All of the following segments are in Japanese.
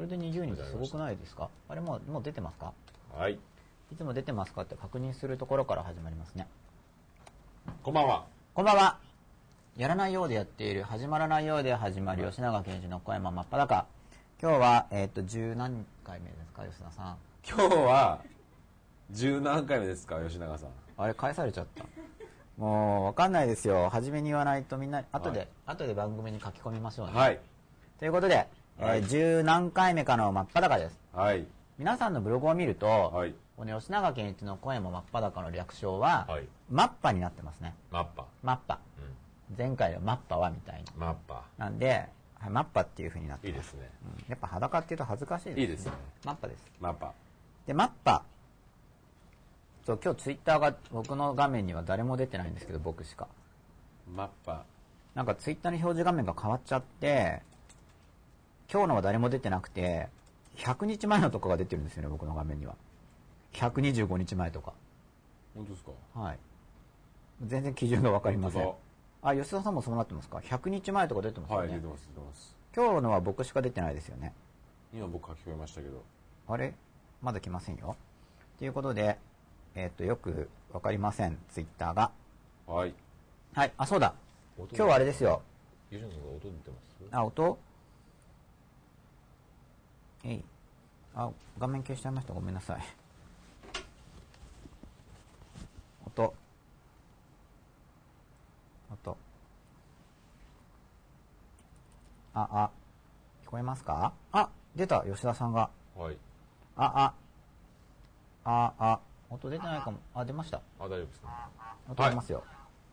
で20人ってすごくないですか？あれもう出てますか？ はい。 いつも出てますかって確認するところから始まりますね。 こんばんは。 こんばんは。やらないようでやっている、始まらないようで始まる吉永健一の小山真っ裸。今日は、10何回目ですか、吉永さん。 今日は、10何回目ですか、吉永さん。 あれ、返されちゃった。もう、わかんないですよ。初めに言わないとみんな、後で番組に書き込みましょうね。 はい。 ということで、10何回目かの真っ裸です。 はい。 皆さんのブログを見ると、 はい。 この吉永健一の小山真っ裸の略称は、 はい。 マッパになってますね。 マッパ。 マッパ。 うん。 前回のマッパはみたいな。 マッパ。 なんで、はい、マッパっていう風になってます。 いいですね。 うん、やっぱ裸っていうと恥ずかしいですね。 いいですね。 マッパです。 マッパ。 で、マッパ。そう、今日ツイッターが僕の画面には誰も出てないんですけど、僕しか。 マッパ。 なんかツイッターの表示画面が変わっちゃって、今日のは誰も出てなくて、100日前のとかが出てるんですよね、僕の画面には。125日前とか。 本当ですか？ はい。全然基準がわかりません。あ、吉田さんもそうなってますか？ 100 日前とか出てますよね。 はい、出てます、出てます。 今日のは僕しか出てないですよね。 今僕書き込みましたけど。あれまだ来ませんよ。ということで、よくわかりません、ツイッターが。 はい。 はい、あ、そうだ。今日はあれですよ。 吉野さんが音出てます？ あ、音？あ、画面消しちゃいました。ごめんなさい。音。聞こえますか？あ、出た、吉田さんが。 はい。 音出てないかも。あ、出ました。 あ、大丈夫ですね。 音出ますよ。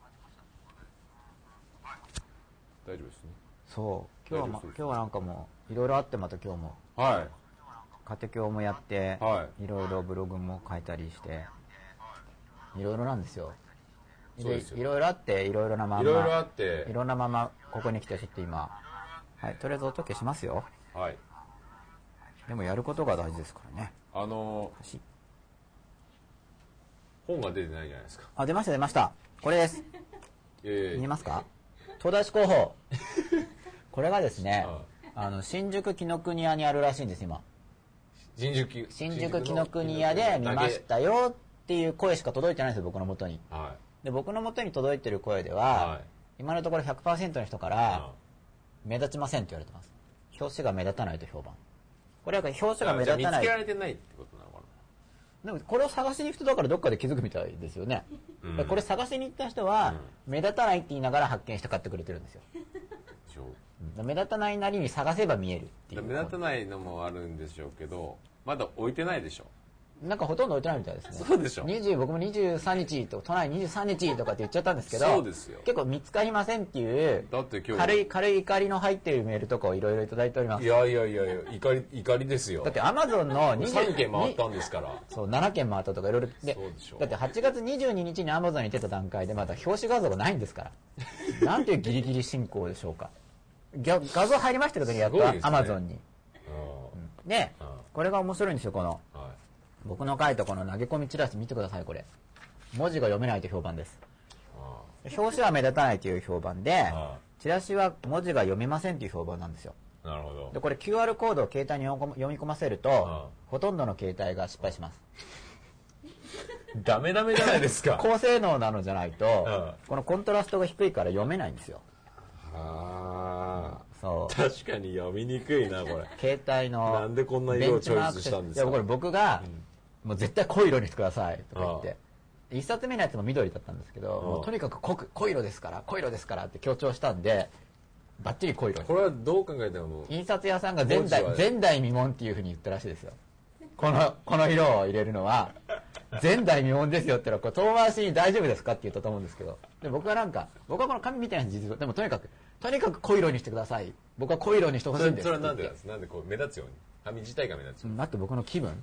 大丈夫ですね。 そう。今日はなんかもう、いろいろあってまた今日も。 はい。 家庭教もやって、 はい。 いろいろブログも書いたりして、いろいろなんですよ。 そうですよ。 いろいろあって、いろいろなまま。 いろいろあって。 いろんなまま、ここに来てちょっと今、はい、とりあえず音消しますよ。 はい。 でもやることが大事ですからね。 本が出てないじゃないですか。 あ、出ました。これです。見えますか？東大志広報。これがですね、新宿紀ノ国屋にあるらしいんです、今。新宿紀ノ国屋で見ましたよっていう声しか届いてないんですよ、僕の元に。 はい。で、 僕の元に届いてる声では、今のところ 100% の人から、目立ちませんって言われてます。表紙が目立たないと評判。これは表紙が目立たない。 見つけられてないってことなのかな。 でもこれを探しに行く人だからどっかで気づくみたいですよね。これ探しに行った人は、目立たないって言いながら発見して買ってくれてるんですよ。目立たないなりに探せば見えるっていう。 目立たないのもあるんでしょうけど、まだ置いてないでしょ。 なんかほとんど置いてないみたいですね。 そうでしょ。 僕も23日と、都内23日とかって言っちゃったんですけど、 そうですよ。 結構見つかりませんっていう、 だって今日軽い怒りの入っているメールとかをいろいろいただいております。 いや、怒りですよ。 だってアマゾンの 3件回ったんですから。 そう、7件回ったとかいろいろ。 そうでしょ。 だって8月22日にアマゾンに出た段階でまだ表紙画像がないんですから。なんていうギリギリ進行でしょうか。画像入りましたけどね、やっとアマゾンに。で、これが面白いんですよ、この。僕の書いたこの投げ込みチラシ見てください、これ。文字が読めないと評判です。表紙は目立たないという評判で、チラシは文字が読めませんという評判なんですよ。 なるほど。 で、これ QR コードを携帯に読み込ませると、ほとんどの携帯が失敗します。 ダメじゃないですか。 高性能なのじゃないと、このコントラストが低いから読めないんですよ。 そう。確かに読みにくいな、これ。 携帯の。 なんでこんな色をチョイスしたんですか？ いや、これ僕が、もう絶対濃い色にしてくださいとか言って。一冊目のやつも緑だったんですけど、もうとにかく濃い色ですからって強調したんで、バッチリ濃い色に。 これはどう考えても印刷屋さんが前代未聞っていうふうに言ったらしいですよ。この色を入れるのは、前代未聞ですよってのは、遠回しに大丈夫ですかって言ったと思うんですけど、で僕はこの紙みたいな実でもとにかく濃い色にしてください。僕は濃い色にしてほしいんです。 それはなんでこう目立つように。紙自体が目立つように。 だって僕の気分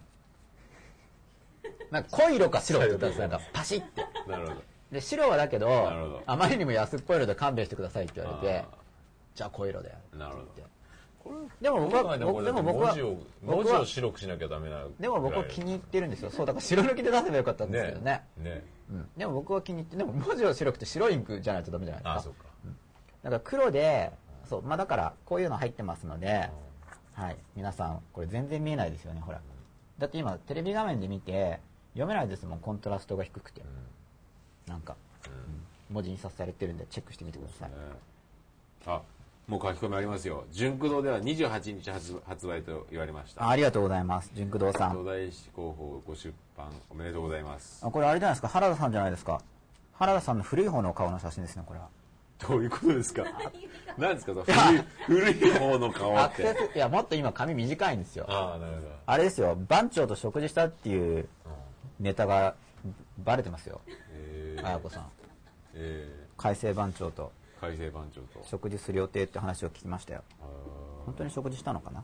なんか濃い色か白って言ったんですなんかパシッて。 なるほど。 で、白はだけど、あまりにも安っぽい色で勘弁してくださいって言われて、じゃあ濃い色で。 なるほど。 でも僕は文字を白くしなきゃダメな。 でも僕は気に入ってるんですよ。そう、だから白抜きで出せばよかったんですけどね。でも僕は気に入って、でも文字を白くて白インクじゃないとダメじゃないですか。 あ、そうか。 だから黒で、そう、まあだからこういうの入ってますので、 はい、皆さんこれ全然見えないですよね。ほら、だって今テレビ画面で見て読めないですもん、コントラストが低くて、なんか、文字印刷されてるんでチェックしてみてください。 あ、もう書き込みありますよ。純駆動では28日発売と言われました。 ありがとうございます、純駆動さん。 東大志広報ご出版おめでとうございます。 これあれじゃないですか、原田さんじゃないですか。原田さんの古い方の顔の写真ですね、これは。 どういうことですか。何ですか、古い方の顔って。 いや、もっと今髪短いんですよ。 ああ、なるほど。 あれですよ、番長と食事したっていうネタがバレてますよ、綾子さん。改正番長と食事する予定って話を聞きましたよ。本当に食事したのかな。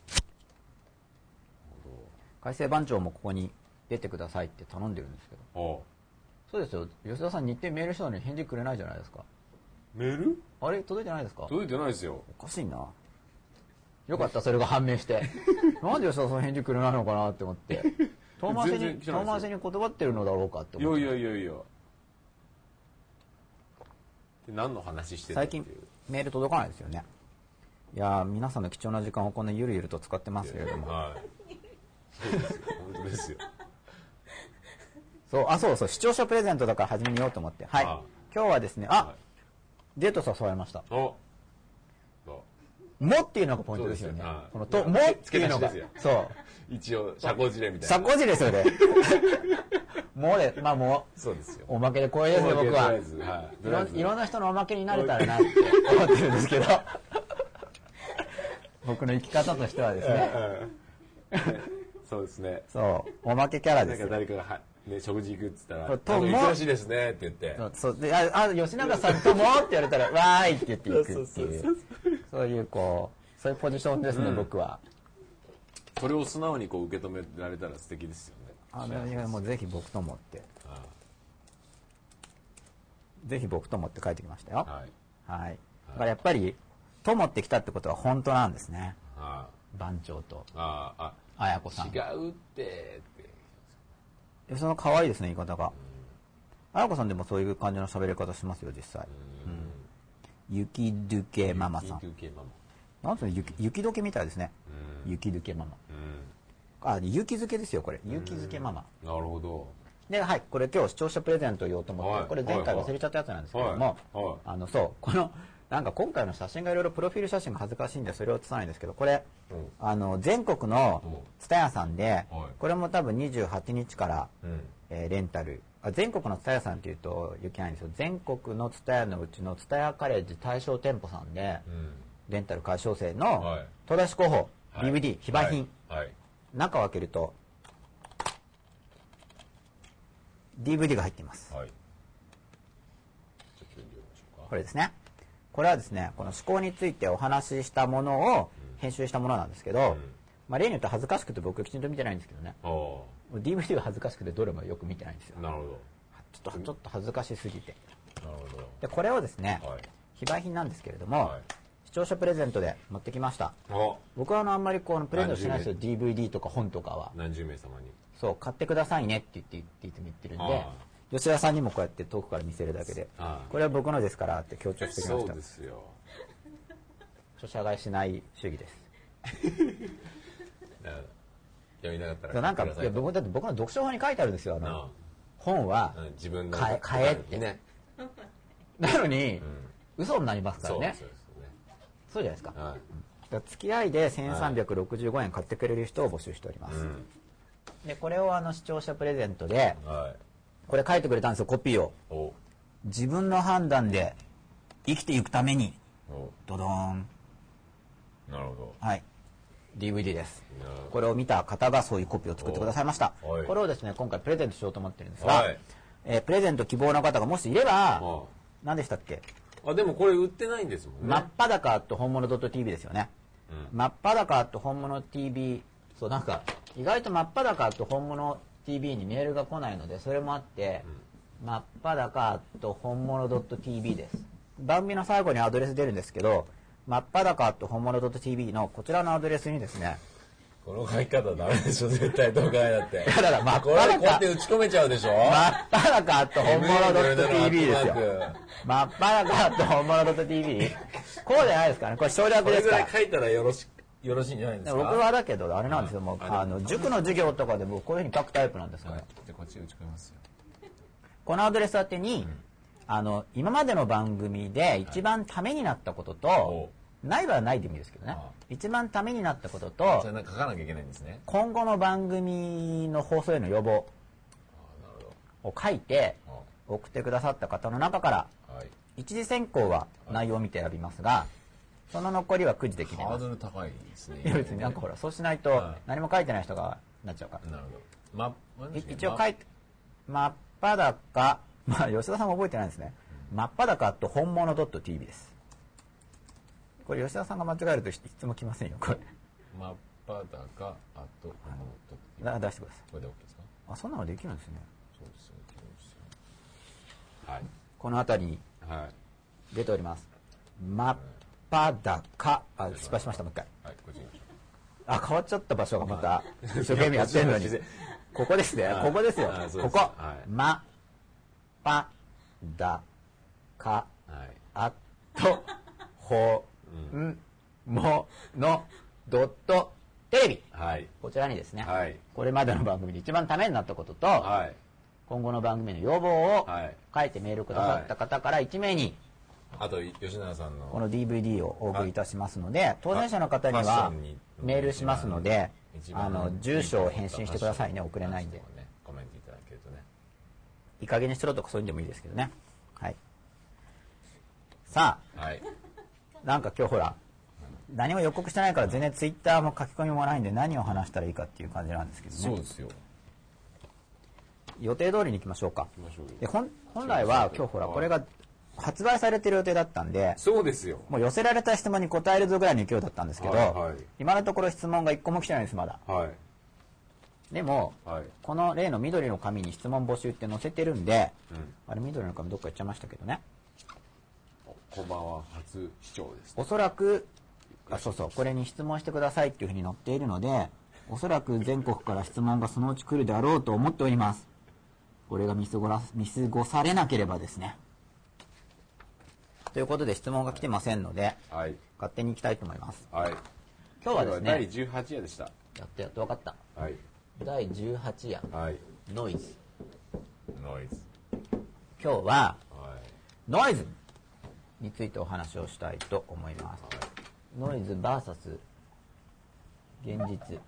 改正番長もここに出てくださいって頼んでるんですけど。そうですよ、吉田さん日程メールしたのに返事くれないじゃないですか。 メールあれ届いてないですか。 届いてないですよ。 おかしいな。よかった、それが判明してなんで吉田さん返事くれないのかなって思って遠回しに断ってるのだろうかって思って。 いや何の話してる最近メール届かないですよね。いや皆さんの貴重な時間をこんなゆるゆると使ってますけれども、 そうですよ、本当ですよ。 そう視聴者プレゼントだから始めようと思って、はい、今日はですね、デート誘われました。もっていうのがポイントですよね。このもっていうのが、そう一応社交辞令みたいな。 社交辞令ですよね。もうで、もうそうですよ。おまけでこれですね、僕は。いろんな人のおまけになれたらなって思ってるんですけど、僕の生き方としてはですね。 そうですね。 そう、おまけキャラですよ。 誰かが食事行くって言ったら、忙しいですねって言って。 そうで、吉永さんともって言われたら、わーいって言っていくっていう、そういうそういうポジションですね、僕は。 それを素直に受け止められたら素敵ですよね。 もうぜひ僕ともって。ぜひ僕ともって書いてきましたよ。はい。だからやっぱり、ともってきたってことは本当なんですね。番長と。綾子さん。 違うって。 その可愛いですね、言い方が。綾子さんでもそういう感じの喋り方しますよ、実際。雪どけママさん。なんと雪どけみたいですね。雪どけママ。雪漬けですよ、これ。雪漬けママ。 なるほど。 で、はい、これ今日視聴者プレゼントを言おうと思って、これ前回忘れちゃったやつなんですけども、そう、この、なんか今回の写真がいろいろプロフィール写真が恥ずかしいんでそれを写さないんですけど、これ、全国の蔦屋さんで、これも多分28日から、レンタル。全国の蔦屋さんっていうといけないんですよ。全国の蔦屋のうちの蔦屋カレッジ対象店舗さんで、レンタル開始制の東大志広報 DVD 非売品、中を開けると DVD が入っています。これですね。これはですね、この思考についてお話ししたものを編集したものなんですけど、例によって恥ずかしくて僕はきちんと見てないんですけどね。DVD が恥ずかしくてどれもよく見てないんですよ。 なるほど。ちょっと恥ずかしすぎて。 なるほど。 で、これをですね、非売品なんですけれども、視聴者プレゼントで持ってきました。僕はあんまりプレゼントしないですよ、DVD とか本とかは。 何十名様に。 そう、買ってくださいねって言ってるんで、吉田さんにもこうやって遠くから見せるだけで、これは僕のですからって強調してきました。 そうですよ。 著者買いしない主義です。 読みなかったらなんか僕の読書法に書いてあるんですよ。本は自分の買えってね。なのに嘘になりますからね。そうじゃないですか。付き合いで1365円買ってくれる人を募集しております。でこれを視聴者プレゼントで、これ書いてくれたんですよ、コピーを。自分の判断で生きていくために、ドドーン。 なるほど。 はい。DVD です。これを見た方がそういうコピーを作ってくださいました。これをですね、今回プレゼントしようと思ってるんですが、プレゼント希望の方がもしいれば、何でしたっけ？ でもこれ売ってないんですもんね。 真っ裸と本物 .tv ですよね。真っ裸と本物 TV、そうなんか、意外と真っ裸と本物 TV にメールが来ないので、それもあって、真っ裸と本物 .tv です。番組の最後にアドレス出るんですけど、真っ裸と本物 .tv のこちらのアドレスにですね、 この書き方ダメでしょ、絶対動画だって。 だから真っこれこうやって打ち込めちゃうでしょ。 真っ裸と本物 .tv ですよ。真っ裸と本物 .tv こうじゃないですかね。これ省略ですから。 これぐらい書いたらよよろしいんじゃないですか。 僕はだけどあれなんですよ、もう塾の授業とかでもこういうふうに書くタイプなんですから、 じゃあこっち打ち込みますよ。 このアドレス宛てに、今までの番組で一番ためになったことと、ないはないでもいいですけどね、一番ためになったことと、 じゃあなんか書かなきゃいけないんですね。 今後の番組の放送への要望を書いて送ってくださった方の中から、一次選考は内容を見て選びますが、その残りはくじで決めます。 ハードル高いですね。 いや別になんかほら、そうしないと何も書いてない人がなっちゃうから。 なるほど。 一応書いて、真っ裸、まあ吉田さんも覚えてないですね。真っ裸と本物 .tv です。これ吉田さんが間違えるといつも来ませんよ、これ。 真っ裸あと本物 .tv。出してください。 これで OK ですか？ あ、そんなのできるんですね。 そうですよ、できるんですよ。はい。 この辺りに出ております。真っ裸、失敗しました、もう一回。 はい、こっちに。 変わっちゃった場所がまた、一生懸命やってるのに。ここですね、ここですよ。ここ。真っ裸、あと、ほんもの、ドット、テレビ。こちらにですね、これまでの番組で一番ためになったことと、今後の番組の要望を書いてメールくださった方から1名に、 あと吉永さんのこの DVD をお送りいたしますので、当選者の方にはメールしますので、住所を返信してくださいね、送れないんで。 コメントいただけるとね。 いい加減にしろとかそういうんでもいいですけどね。はい。さあ、なんか今日ほら、何も予告してないから全然ツイッターも書き込みもないんで何を話したらいいかっていう感じなんですけどね。 そうですよ。 予定通りに行きましょうか。で本来は今日ほらこれが発売されてる予定だったんで、 そうですよ。 もう寄せられた質問に答えるぞぐらいの勢いだったんですけど、今のところ質問が1個も来てないんです、まだ。でも、この例の緑の紙に質問募集って載せてるんで、あれ緑の紙どっか行っちゃいましたけどね。 こんばんは、初視聴です。 おそらく、そうそう、これに質問してくださいっていうふうに載っているので、おそらく全国から質問がそのうち来るであろうと思っております。これが見過ごされなければですね。ということで質問が来てませんので、勝手に行きたいと思います。今日はですね、 第18夜でした。 やっと分かった。第18夜、ノイズ。今日は、ノイズについてお話をしたいと思います。ノイズ VS 現実。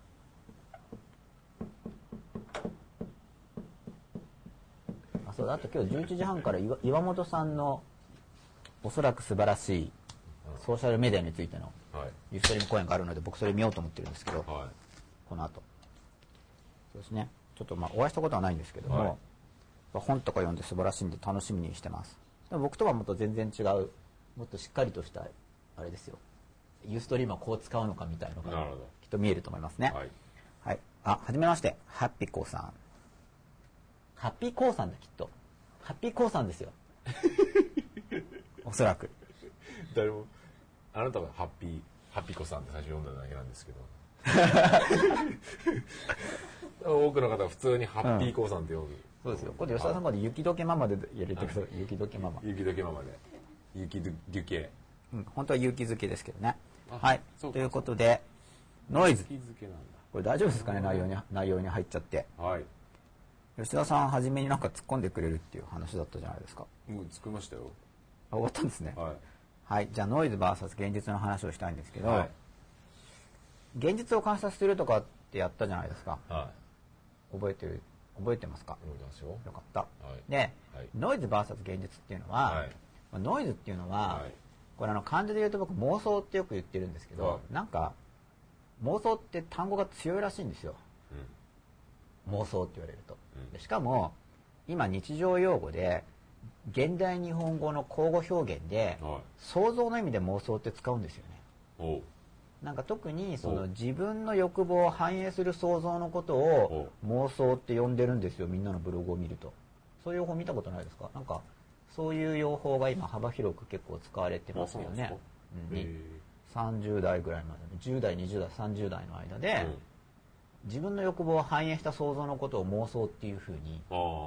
そうだ、あと今日11時半から岩本さんのおそらく素晴らしいソーシャルメディアについてのユーストリーム講演があるので、僕それ見ようと思ってるんですけど、この後そうですね、ちょっとお会いしたことはないんですけども、本とか読んで素晴らしいんで楽しみにしてます。でも僕とはもっと全然違う、もっとしっかりとしたあれですよ、ユーストリームはこう使うのかみたいなのがきっと見えると思いますね。はじめまして、ハッピーコーさん。ハッピーコーさんだ、きっとハッピーコーさんですよおそらく誰も、あなたはハッピーコさんって最初読んだだけなんですけど多くの方は普通にハッピーコさんって呼ぶ。 そうですよ。これ吉田さんまで雪解けママで入れてください。雪解けママ。 雪解けママで。雪解け。 本当は勇気づけですけどね。はい。ということで、ノイズ。これ大丈夫ですかね、内容に入っちゃって。吉田さん初めになんか突っ込んでくれるっていう話だったじゃないですか。 もう突っ込みましたよ。 終わったんですね。はい。じゃあノイズ VS 現実の話をしたいんですけど、現実を観察するとかってやったじゃないですか。覚えてますか？ 覚えてますよ。 よかった。で、ノイズ VS 現実っていうのは、ノイズっていうのは、これ漢字で言うと僕妄想ってよく言ってるんですけど、なんか妄想って単語が強いらしいんですよ。妄想って言われると。しかも今日常用語で現代日本語の口語表現で想像の意味で妄想って使うんですよね。なんか特にその自分の欲望を反映する想像のことを妄想って呼んでるんですよ。みんなのブログを見ると。そういう用法見たことないですか？なんかそういう用法が今幅広く結構使われてますよね。30代ぐらいまでの10代20代30代の間で自分の欲望を反映した想像のことを妄想っていうふうに、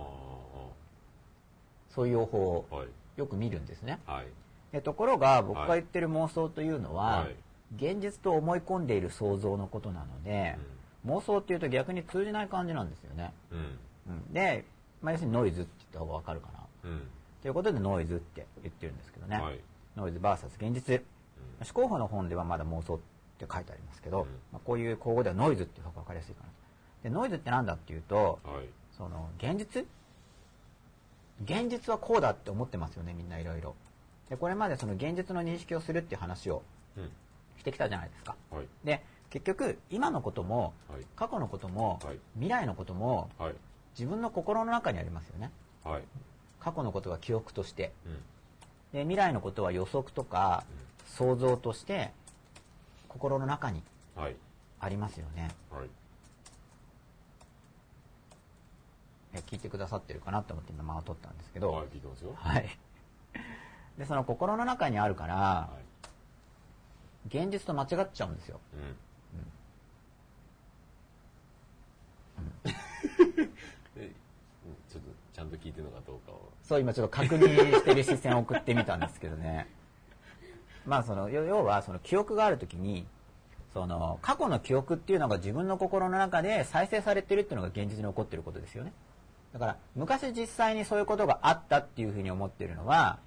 そういう用法をよく見るんですね。ところが僕が言ってる妄想というのは、 現実と思い込んでいる想像のことなので、妄想っていうと逆に通じない感じなんですよね。で、要するにノイズって言った方がわかるかな。ということでノイズって言ってるんですけどね。ノイズ VS 現実。思考法の本ではまだ妄想って書いてありますけど、こういう口語ではノイズっていう方がわかりやすいかな。で、ノイズってなんだっていうと、その現実はこうだって思ってますよね、みんないろいろ。で、これまでその現実の認識をするっていう話をしてきたじゃないですか。で、結局今のことも、過去のことも、未来のことも、自分の心の中にありますよね。過去のことは記憶として、で未来のことは予測とか、想像として心の中にありますよね。聞いてくださってるかなと思って今間を取ったんですけど、 聞いてますよ。 でその心の中にあるから、現実と間違っちゃうんですよ。 ちょっとちゃんと聞いてるのかどうかを。 そう、今ちょっと確認してる視線を送ってみたんですけどね。その要はその記憶があるときに、その過去の記憶っていうのが自分の心の中で再生されてるっていうのが現実に起こってることですよね。だから昔実際にそういうことがあったっていうふうに思ってるのは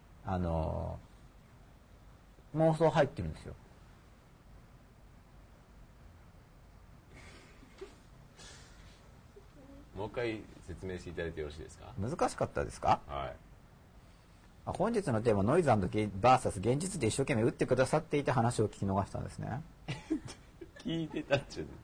妄想入ってるんですよ。 もう一回説明していただいてよろしいですか。 難しかったですか。本日のテーマノイズ&現実で一生懸命打ってくださっていた話を聞き逃したんですね。 聞いてたっちゅう。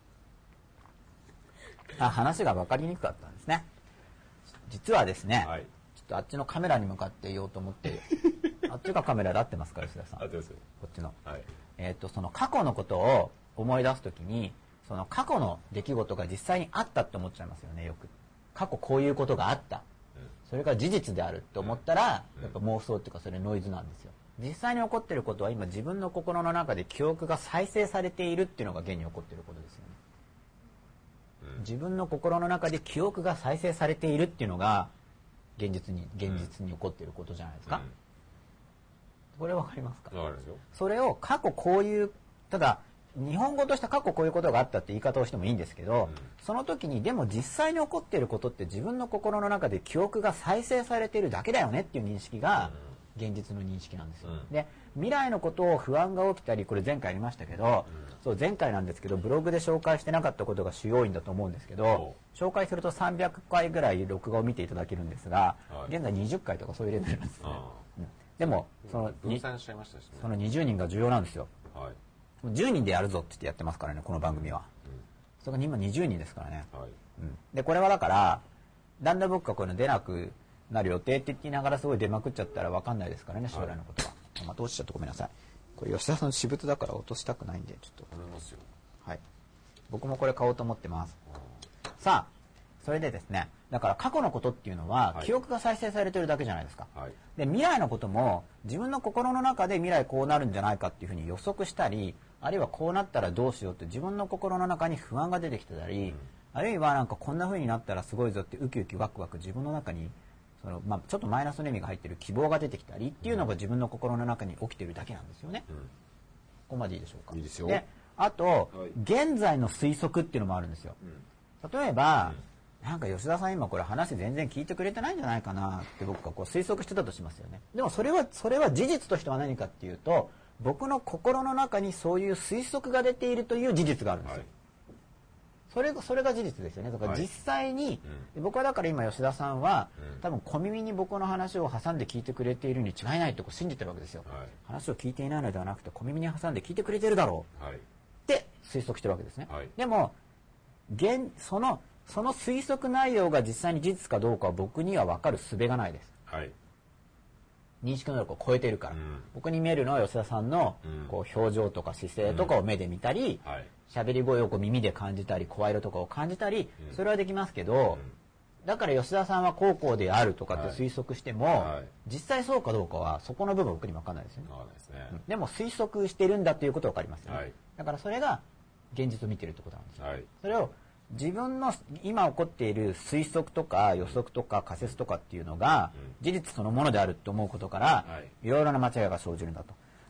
話が分かりにくかったんですね。実はですね、ちょっとあっちのカメラに向かって言おうと思ってあっちがカメラで合ってますか、吉田さん。 合ってますよ。 こっちの、その過去のことを思い出すときに、その過去の出来事が実際にあったって思っちゃいますよね。よく過去こういうことがあった、それが事実であると思ったら、やっぱ妄想っていうかそれノイズなんですよ。実際に起こっていることは今自分の心の中で記憶が再生されているっていうのが現に起こっていることですよね。自分の心の中で記憶が再生されているっていうのが現実に起こっていることじゃないですか。これわかりますか。 わかりますよ。 それを過去こういう、ただ日本語として過去こういうことがあったって言い方をしてもいいんですけど、その時にでも実際に起こっていることって自分の心の中で記憶が再生されているだけだよねっていう認識が現実の認識なんですよ。で、未来のことを不安が起きたり、これ前回ありましたけど、そう前回なんですけどブログで紹介してなかったことが主要因だと思うんですけど、紹介すると300回ぐらい録画を見ていただけるんですが、現在20回とかそういうレベルなんですね。でもその分散しちゃいましたしね。 その20人が重要なんですよ。10人でやるぞって言ってやってますからね、この番組は。それが今20人ですからね。で、これはだから、だんだん僕がこういうの出なくなる予定って言いながらすごい出まくっちゃったら分かんないですからね、将来のことは。また落ちちゃってごめんなさい。これ吉田さんの私物だから落としたくないんで、ちょっと。 頼みますよ。 僕もこれ買おうと思ってます。さあ、それでですね、だから過去のことっていうのは、記憶が再生されてるだけじゃないですか。で、未来のことも自分の心の中で未来こうなるんじゃないかっていうふうに予測したり、あるいはこうなったらどうしようって自分の心の中に不安が出てきてたり、あるいはなんかこんな風になったらすごいぞってウキウキワクワク自分の中にその、ちょっとマイナスの意味が入ってる希望が出てきたりっていうのが自分の心の中に起きてるだけなんですよね。ここまでいいでしょうか。 いいですよ。 で、あと、現在の推測っていうのもあるんですよ。例えば、なんか吉田さん今これ話全然聞いてくれてないんじゃないかなって僕がこう推測してたとしますよね。でもそれは事実としては何かっていうと、僕の心の中にそういう推測が出ているという事実があるんですよ。それが事実ですよね。だから実際に、僕はだから今吉田さんは、多分小耳に僕の話を挟んで聞いてくれているに違いないと信じてるわけですよ。話を聞いていないのではなくて小耳に挟んで聞いてくれてるだろうって推測してるわけですね。でもその推測内容が実際に事実かどうかは僕には分かる術がないです。認識能力を超えているから、僕に見えるのは吉田さんのこう表情とか姿勢とかを目で見たり、喋り声をこう耳で感じたり、声色とかを感じたり、それはできますけど、だから吉田さんはこうであるとかって推測しても、実際そうかどうかはそこの部分僕に分かんないですよね。でも推測してるんだということは分かりますよね。だからそれが現実を見てるってことなんですよ。それを自分の今起こっている推測とか予測とか仮説とかっていうのが事実そのものであると思うことから、いろいろな間違いが生じるんだと。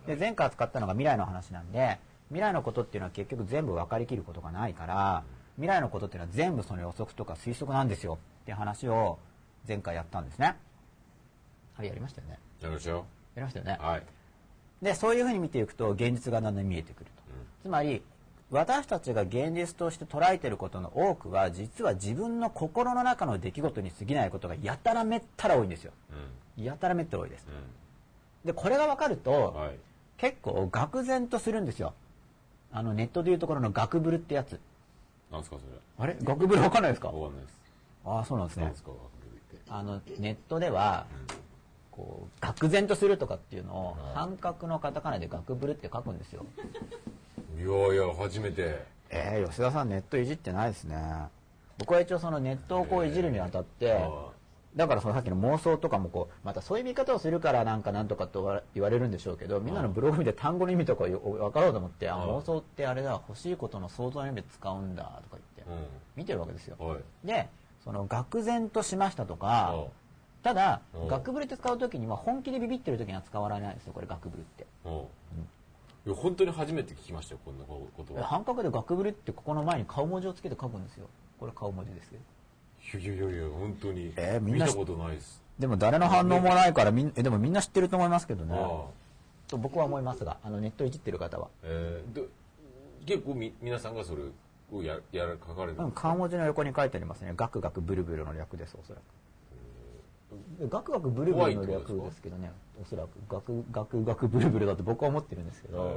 で前回扱ったのが未来の話なんで、未来のことっていうのは結局全部分かりきることがないから、未来のことっていうのは全部その予測とか推測なんですよっていう話を前回やったんですね。あれやりましたよね。 やりましたよ。 やりましたよね。 はい。 でそういうふうに見ていくと現実がだんだん見えてくると、つまり私たちが現実として捉えていることの多くは実は自分の心の中の出来事に過ぎないことがやたらめったら多いんですよ、やたらめったら多いです、でこれが分かると、はい、結構愕然とするんですよ。ネットでいうところのガクブルってやつ。 なんですかそれ。 あれガクブル分かんないですか。 分かんないです。 ああそうなんですね。 なんですかガクブルって。 ネットでは、こう愕然とするとかっていうのを半角のカタカナでガクブルって書くんですよ。 いやいや初めて。 吉田さんネットいじってないですね。僕は一応そのネットをこういじるにあたって、だからそのさっきの妄想とかもこうまたそういう見方をするからなんとかと言われるんでしょうけど、みんなのブログ見て単語の意味とか分かろうと思って、妄想ってあれだ、欲しいことの想像の意味で使うんだとか言って見てるわけですよ。でその愕然としましたとか、ただガクブルって使う時には本気でビビってる時には使われないんですよ、これガクブルって。 いや本当に初めて聞きましたよ、こんなことは。 半角でガクブルってここの前に顔文字をつけて書くんですよ。これ顔文字ですけど。 いや本当にみんな見たことないです。 でも誰の反応もないからでもみんな知ってると思いますけどね。と僕は思いますが、ネットいじってる方は。 結構皆さんがそれを書かれる。 顔文字の横に書いてありますね。ガクガクブルブルの略です、おそらく。ガクガクブルブルの略ですけどね、おそらくガクガクガクブルブルだと僕は思ってるんですけど、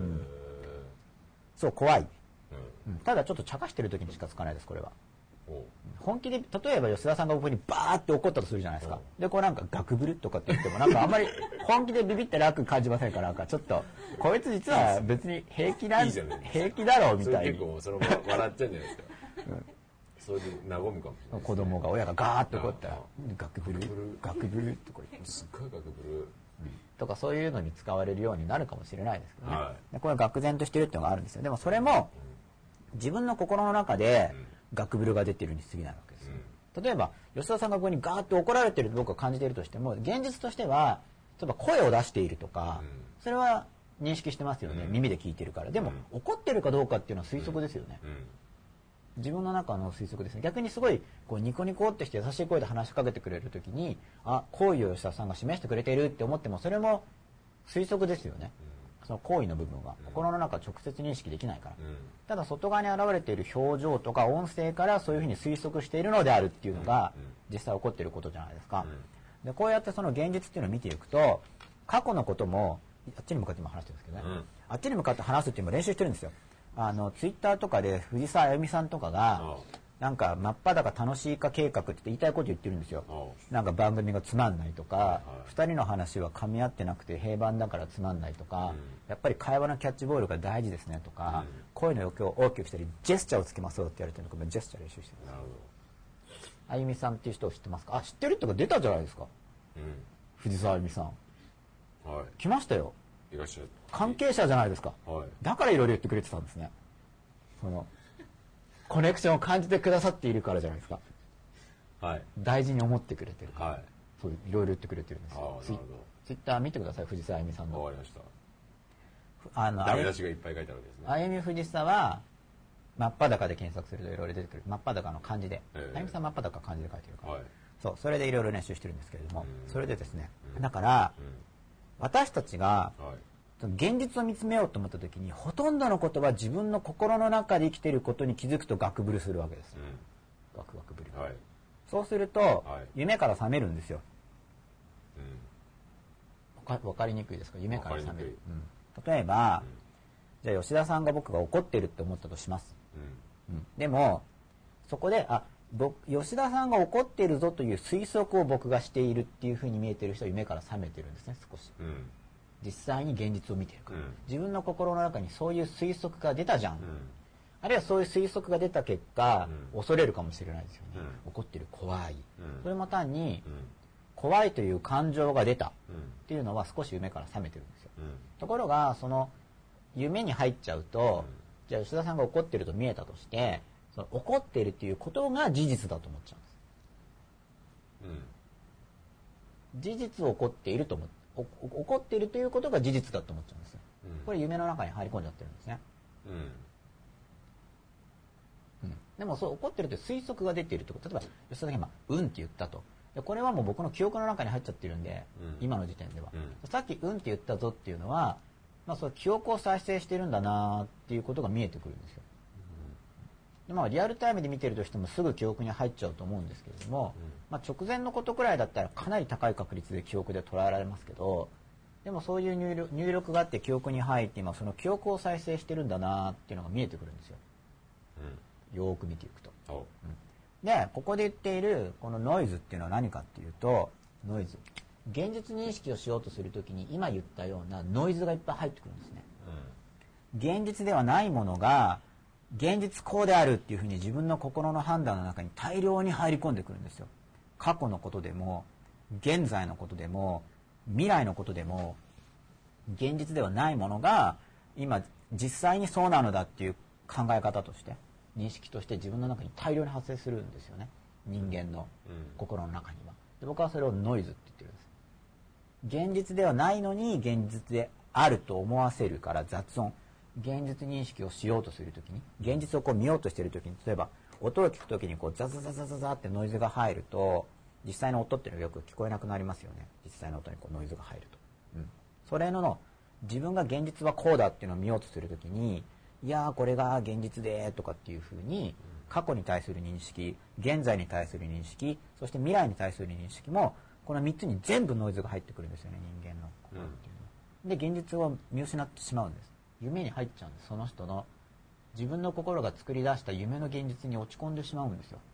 そう怖い、ただちょっと茶化してる時にしか使わないです、これは。本気で例えば吉田さんが僕にバーって怒ったとするじゃないですか。でこうなんかガクブルとかって言ってもなんかあんまり本気でビビって楽感じませんから、なんかちょっとこいつ実は別に平気だろうみたいに。 結構その笑っちゃうんじゃないですか。それで和むかもしれない。 子供が親がガーッと怒ったらガクブルガクブルってこれすっごいガクブルとかそういうのに使われるようになるかもしれないですけどね、でこれ愕然としてるっていうのがあるんですよ。でもそれも自分の心の中でガクブルが出てるに過ぎないわけですよ。例えば吉田さんがここにガーッと怒られてると僕は感じているとしても、現実としては例えば声を出しているとか、それは認識してますよね、耳で聞いてるから。でも怒ってるかどうかっていうのは推測ですよね、自分の中の推測ですね。逆にすごいこうニコニコってして優しい声で話しかけてくれるときに、好意を吉田さんが示してくれているって思ってもそれも推測ですよね、その好意の部分が心の中直接認識できないから、ただ外側に現れている表情とか音声からそういうふうに推測しているのであるっていうのが実際起こっていることじゃないですか。でこうやってその現実っていうのを見ていくと、過去のこともあっちに向かって今話してるんですけどね、あっちに向かって話すっていうのも練習してるんですよ。ツイッターとかで藤沢あゆみさんとかがなんか真っ裸楽しいか計画って言いたいこと言ってるんですよ。なんか番組がつまんないとか、2人の話は噛み合ってなくて平板だからつまんないとか、やっぱり会話のキャッチボールが大事ですねとか、声の余興を大きくしたりジェスチャーをつけましょうって言われてるのでジェスチャー練習してるんですよ。あゆみさんっていう人を知ってますか。知ってるとか出たじゃないですか、藤沢あゆみさん、来ましたよ。 いらっしゃる関係者じゃないですか、だからいろいろ言ってくれてたんですね。そのコネクションを感じてくださっているからじゃないですか、大事に思ってくれてるから、そういろいろ言ってくれてるんですよ。ツイッター見てください、藤沢あゆみさんの。 わかりました。ダメ出しがいっぱい書いてあるわけですね。 あゆみ藤沢真っ裸で検索するといろいろ出てくる。真っ裸の漢字で、あゆみさん真っ裸漢字で書いてるから、それでいろいろ練習してるんですけれども、それでですね、だから私たちが現実を見つめようと思った時にほとんどのことは自分の心の中で生きていることに気づくとガクブルするわけです、ガクガクブル、そうすると、夢から覚めるんですよ、わかりにくいですか。夢から覚める、例えば、じゃあ吉田さんが僕が怒ってるって思ったとします、でもそこで吉田さんが怒っているぞという推測を僕がしているっていうふうに見えている人は夢から覚めてるんですね、少し、実際に現実を見てるから、自分の心の中にそういう推測が出たじゃん、あるいはそういう推測が出た結果、恐れるかもしれないですよね、怒ってる、怖い、それも単に、怖いという感情が出たっていうのは少し夢から覚めてるんですよ、ところがその夢に入っちゃうと、じゃあ吉田さんが怒ってると見えたとして、その怒っているっていうことが事実だと思っちゃうんです、 事実起こっていると起こっているということが事実だと思っちゃうんですよ。これ夢の中に入り込んじゃってるんですね。でもそう起こってるという推測が出ているということ。例えば吉田さんが今って言ったと。これはもう僕の記憶の中に入っちゃってるんで、今の時点では、さっきって言ったぞっていうのは、その記憶を再生してるんだなっていうことが見えてくるんですよ。でリアルタイムで見てるとしてもすぐ記憶に入っちゃうと思うんですけれども、直前のことくらいだったらかなり高い確率で記憶で捉えられますけど、でもそういう入力があって記憶に入って今その記憶を再生してるんだなっていうのが見えてくるんですよ。よーく見ていくと。でここで言っているこのノイズっていうのは何かっていうと、ノイズ、現実認識をしようとするときに今言ったようなノイズがいっぱい入ってくるんですね。現実ではないものが現実こうであるっていうふうに自分の心の判断の中に大量に入り込んでくるんですよ。過去のことでも現在のことでも未来のことでも現実ではないものが今実際にそうなのだっていう考え方として認識として自分の中に大量に発生するんですよね、人間の心の中には。で僕はそれをノイズって言ってるんです。現実ではないのに現実であると思わせるから雑音、現実認識をしようとするときに、現実をこう見ようとしているときに、例えば音を聞くときにこうザザザザザザってノイズが入ると実際の音っていうのがよく聞こえなくなりますよね。実際の音にこうノイズが入ると、それの自分が現実はこうだっていうのを見ようとするときに、いやーこれが現実でとかっていうふうに過去に対する認識、現在に対する認識、そして未来に対する認識もこの3つに全部ノイズが入ってくるんですよね、人間の心っていうのは。で現実を見失ってしまうんです。夢に入っちゃうんです。その人の自分の心が作り出した夢の現実に落ち込んでしまうんですよ。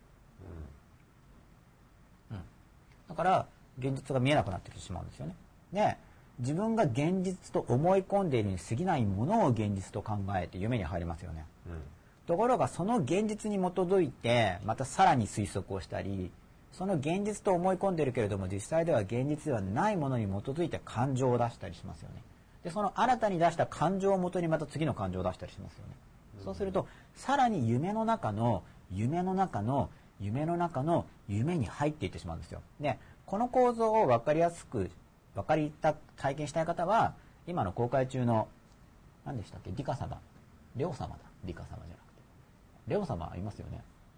だから現実が見えなくなってきてしまうんですよね。で自分が現実と思い込んでいるに過ぎないものを現実と考えて夢に入りますよね。ところがその現実に基づいてまたさらに推測をしたり、その現実と思い込んでいるけれども実際では現実ではないものに基づいて感情を出したりしますよね。でその新たに出した感情をもとにまた次の感情を出したりしますよね。そうするとさらに夢の中の夢の中の夢の中の夢に入っていってしまうんですよ。でこの構造を分かりやすく体験したい方は今の公開中の何でしたっけ、リカ様、レオ様だ、リカ様じゃなくてレオ様いますよね。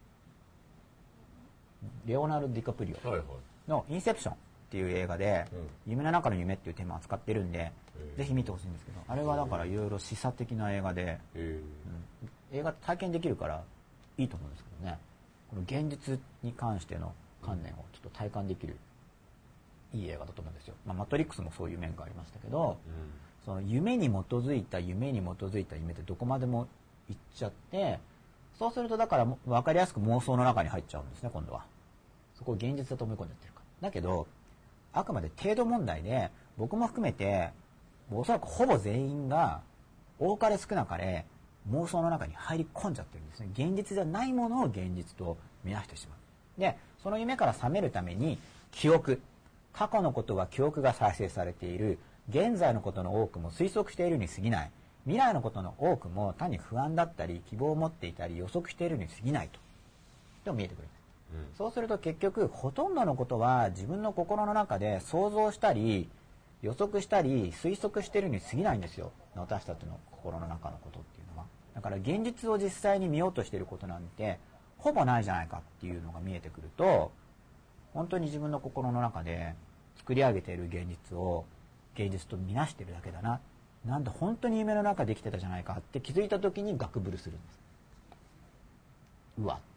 レオナルド・ディカプリオのインセプションっていう映画で、夢の中の夢っていうテーマを扱ってるんで、ぜひ見てほしいんですけど、あれはだからいろいろ示唆的な映画で、映画体験できるからいいと思うんですけどね。この現実に関しての観念をちょっと体感できるいい映画だと思うんですよ。マトリックスもそういう面がありましたけど、その夢に基づいた夢ってどこまでも行っちゃって、そうするとだから分かりやすく妄想の中に入っちゃうんですね、今度は。そこを現実だと思い込んじゃってるから。だけどあくまで程度問題で、僕も含めておそらくほぼ全員が多かれ少なかれ妄想の中に入り込んじゃってるんですね。現実ではないものを現実と見なしてしまう。でその夢から覚めるために記憶、過去のことは記憶が再生されている、現在のことの多くも推測しているに過ぎない、未来のことの多くも単に不安だったり希望を持っていたり予測しているに過ぎないと見えてくる。そうすると結局ほとんどのことは自分の心の中で想像したり予測したり推測しているに過ぎないんですよ、私たちの心の中のことっていうのは。だから現実を実際に見ようとしていることなんてほぼないじゃないかっていうのが見えてくると、本当に自分の心の中で作り上げている現実を現実と見なしているだけだな、なんで本当に夢の中で生きてたじゃないかって気づいた時にガクブルするんです。うわって、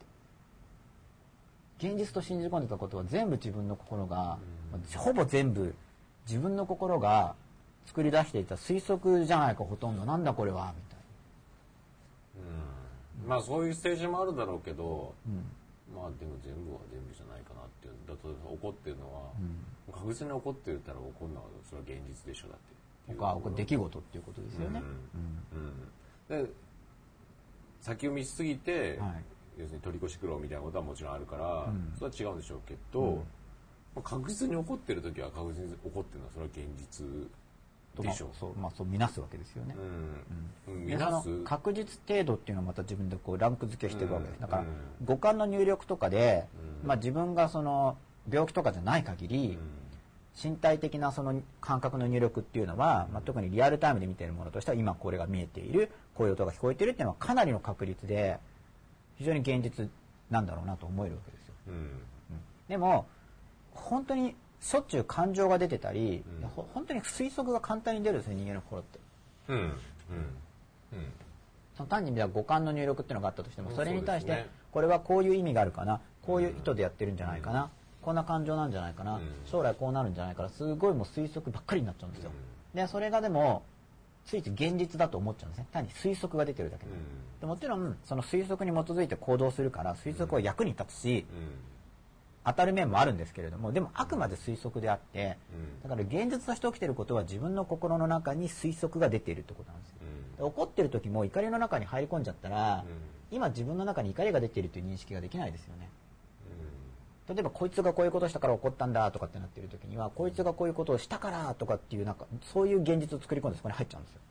現実と信じ込んでたことは全部自分の心が、ほぼ全部自分の心が作り出していた推測じゃないか、ほとんど。なんだこれはみたいな。まあそういうステージもあるだろうけど、まあでも全部は全部じゃないかなっていう。だと怒ってるのは、確実に怒ってるったら怒るのはそれは現実でしょだって。 出来事っていうことですよね。 で先を見すぎて、要するに取り越し苦労みたいなことはもちろんあるから、それは違うんでしょうけど、確実に怒ってる時は確実に怒ってるのはそれは現実でしょう。 そう見なすわけですよね。 見なす確実程度っていうのをまた自分でこうランク付けしていくわけです。だから五感の入力とかで、自分がその病気とかじゃない限り、 身体的なその感覚の入力っていうのは、特にリアルタイムで見ているものとしては今これが見えている、こういう音が聞こえているっていうのはかなりの確率で非常に現実なんだろうなと思えるわけですよ。でも本当にしょっちゅう感情が出てたり、本当に推測が簡単に出るんですね、人間の心って。単に五感の入力っていうのがあったとしても、それに対してこれはこういう意味があるかな、こういう意図でやってるんじゃないかな、こんな感情なんじゃないかな、将来こうなるんじゃないかな、すごいもう推測ばっかりになっちゃうんですよ。でそれがでもついつい現実だと思っちゃうんですね。単に推測が出てるだけで、もちろんその推測に基づいて行動するから推測は役に立つし、当たる面もあるんですけれども、でもあくまで推測であって、だから現実として起きていることは自分の心の中に推測が出ているってことなんですよ。怒ってる時も怒りの中に入り込んじゃったら、今自分の中に怒りが出ているという認識ができないですよね。例えばこいつがこういうことしたから怒ったんだとかってなってる時には、こいつがこういうことをしたからとかっていうそういう現実を作り込んでそこに入っちゃうんですよ。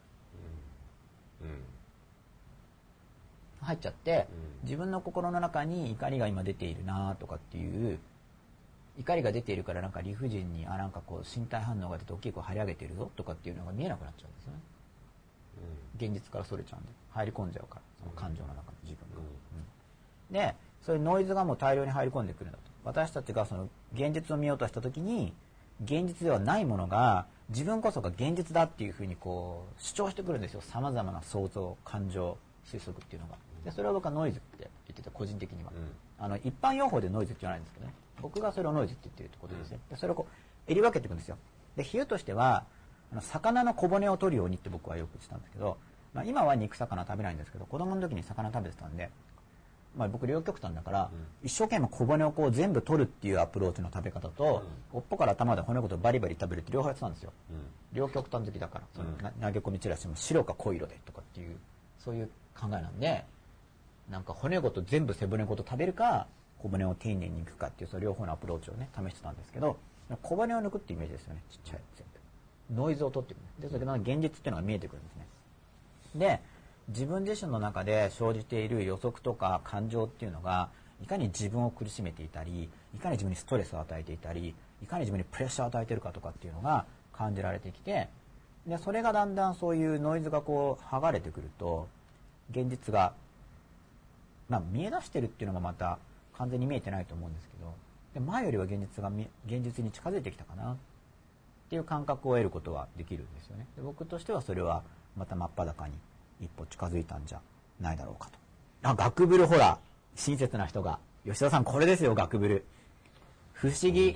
入っちゃって、自分の心の中に怒りが今出ているなとかっていう、怒りが出ているからなんか理不尽になんかこう身体反応が出て大きく張り上げてるぞとかっていうのが見えなくなっちゃうんですよね。現実からそれちゃうんで入り込んじゃうから、その感情の中の自分が。でそういうノイズがもう大量に入り込んでくるんだと。私たちがその現実を見ようとした時に、現実ではないものが自分こそが現実だっていうふうにこう主張してくるんですよ。さまざまな想像、感情、推測っていうのが。でそれを僕はノイズって言ってて、個人的には、一般用法でノイズって言わないんですけどね、僕がそれをノイズって言ってるってことですね。でそれをこう襟分けていくんですよ。で比喩としては魚の小骨を取るようにって僕はよくしたんですけど、今は肉魚食べないんですけど、子供の時に魚食べてたんで、僕両極端だから、一生懸命小骨をこう全部取るっていうアプローチの食べ方と、尾っぽから頭で骨ごとバリバリ食べるって両方やってたんですよ。両極端好きだから、その投げ込みチラシも白か濃い色でとかっていうそういう考えなんで、なんか骨ごと全部背骨ごと食べるか小骨を丁寧に抜くかっていうその両方のアプローチをね試してたんですけど、小骨を抜くってイメージですよね。ちっちゃい全部ノイズを取っていく。でそれで現実っていうのが見えてくるんですね。で自分自身の中で生じている予測とか感情っていうのがいかに自分を苦しめていたり、いかに自分にストレスを与えていたり、いかに自分にプレッシャーを与えているかとかっていうのが感じられてきて、でそれがだんだんそういうノイズがこう剥がれてくると、現実が、見え出してるっていうのもまた完全に見えてないと思うんですけど、で前よりは現実に近づいてきたかなっていう感覚を得ることはできるんですよね。で僕としてはそれはまた真っ裸に一歩近づいたんじゃないだろうかと。ガクブル、ほら親切な人が、吉田さんこれですよ、ガクブル。不思議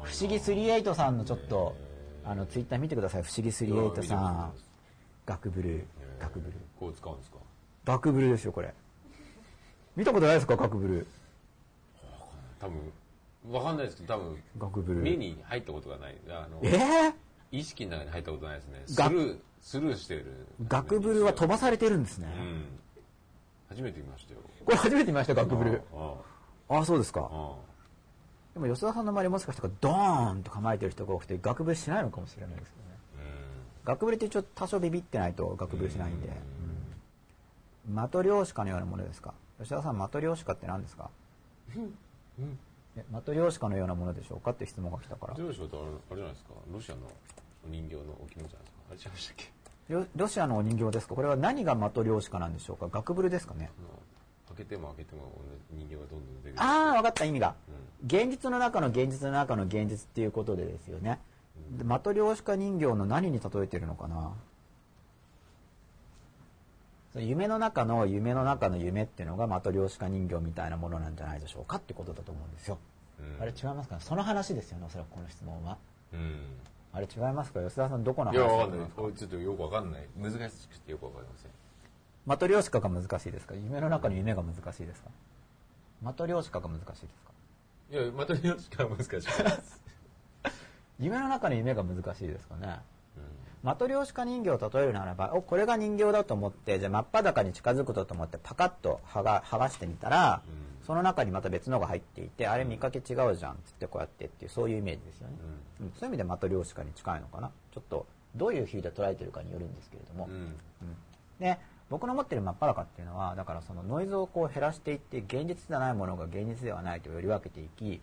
38さんのちょっとツイッター見てください。不思議38さん、ガクブル。 こう使うんですか？ ガクブルですよこれ。見たことないですか、ガクブル。 多分分かんないですけど、多分ガクブル目に入ったことがない。意識の中に入ったことないですね。スルーしてる。 ガクブルは飛ばされてるんですね。 初めて見ましたよ。 これ初めて見ました、ガクブル。あ、そうですか。でも吉田さんの周りもしかしたらドーンと構えてる人が多くてガクブルしないのかもしれないですけどね。ガクブルって一応多少ビビってないとガクブルしないんで。マトリョーシカのようなものですか。吉田さん、マトリョーシカって何ですか？マトリョーシカのようなものでしょうかって質問が来たから。 マトリョーシカってあれじゃないですか、ロシアのお人形の置物じゃないですか。あれ違いましたっけ？ ロシアのお人形ですか。これは何がマトリョーシカなんでしょうか。ガクブルですかね。 開けても人形がどんどん出てくる。 分かった、意味が、現実の中の現実の中の現実っていうことでですよね。でマトリョーシカ人形の何に例えてるのかな。夢の中の夢の中の夢っていうのがマトリョーシカ人形みたいなものなんじゃないでしょうかってことだと思うんですよ。あれ違いますかね。その話ですよね、おそらくこの質問は。あれ違いますか。吉田さんどこの話ですか。 いや、分かんない。これちょっとよく分かんない。難しくてよく分かりません。 マトリョーシカが難しいですか。夢の中の夢が難しいですか。マトリョーシカが難しいですか。 いや、マトリョーシカは難しいです夢の中の夢が難しいですかね。マトリョーシカ人形を例えるならば、これが人形だと思って、じゃあ真っ裸に近づくと思ってパカッと剥がしてみたら、その中にまた別のが入っていて、あれ見かけ違うじゃんっつってこうやってっていう、そういうイメージですよね。そういう意味でマトリョーシカに近いのかな。ちょっとどういう比喩で捉えてるかによるんですけれども、で僕の持ってる真っ裸っていうのは、だからそのノイズをこう減らしていって、現実じゃないものが現実ではないとより分けていき、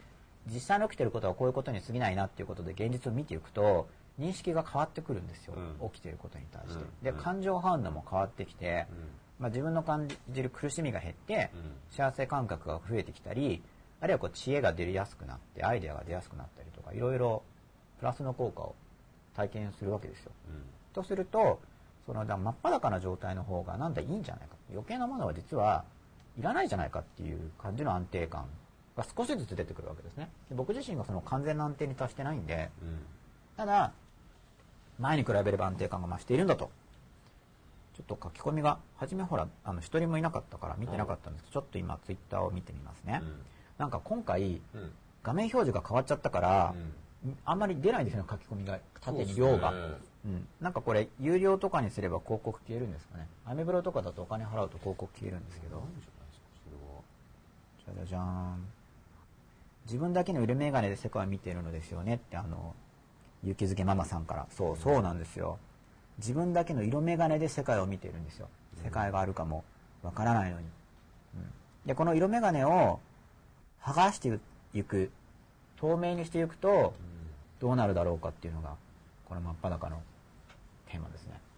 実際に起きてることはこういうことに過ぎないなっていうことで現実を見ていくと認識が変わってくるんですよ、起きてることに対して、で感情反応も変わってきて、自分の感じる苦しみが減って、幸せ感覚が増えてきたり、あるいはこう知恵が出やすくなってアイデアが出やすくなったりとか、いろいろプラスの効果を体験するわけですよ、とするとその真っ裸な状態の方がなんだいいんじゃないか、余計なものは実はいらないじゃないかっていう感じの安定感が少しずつ出てくるわけですね。で僕自身がその完全な安定に達してないんで、ただ前に比べれば安定感が増しているんだと。ちょっと書き込みが初めほら一人もいなかったから見てなかったんですけど、ちょっと今ツイッターを見てみますね、なんか今回、画面表示が変わっちゃったから、あんまり出ないんですよ、書き込みが縦に量が、なんかこれ有料とかにすれば広告消えるんですかね。アメブロとかだとお金払うと広告消えるんですけど、じゃじゃじゃーん、自分だけの色眼鏡で世界を見ているのですよねって勇気づけママさんから、そうなんですよ、自分だけの色眼鏡で世界を見ているんですよ。世界があるかもわからないのに、でこの色眼鏡を剥がしていく、透明にしていくとどうなるだろうかっていうのがこの真っ裸のテーマですね。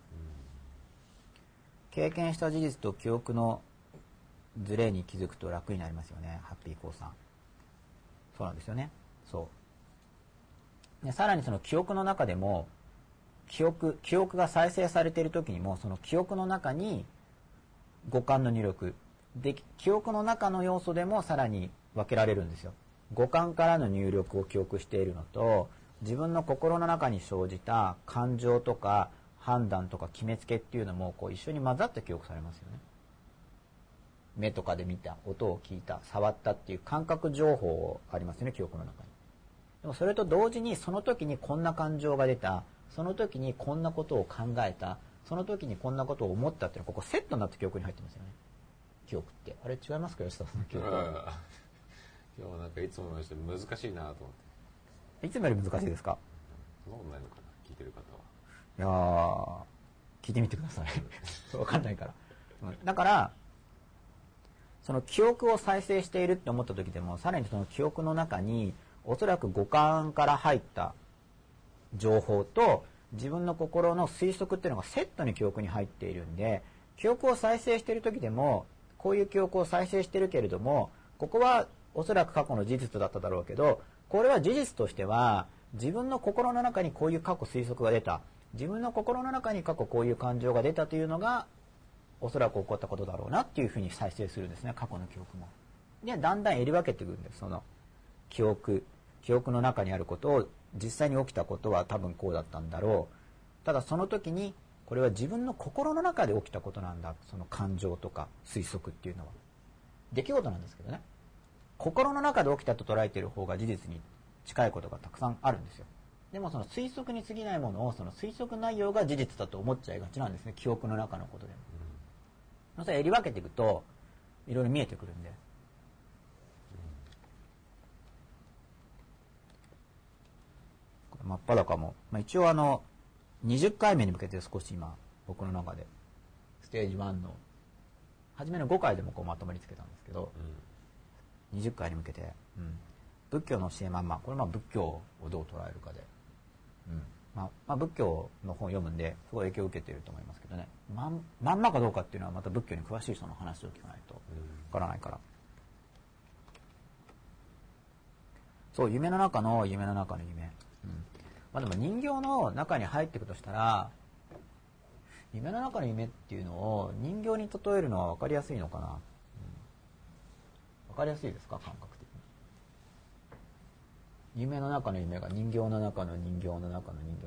経験した事実と記憶のズレに気づくと楽になりますよね。ハッピーコーさん、そうなんですよね。そうでさらにその記憶の中でも記憶が再生されている時にも、その記憶の中に五感の入力で、記憶の中の要素でもさらに分けられるんですよ。五感からの入力を記憶しているのと、自分の心の中に生じた感情とか判断とか決めつけっていうのもこう一緒に混ざって記憶されますよね。目とかで見た、音を聞いた、触ったっていう感覚情報ありますよね、記憶の中に。でもそれと同時にその時にこんな感情が出た、その時にこんなことを考えた、その時にこんなことを思ったっていうのはここセットになって記憶に入ってますよね。記憶ってあれ違いますか、吉田さんの記憶は。 今日はなんかいつもの人難しいなと思って。 いつもより難しいですか。 そんなことないのかな、聞いてる方は。いや聞いてみてください分かんないから。だからその記憶を再生しているって思った時でも、さらにその記憶の中におそらく五感から入った情報と自分の心の推測っていうのがセットに記憶に入っているんで、記憶を再生している時でもこういう記憶を再生しているけれども、ここはおそらく過去の事実だっただろうけど、これは事実としては自分の心の中にこういう過去推測が出た、自分の心の中に過去こういう感情が出たというのがおそらく起こったことだろうなっていうふうに再生するんですね、過去の記憶も。でだんだんえり分けていくんです。その記憶の中にあることを、実際に起きたことは多分こうだったんだろう、ただその時にこれは自分の心の中で起きたことなんだ、その感情とか推測っていうのは出来事なんですけどね、心の中で起きたと捉えている方が事実に近いことがたくさんあるんですよ。でもその推測に過ぎないものを、その推測内容が事実だと思っちゃいがちなんですね、記憶の中のことでも。それえり分けていくといろいろ見えてくるんで、真っ裸も、一応20回目に向けて少し今僕の中でステージ1の初めの5回でもこうまとまりつけたんですけど、20回に向けて、仏教の教えまんま、これ仏教をどう捉えるかで、仏教の本を読むんですごい影響を受けていると思いますけどね、まんまかどうかっていうのはまた仏教に詳しい人の話を聞かないとわからないから、そう、夢の中の夢、でも人形の中に入っていくとしたら、夢の中の夢っていうのを人形に例えるのは分かりやすいのかな、分かりやすいですか、感覚的に。夢の中の夢が人形の中の人形の中の人形の中の人形っていうのは、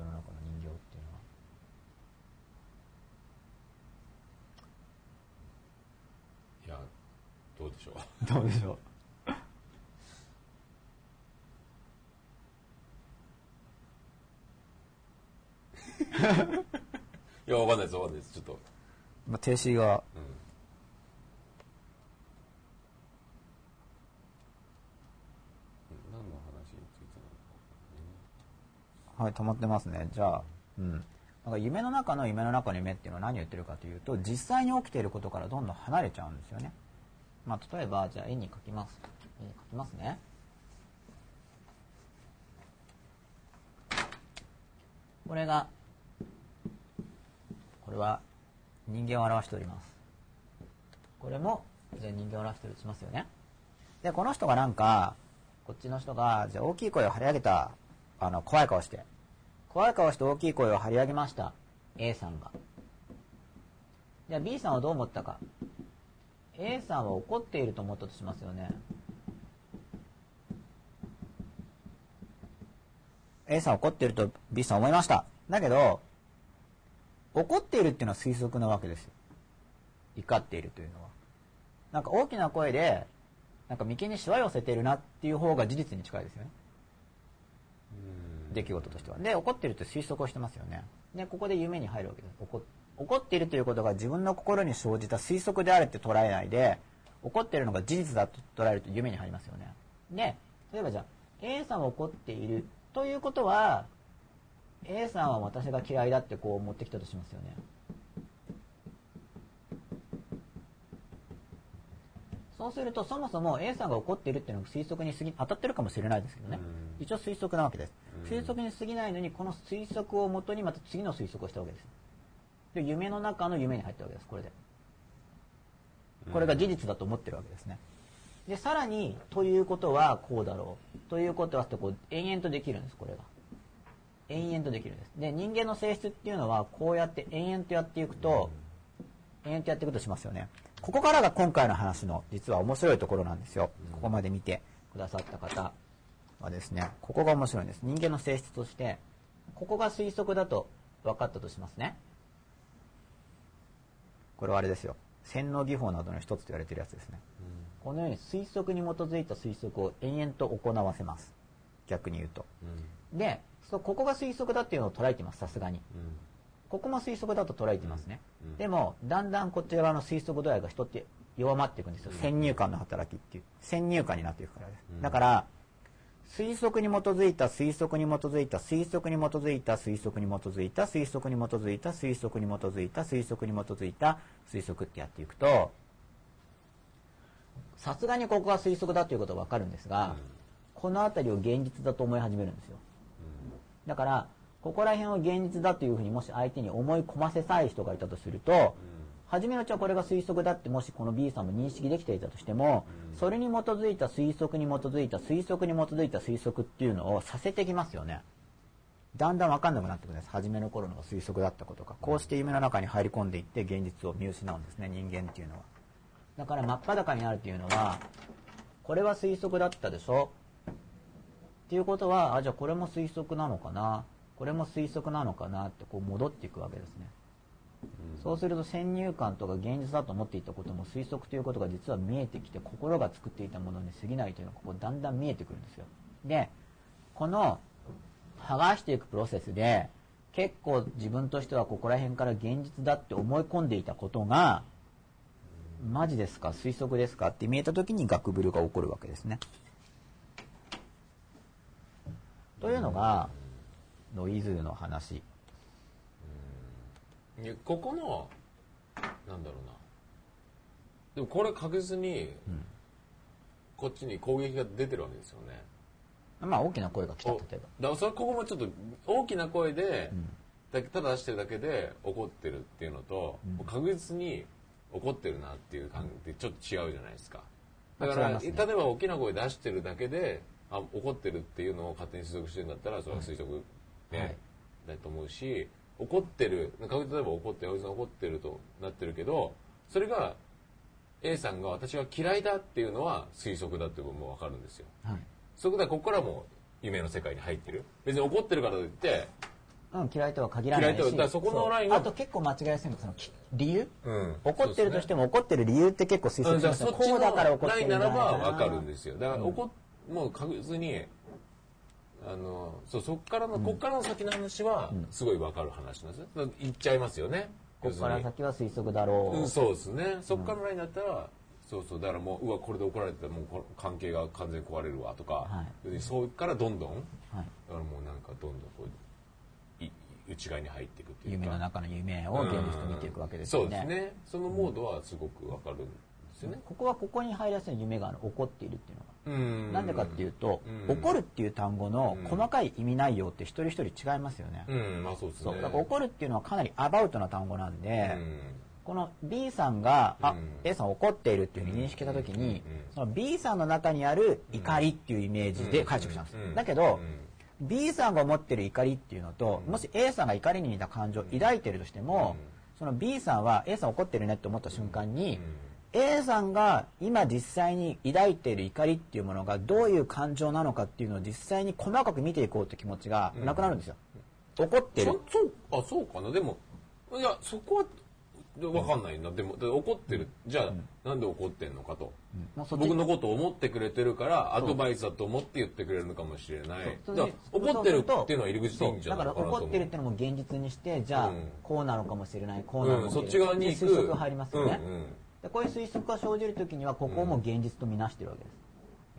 いや、どうでしょうどうでしょういや、わかんないです、ちょっと。 停止が、 何の話についてなのか、はい、止まってますね。じゃあ、なんか夢の中の夢の中の夢っていうのは何を言ってるかというと、実際に起きていることからどんどん離れちゃうんですよね。例えばじゃあ絵に描きますね。 これは人間を表しております。これもじゃあ人間を表してるとしますよね。でこの人がなんかこっちの人がじゃあ大きい声を張り上げた、怖い顔して大きい声を張り上げました A さんが。じゃあ B さんはどう思ったか。 A さんは怒っていると思ったとしますよね。 A さんは怒っていると B さんは思いました。だけど怒っているっていうのは推測なわけですよ。怒っているというのはなんか大きな声でなんか眉間にしわ寄せてるなっていう方が事実に近いですよね。出来事としては。で怒っているって推測をしてますよね。でここで夢に入るわけです。怒っているということが自分の心に生じた推測であるって捉えないで、怒っているのが事実だと捉えると夢に入りますよね。で例えばじゃあ A さんは怒っているということは A さんは私が嫌いだってこう持ってきたとしますよね。そうするとそもそも A さんが怒っているっていうのが推測に当たってるかもしれないですけどね、一応推測なわけです。推測に過ぎないのにこの推測をもとにまた次の推測をしたわけです。で夢の中の夢に入ったわけです。これが事実だと思ってるわけですね。でさらにということはこうだろうということはってこう延々とできるんです。これが延々とできるんです。で人間の性質っていうのはこうやって延々とやっていくとしますよね。ここからが今回の話の実は面白いところなんですよ。ここまで見てくださった方はですね、ここが面白いんです。人間の性質としてここが推測だと分かったとしますね。これはあれですよ、洗脳技法などの一つと言われているやつですね。このように推測に基づいた推測を延々と行わせます。逆に言うと、でここが推測だっていうのを捉えています。さすがに、ここも推測だと捉えていますね、でもだんだんこちら側の推測度合いが人って弱まっていくんですよ。先入観の働きっていう先入観になっていくからです、だから推測に基づいた推測に基づいた推測に基づいた推測に基づいた推測に基づいた推測に基づいた推測に基づいた推測ってやっていくと、さすがにここが推測だということは分かるんですが、この辺りを現実だと思い始めるんですよ。だからここら辺を現実だというふうにもし相手に思い込ませたい人がいたとすると、初めのうちはこれが推測だってもしこの B さんも認識できていたとしても、それに基づいた推測に基づいた推測に基づいた推測っていうのをさせてきますよね。だんだん分かんなくなってくるんです。初めの頃のが推測だったことがこうして夢の中に入り込んでいって現実を見失うんですね、人間っていうのは。だから真っ裸になるっていうのは、これは推測だったでしょっていうことは、じゃあこれも推測なのかな、これも推測なのかなってこう戻っていくわけですね。そうすると先入観とか現実だと思っていたことも推測ということが実は見えてきて、心が作っていたものに過ぎないというのがここだんだん見えてくるんですよ。でこの剥がしていくプロセスで結構自分としてはここら辺から現実だって思い込んでいたことがマジですか推測ですかって見えた時にガクブルが起こるわけですね。というのがノイズの話。 ここのなんだろうな、でもこれ確実にこっちに攻撃が出てるわけですよね。 まあ大きな声が来た、例えばだからそれここもちょっと大きな声で、ただ出してるだけで怒ってるっていうのと、確実に怒ってるなっていう感じでちょっと違うじゃないですか。だから、例えば大きな声出してるだけで怒ってるっていうのを勝手に推測してるんだったらそれは推測で、だと思うし、怒ってる例えば怒ってる、おじさん怒ってるとなってるけど、それが A さんが私が嫌いだっていうのは推測だっていうのも分かるんですよ、そこでここからも夢の世界に入ってる。別に怒ってるからといって嫌いとは限らないし、 だそこのラインがあと結構間違いやすいのがその理由、怒ってるとしても怒ってる理由って結構推測しますよ。こうだから怒ってるんじゃないかな。 ラインならば分かるんですよ。だからもう確実にそっからのこっからの先の話はすごい分かる話なんですよ。言っちゃいますよね。 ここから先は推測だろう。 そうですね。そっからのラインだったら、そうだからもうこれで怒られてたらもう関係が完全に壊れるわとか、そっからどんどん、だからもうなんかどんどんこう内側に入っていくっていうか、 夢の中の夢を現実と見ていくわけですよね。 そうですね。そのモードはすごく分かるんですですよね。 ここはここに入りやすい夢が起こっているっていうのが。なんでかっていうと、 うん、 起こるっていう単語の細かい意味内容って一人一人違いますよね。 まあそうですね。 そう。だから起こるっていうのはかなりアバウトな単語なんで、この B さんが、A さん怒っているっていうふうに認識したときに、その B さんの中にある怒りっていうイメージで解釈したんです。だけど、B さんが持ってる怒りっていうのと、もし A さんが怒りに似た感情を抱いているとしても、その B さんは A さん怒ってるねって思った瞬間に、A さんが今実際に抱いている怒りっていうものがどういう感情なのかっていうのを実際に細かく見ていこうって気持ちがなくなるんですよ。怒ってる。 そうかな。でも、いや、そこは、わかんないな。でも、怒ってる。じゃあ、なんで怒ってんのかと。僕のことを思ってくれてるから、アドバイスだと思って言ってくれるのかもしれない。だから怒ってるっていうのは入り口でいいんじゃないかなと思う。 だから怒ってるっていうのも現実にして、じゃあ、こうなのかもしれない、こうなのかもしれない。 そっち側に行く。 推測が入りますよね。でこういう推測が生じるときには、ここをもう現実とみなしてるわけです。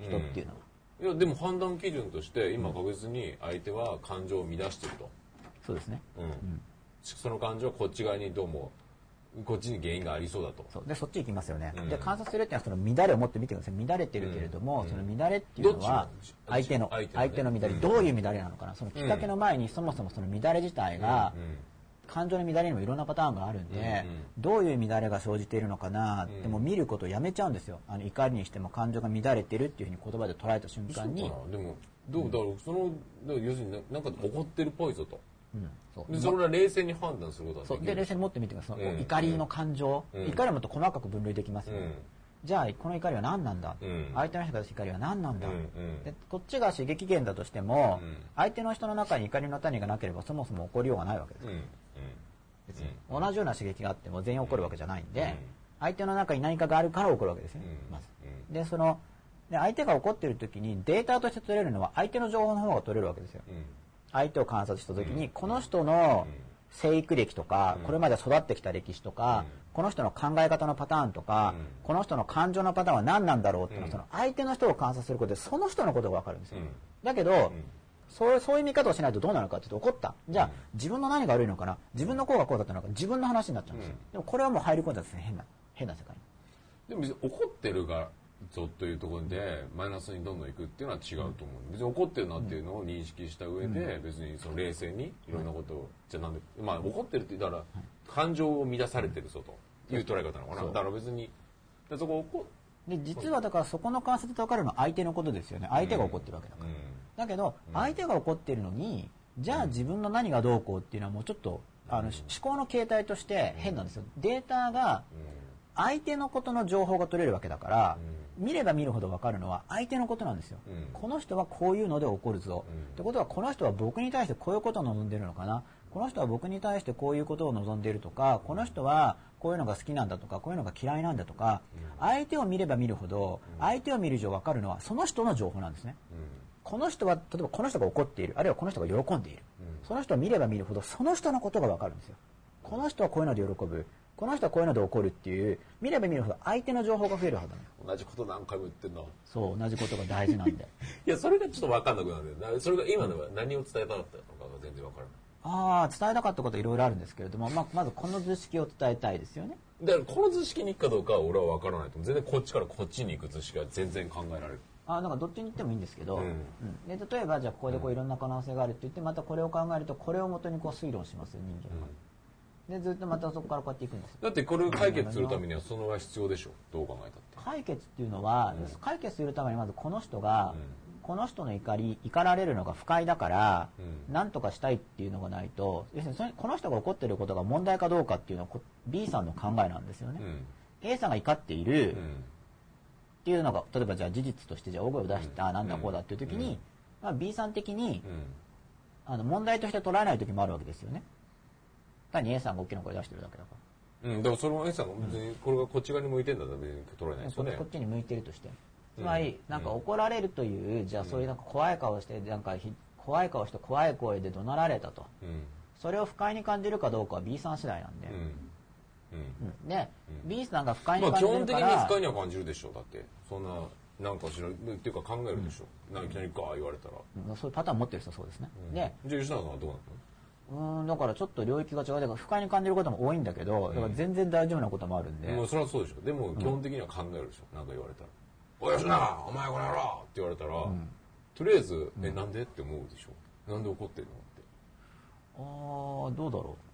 人っていうのは。 いや、でも判断基準として、今確実に相手は感情を乱してると。 そうですね。 その感情はこっち側にどうも、こっちに原因がありそうだと。 でそっち行きますよね。で観察するっていうのはその乱れを持って見てください。乱れてるけれども、その乱れっていうのは相手の乱れ、どういう乱れなのかな。そのきっかけの前にそもそもその乱れ自体が感情の乱れにもいろんなパターンがあるんで、どういう乱れが生じているのかなってもう見ることをやめちゃうんですよ。怒りにしても感情が乱れてるっていうふうに言葉で捉えた瞬間に。 でもどうだろう、その要するになんか怒ってるっぽいぞと。 そうそれは冷静に判断することはできる。 そうで冷静に持ってみてください。怒りの感情、怒りはもっと細かく分類できますよね。じゃあこの怒りは何なんだ、相手の人が出す怒りは何なんだ、でこっちが刺激源だとしても、相手の人の中に怒りの種がなければそもそも起こりようがないわけです、別に同じような刺激があっても全員起こるわけじゃないんで、相手の中に何かがあるから起こるわけですね、まず。で相手が起こっている時にデータとして取れるのは相手の情報の方が取れるわけですよ。相手を観察した時に、この人の生育歴とか、これまで育ってきた歴史とか、この人の考え方のパターンとか、この人の感情のパターンは何なんだろうっていうのは、その相手の人を観察することでその人のことが分かるんですよ。だけど、そういう見方をしないとどうなるかっていうと、怒った。じゃあ自分の何が悪いのかな、自分のこうがこうだったのか、自分の話になっちゃうんですよ。でもこれはもう入り込んだですね、変な世界に。 でも別に怒ってるがぞというところでマイナスにどんどんいくっていうのは違うと思う。別に怒ってるなっていうのを認識した上で、別にその冷静にいろんなことを、じゃあなんで、まあ怒ってるって言ったら感情を乱されてるぞという捉え方なのかな。だから別にそこで実はだからそこの観察で分かるのは相手のことですよね。相手が怒ってるわけだから。だけど相手が怒ってるのに、じゃあ自分の何がどうこうっていうのはもうちょっと思考の形態として変なんですよ。データが相手のことの情報が取れるわけだから、見れば見るほど分かるのは相手のことなんですよ。この人はこういうので起こるぞ。ってことはこの人は僕に対してこういうことを望んでいるのかな。この人は僕に対してこういうことを望んでいるとか、この人はこういうのが好きなんだとか、こういうのが嫌いなんだとか、相手を見れば見るほど、相手を見る以上分かるのはその人の情報なんですね。この人は、例えばこの人が怒っている、あるいはこの人が喜んでいる。その人を見れば見るほどその人のことが分かるんですよ。この人はこういうので喜ぶ。この人はこういうので怒るっていう、見れば見るほど相手の情報が増えるはずなんです。 同じこと何回も言ってんの。 そう、同じことが大事なんで。 いや、それがちょっと分かんなくなるんだよ。それが今のは何を伝えたかったのかが全然分からない。 伝えたかったことはいろいろあるんですけれども、まずこの図式を伝えたいですよね。 だからこの図式に行くかどうかは俺は分からないと思う。全然こっちからこっちに行く図式は全然考えられる。 なんかどっちに行ってもいいんですけど、で例えばじゃあここでこういろんな可能性があるって言って、またこれを考えるとこれを元にこう推論しますよ、人間が。でずっとまたそこからこうやっていくんです。 だってこれを解決するためにはそのが必要でしょ、どう考えたって。 解決っていうのは、解決するためにまずこの人が、この人の怒られるのが不快だから、何とかしたいっていうのがないと、要するにこの人が怒っていることが問題かどうかっていうのは B さんの考えなんですよね。A さんが怒っているっていうのが、例えばじゃあ事実としてじゃあ大声を出した、なんだこうだっていう時に、B さん的に、問題として捉えない時もあるわけですよね。単に A さんが大きな声出してるだけだから。 でもその A さんが別にこれがこっち側に向いてるんだったら別に捉えないですよね。 こっちに向いてるとして。つまり、なんか怒られるという、じゃあそういうなんか怖い顔して、なんか怖い顔して怖い声で怒鳴られたと。それを不快に感じるかどうかは B さん次第なんで。で、B さんが不快に感じるから。 基本的に不快には感じるでしょ。だって、そんな、なんかしら、っていうか考えるでしょ。いきなりガー言われたら。 そういうパターン持ってる人はそうですね。で、 じゃあ吉永さんはどうなの？ だからちょっと領域が違う。だから不快に感じることも多いんだけど、だから全然大丈夫なこともあるんで。 もうそれはそうでしょ。でも基本的には考えるでしょ。なんか言われたら。おやしな、お前この野郎って言われたら、とりあえず、なんでって思うでしょ。なんで怒ってるのって。 どうだろ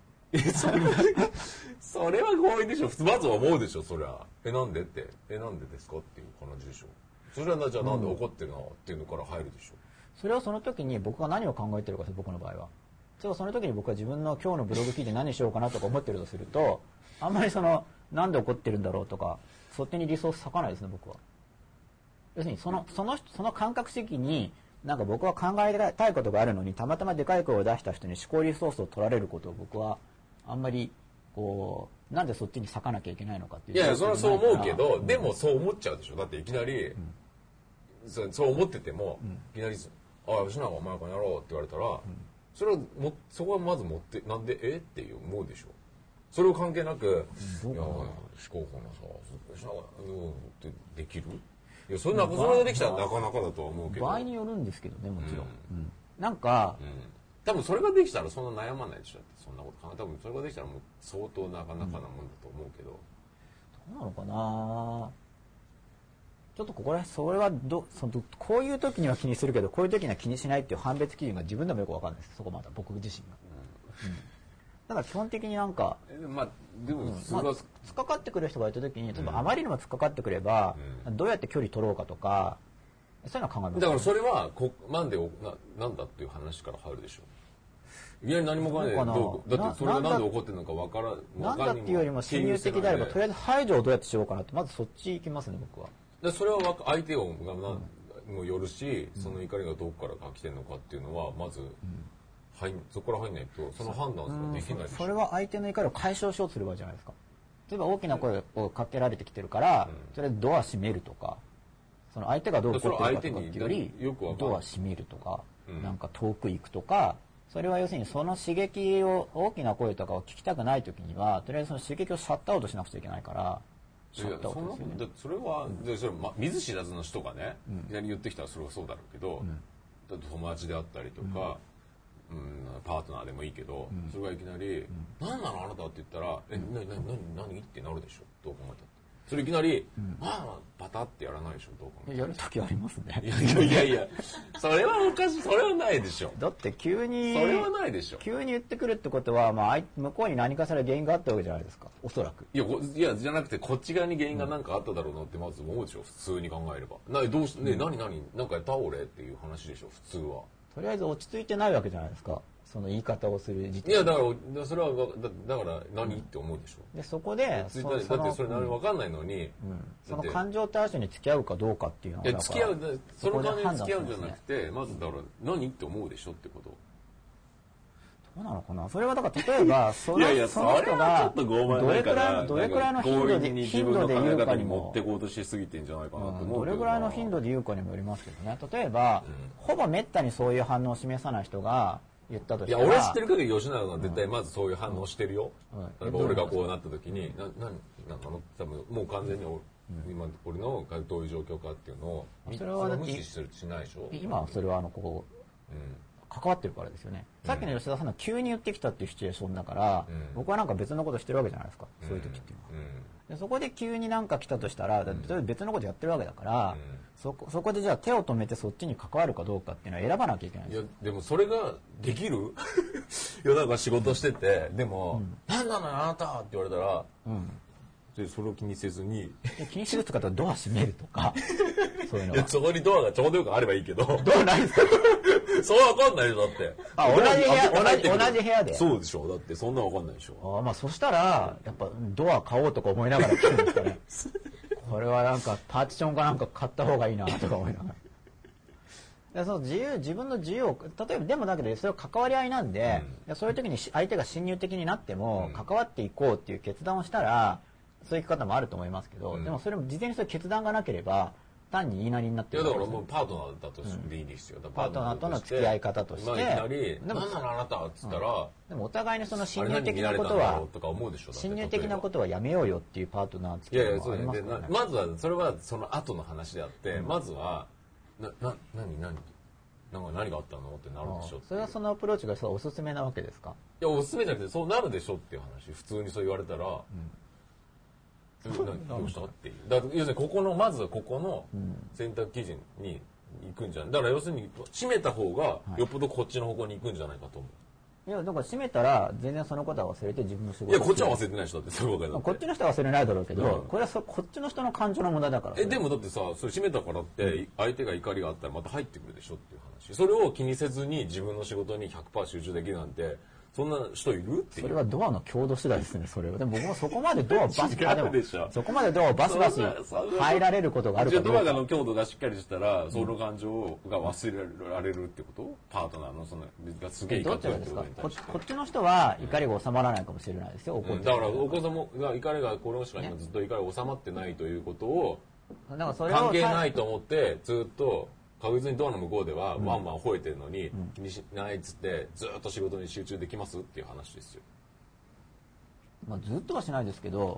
それは強引でしょ。普通まずは思うでしょ、そりゃ。なんでって。なんでですかっていう感じでしょ。それはじゃあなんで怒ってるのっていうのから入るでしょ。 それはその時に僕が何を考えてるかです、僕の場合は。その時に僕は自分の今日のブログ記事何しようかなとか思ってるとすると、あんまりなんで怒ってるんだろうとか、そっちにリソース割かないですね、僕は。要するにその感覚的に、なんか僕は考えたいことがあるのに、たまたまでかい声を出した人に思考リソースを取られることを僕は、あんまり、なんでそっちに割かなきゃいけないのかっていう。 いや、それはそう思うけど、でもそう思っちゃうでしょ。だっていきなり、そう思ってても、いきなり、吉永お前この野郎って言われたら、それはそこはまず持って、なんでっていう思うでしょ。それを関係なく、いや、思考法のさ、吉永ってできる？いや、それができたらなかなかだとは思うけど。 場合によるんですけどね、もちろん。なんか、 多分それができたらそんな悩まないでしょ。そんなこと多分それができたらもう相当なかなかなもんだと思うけど。 どうなのかな。ちょっとここら辺、それはこういう時には気にするけど、こういう時には気にしないっていう判別基準が自分でもよくわかんないです。そこまだ僕自身が。だから基本的になんか、 まあでも突っかかってくる人がいた時に、例えばあまりにも突っかかってくれば、どうやって距離取ろうかとか、そういうのは考えます。 だからそれはなんだっていう話から入るでしょ。いきなり何も考えないで、だってそれがなんで起こってるのか分からなんだっていうよりも侵入的であれば、とりあえず排除をどうやってしようかなって、まずそっち行きますね、僕は。 それは相手もよるし、その怒りがどこから来てるのかっていうのはまず、そこから入んないとその判断ができないでしょ。 それは相手の怒りを解消しようとする場合じゃないですか。例えば大きな声をかけられてきてるから、とりあえずドア閉めるとか、その相手がどう怒ってるかとかっていうより、ドア閉めるとか、なんか遠く行くとか、それは要するにその刺激を、大きな声とかを聞きたくないときには、とりあえずその刺激をシャットアウトしなくちゃいけないから、 それは見ず知らずの人がね、いきなり言ってきたらそれはそうだろうけど、友達であったりとか、パートナーでもいいけど、それがいきなり「何なのあなた」って言ったら「何?」ってなるでしょ。どう考えたって。それいきなりパタってやらないでしょ。どう考えたって。 やるときありますね。 いやそれはおかしい。それはないでしょ。 だって急にそれはないでしょ。 急に言ってくるってことは、向こうに何かしら原因があったわけじゃないですか、おそらく。 いやじゃなくて、こっち側に原因が何かあっただろうなってまず思うでしょ。普通に考えれば。どうしてね、何なんかやった俺っていう話でしょ、普通は。 とりあえず落ち着いてないわけじゃないですか、その言い方をする時点で。 いやだからそれはだから何って思うでしょ。 でそこでだってそれ分かんないのに、 その感情対象に付き合うかどうかっていうのは、 付き合う、その感情に付き合うんじゃなくて、まずだから何って思うでしょってこと。 どうなのかな。それはだから例えばその人がどれくらいの頻度で言うかにも、 持ってこうとしすぎてんじゃないかなと思うけど、 どれくらいの頻度で言うかにもよりますけどね。例えば、ほぼめったにそういう反応を示さない人が言ったとしたら、 いや俺知ってる限り吉永さん絶対まずそういう反応してるよ。例えば俺がこうなった時に何なの、多分もう完全に今俺のどういう状況かっていうのをそれは無視しないでしょ。 今それは関わってるからですよね。さっきの吉田さんの急に言ってきたっていうシチュエーションだから、僕はなんか別のことしてるわけじゃないですか、そういう時っていうのは。でそこで急になんか来たとしたら、別のことやってるわけだから、そこでじゃあ手を止めてそっちに関わるかどうかっていうのは選ばなきゃいけないんですよ。 いやでもそれができるいやなんか仕事してて、でも「何なのあなた」って言われたら、でそれを気にせずに気にするって方はドア閉めるとかそういうのは。 いやそこにドアがちょうどよくあればいいけど、 ドアないですかそうわかんないよだって。 同じ部屋で。 そうでしょ。だってそんなわかんないでしょ。 そしたらやっぱドア買おうとか思いながら来るんですかね。これはなんかパーティションかなんか買った方がいいなとか思いながら。その自分の自由を、例えばでもだけどそれは関わり合いなんで、そういう時に相手が侵入的になっても関わっていこうっていう決断をしたら、そういう生き方もあると思いますけど、でもそれも事前にそういう決断がなければ単に言いなりになってる。いやだからもうパートナーだとでいいですよ。 パートナーとの付き合い方として、 いきなり「何なのあなた」っつったら、 でもお互いにその侵入的なことは侵入的なことはやめようよっていうパートナー付き合いもありますからね。 まずはそれはその後の話であって、まずは何なんか何があったのってなるでしょ。 それはそのアプローチがおすすめなわけですか？ いやおすすめじゃなくてそうなるでしょっていう話。普通にそう言われたら、どうしたっていう。だから要するにまずはここの選択基準に行くんじゃない。だから要するに閉めた方がよっぽどこっちの方向に行くんじゃないかと思う。 いやだから閉めたら全然そのことは忘れて自分の仕事。 いやこっちは忘れてない人だってそういうわけだって。 こっちの人は忘れないだろうけど、これはこっちの人の感情の無駄だから。 でもだってさそれ閉めたからって相手が怒りがあったらまた入ってくるでしょっていう話。それを気にせずに自分の仕事に 100% 集中できるなんてそんな人いるっていう。 それはドアの強度次第ですね。それはでも僕もそこまでドアをバスそこまでドアをバスバス入られることがあるかどうか。 ドアの強度がしっかりしたらその感情が忘れられるってこと？パートナーのそのがすげえ怒ってるってことに対して。 こっちの人は怒りが収まらないかもしれないですよ。 だからお子様が怒りがこの人が今ずっと怒りが収まってないということを関係ないと思ってずっと。確実にドアの向こうではワンワン吠えてるのに気にしないっつってずっと仕事に集中できますっていう話ですよ。 まあずっとはしないですけど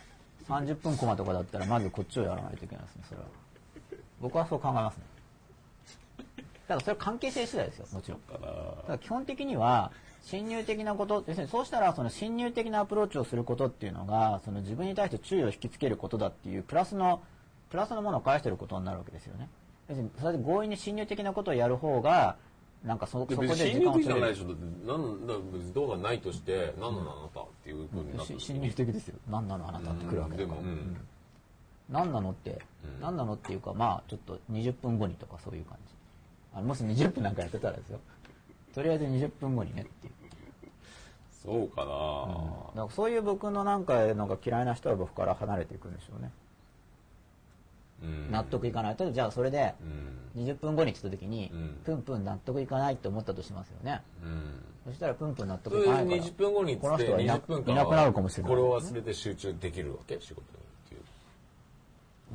30分コマとかだったらまずこっちをやらないといけないですね。それは僕はそう考えますね。だからそれは関係性次第ですよ。もちろん。だから基本的には侵入的なことですね。そうしたらその侵入的なアプローチをすることっていうのがその自分に対して注意を引きつけることだっていうプラスのものを返してることになるわけですよね。それで強引に侵入的なことをやる方がなんかそこで時間を取れる。 侵入的じゃないでしょ。だってどうがないとして何なのあなたっていう風になって侵入的ですよ。何なのあなたって来るわけだから。何なのって何なのっていうかまあちょっと20分後にとかそういう感じ。もし20分なんかやってたらですよ。とりあえず20分後にねっていう。 そうかな。 だからそういう僕のなんかのが嫌いな人は僕から離れていくんでしょうね。納得いかないとじゃあそれで20分後に来た時にプンプン納得いかないって思ったとしますよね。そしたらプンプン納得いかないから 20分後にこの人はいなくなるかもしれない。 これを忘れて集中できるわけ仕事にっていう。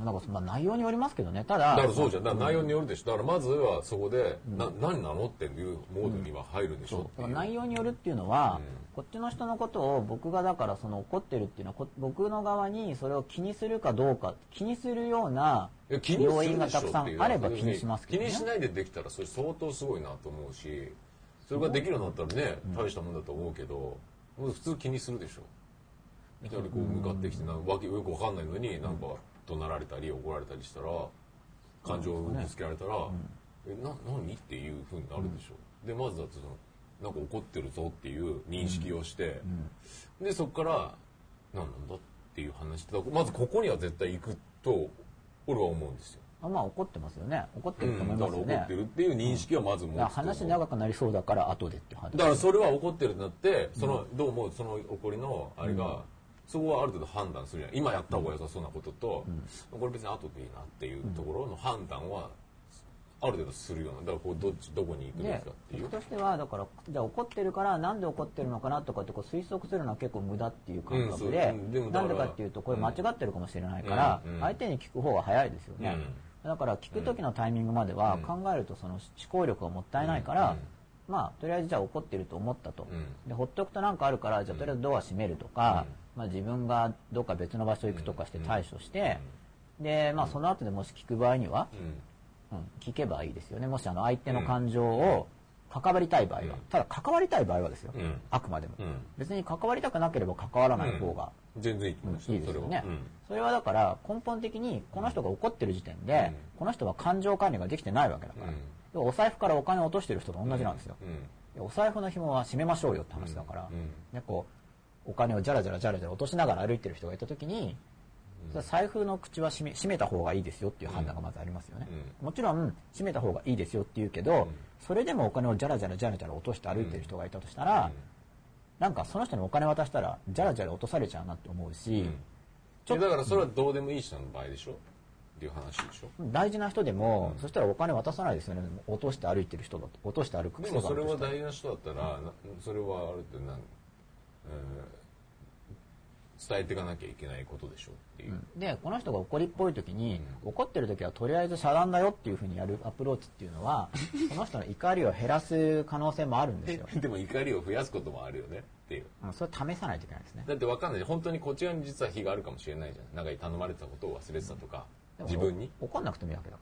なんかまあ内容によりますけどね。ただからそうじゃん。だから内容によるでしょ。だからまずはそこで何なのっていうモードには入るでしょ。 内容によるっていうのはこっちの人のことを僕がだからその怒ってるっていうのは僕の側にそれを気にするかどうか気にするような要因がたくさんあれば気にしますけどね。 気にしないでできたらそれ相当すごいなと思うしそれができるようになったらね大したもんだと思うけど普通気にするでしょ。いきなりこう向かってきてよくわかんないのになんか怒鳴られたり怒られたりしたら感情をぶつけられたら何っていう風になるでしょ。でまずだってなんか怒ってるぞっていう認識をして、でそこから何なんだっていう話でまずここには絶対行くと俺は思うんですよ。 まあ怒ってますよね。怒ってると思いますよね。 だから怒ってるっていう認識はまず持つと。 話長くなりそうだから後でって話。 だからそれは怒ってるってなってどうもその怒りのあれが、そこはある程度判断するじゃん。今やった方が良さそうなことと、これ別に後でいいなっていうところの判断はある程度するような。だからどこに行くべきかっていう。 僕としてはだからじゃあ怒ってるからなんで怒ってるのかなとかって推測するのは結構無駄っていう感覚で、なんでかっていうとこれ間違ってるかもしれないから、相手に聞く方が早いですよね。だから聞く時のタイミングまでは考えるとその思考力がもったいないから、まあとりあえずじゃあ怒ってると思ったと。でほっとくとなんかあるからじゃあとりあえずドア閉めるとか。まあ、自分がどっか別の場所行くとかして対処して、で、まあ、その後でもし聞く場合には、聞けばいいですよね。もし相手の感情を関わりたい場合は、ただ関わりたい場合はですよ、あくまでも、別に関わりたくなければ関わらない方が全然いいですよね。それはだから根本的にこの人が怒ってる時点で、この人は感情管理ができてないわけだから、お財布からお金を落としてる人と同じなんですよ。お財布の紐は締めましょうよって話だから、お金をジャラジャラ落としながら歩いてる人がいた時に財布の口は閉めた方がいいですよっていう判断がまずありますよね。もちろん閉めた方がいいですよって言うけど、それでもお金をジャラジャラ落として歩いてる人がいたとしたら、なんかその人にお金渡したらジャラジャラ落とされちゃうなって思うし、 だからそれはどうでもいい人の場合でしょっていう話でしょ。 大事な人でも、そしたらお金渡さないですよね。落として歩いてる人だと落として歩く人だと。でもそれは大事な人だったら、それはある程度伝えていかなきゃいけないことでしょっていう。 でこの人が怒りっぽい時に、怒ってる時はとりあえず遮断だよっていうふうにやるアプローチっていうのはこの人の怒りを減らす可能性もあるんですよ。 でも怒りを増やすこともあるよねっていう。 それ試さないといけないですね。 だって分かんない。本当にこっち側に実は非があるかもしれないじゃん。なんか頼まれてたことを忘れてたとか、自分に怒んなくてもいいわけだか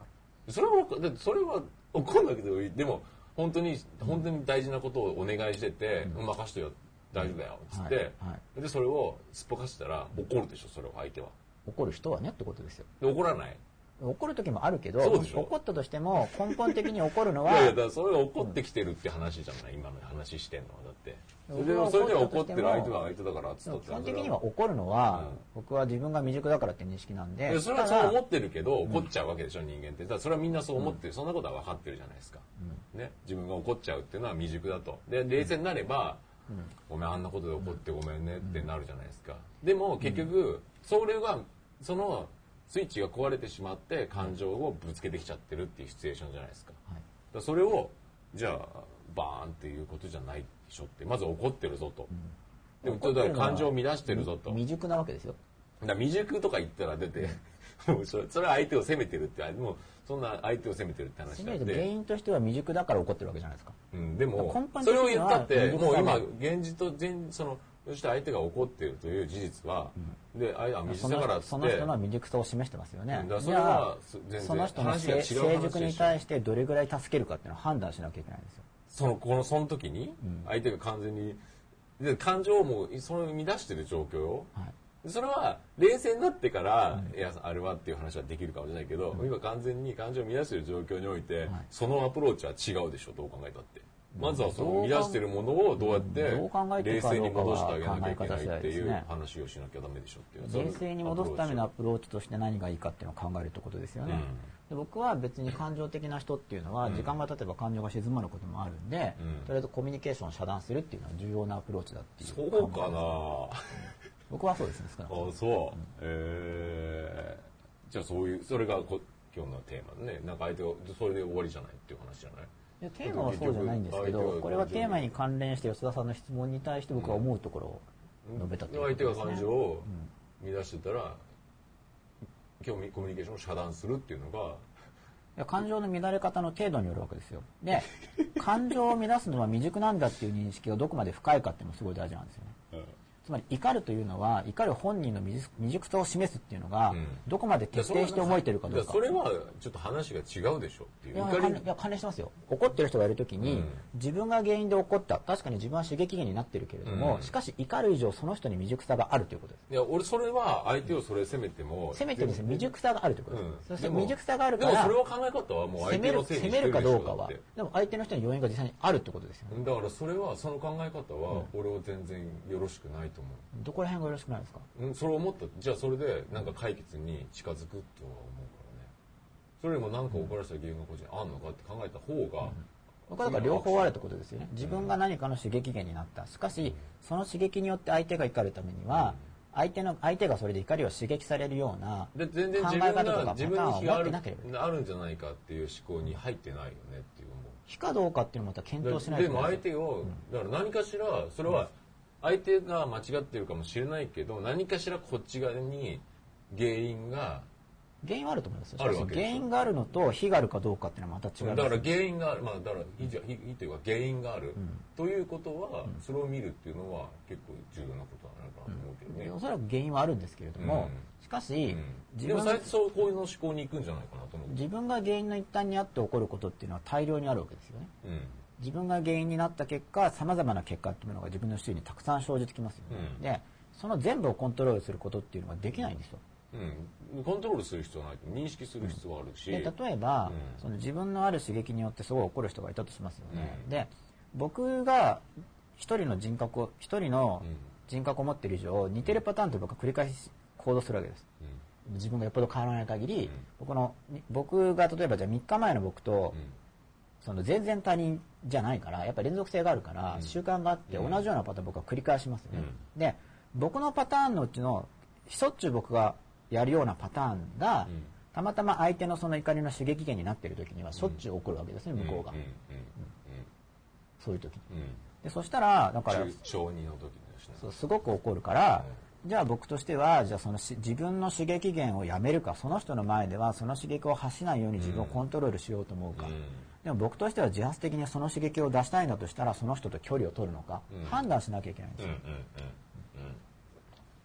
それは怒んなくてもいい。でも本当に大事なことをお願いしてて、任してよ、大丈夫だよっつって、でそれをすっぽかしたら怒るでしょ、それを相手は。 怒る人はねってことですよ。 怒らない。 怒る時もあるけど、怒ったとしても根本的に怒るのはいやだからそれが怒ってきてるって話じゃない、今の話してんのは。だってそれでは怒ってる相手は相手だからっつったって、 基本的には怒るのは、僕は自分が未熟だからって認識なんで、 それはそう思ってるけど怒っちゃうわけでしょ、人間って。だからそれはみんなそう思ってる、そんなことは分かってるじゃないですか、ね、自分が怒っちゃうっていうのは未熟だと。で冷静になれば、ごめんあんなことで怒ってごめんねってなるじゃないですか。でも結局それがそのスイッチが壊れてしまって感情をぶつけてきちゃってるっていうシチュエーションじゃないですか。だからそれをじゃあバーンっていうことじゃないでしょって。まず怒ってるぞと、でもだから感情を乱してるぞと。 未熟なわけですよ。 だから未熟とか言ったら出てもうそれは相手を責めてるってもうそんな相手を責めてるって話なんで、 原因としては未熟だから怒ってるわけじゃないですか。 でもそれを言ったってもう今現実とそして相手が怒っているという事実は、で未熟だからっつってその人の未熟さを示してますよね。 それは全然その人の成熟に対してどれぐらい助けるかっていうのを判断しなきゃいけないんですよ。 その時に相手が完全にで感情をもうそれを乱してる状況を、それは冷静になってから、いやあれはっていう話はできるかもしれないけど、今完全に感情を乱してる状況において、そのアプローチは違うでしょ、どう考えたって。まずはその乱してるものをどうやって冷静に戻してあげなきゃいけないっていう話をしなきゃダメでしょっていう。 冷静に戻すためのアプローチとして何がいいかっていうのを考えるってことですよね。で僕は別に感情的な人っていうのは、時間が経てば感情が静まることもあるんで、とりあえずコミュニケーションを遮断するっていうのは重要なアプローチだっていう。 そうかな。 僕はそうですね。 あ、そう。じゃあそれが今日のテーマでね、なんか相手をそれで終わりじゃないっていう話じゃない。 テーマはそうじゃないんですけど、これはテーマに関連して吉田さんの質問に対して僕は思うところを述べたということですね。 相手が感情を乱してたら、今日コミュニケーションを遮断するっていうのが、 感情の乱れ方の程度によるわけですよ。で、感情を乱すのは未熟なんだっていう認識がどこまで深いかっていうのもすごい大事なんですよね。つまり怒るというのは怒る本人の未熟さを示すっていうのが、どこまで徹底して思えてるかどうか。 それはちょっと話が違うでしょっていう。 いや関連してますよ。怒ってる人がいるときに、自分が原因で怒った。確かに自分は刺激源になってるけれども、しかし怒る以上その人に未熟さがあるということです。 いや俺それは相手をそれ責めても責めてるんですよ。未熟さがあるということです。そして未熟さがあるから。 でもそれは考え方はもう相手のせいにしてるでしょ。 責めるかどうかは。でも相手の人に要因が実際にあるってことですよね。 だからそれはその考え方は俺は全然よろしくないと思う。 どこら辺がよろしくないですか。 それを思った。じゃあそれでなんか解決に近づくとは思うからね。それよりも何か怒らせた原因がこっちにあんのかって考えた方が、 僕はだから両方あるってことですよね。自分が何かの刺激源になった。しかしその刺激によって相手が怒るためには、相手がそれで怒りを刺激されるような考え方とかパターンを持ってなければあるんじゃないかっていう思考に入ってないよねっていう。 非かどうかっていうのをまた検討しないと。 でも相手をだから何かしらそれは相手が間違ってるかもしれないけど、何かしらこっち側に原因はあると思いますよ。原因があるのと非があるかどうかっていうのはまた違う。 だから原因がある、だからいいというか原因がある、ということは、それを見るっていうのは結構重要なことなのかなと思うけどね。 おそらく原因はあるんですけれども、しかし、 でも最初そうこういうの思考に行くんじゃないかなと思う。 自分が原因の一端にあって起こることっていうのは大量にあるわけですよね。自分が原因になった結果、さまざまな結果っていうのが自分の周囲にたくさん生じてきますよね。で、その全部をコントロールすることっていうのができないんですよ。 コントロールする必要はないと認識する必要はあるし、 で例えば、その自分のある刺激によってすごい怒る人がいたとしますよね。で僕が一人の人格を持っている以上似てるパターンって僕は繰り返し行動するわけです。自分がよっぽど変わらない限り、僕が例えばじゃあ3日前の僕と、その全然他人じゃないからやっぱり連続性があるから、習慣があって同じようなパターン僕は繰り返しますよね。で僕のパターンのうちのしょっちゅう僕がやるようなパターンが、たまたま相手のその怒りの刺激源になっている時にはしょっちゅう起こるわけですね、向こうが。そういう時に。でそしたらだから小児の時ですね。すごく怒るから、じゃあ僕としてはじゃあその自分の刺激源をやめるか、その人の前ではその刺激を発しないように自分をコントロールしようと思うか。でも僕としては自発的にその刺激を出したいんだとしたらその人と距離を取るのか、判断しなきゃいけないんですよ。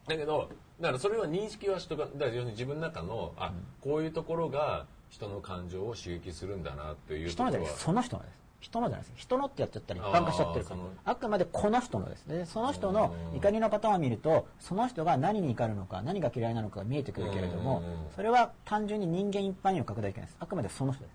だけどだからそれは認識はだから要するに自分の中のこういうところが人の感情を刺激するんだなっていうところは人のじゃないです。その人のです。人のじゃないです。人のってやっちゃったら一般化しちゃってるから。あくまでこの人のです。でその人の怒りのパターンを見ると、その人が何に怒るのか、何が嫌いなのかが見えてくるけれども、それは単純に人間一般には拡大できないです。あくまでその人です。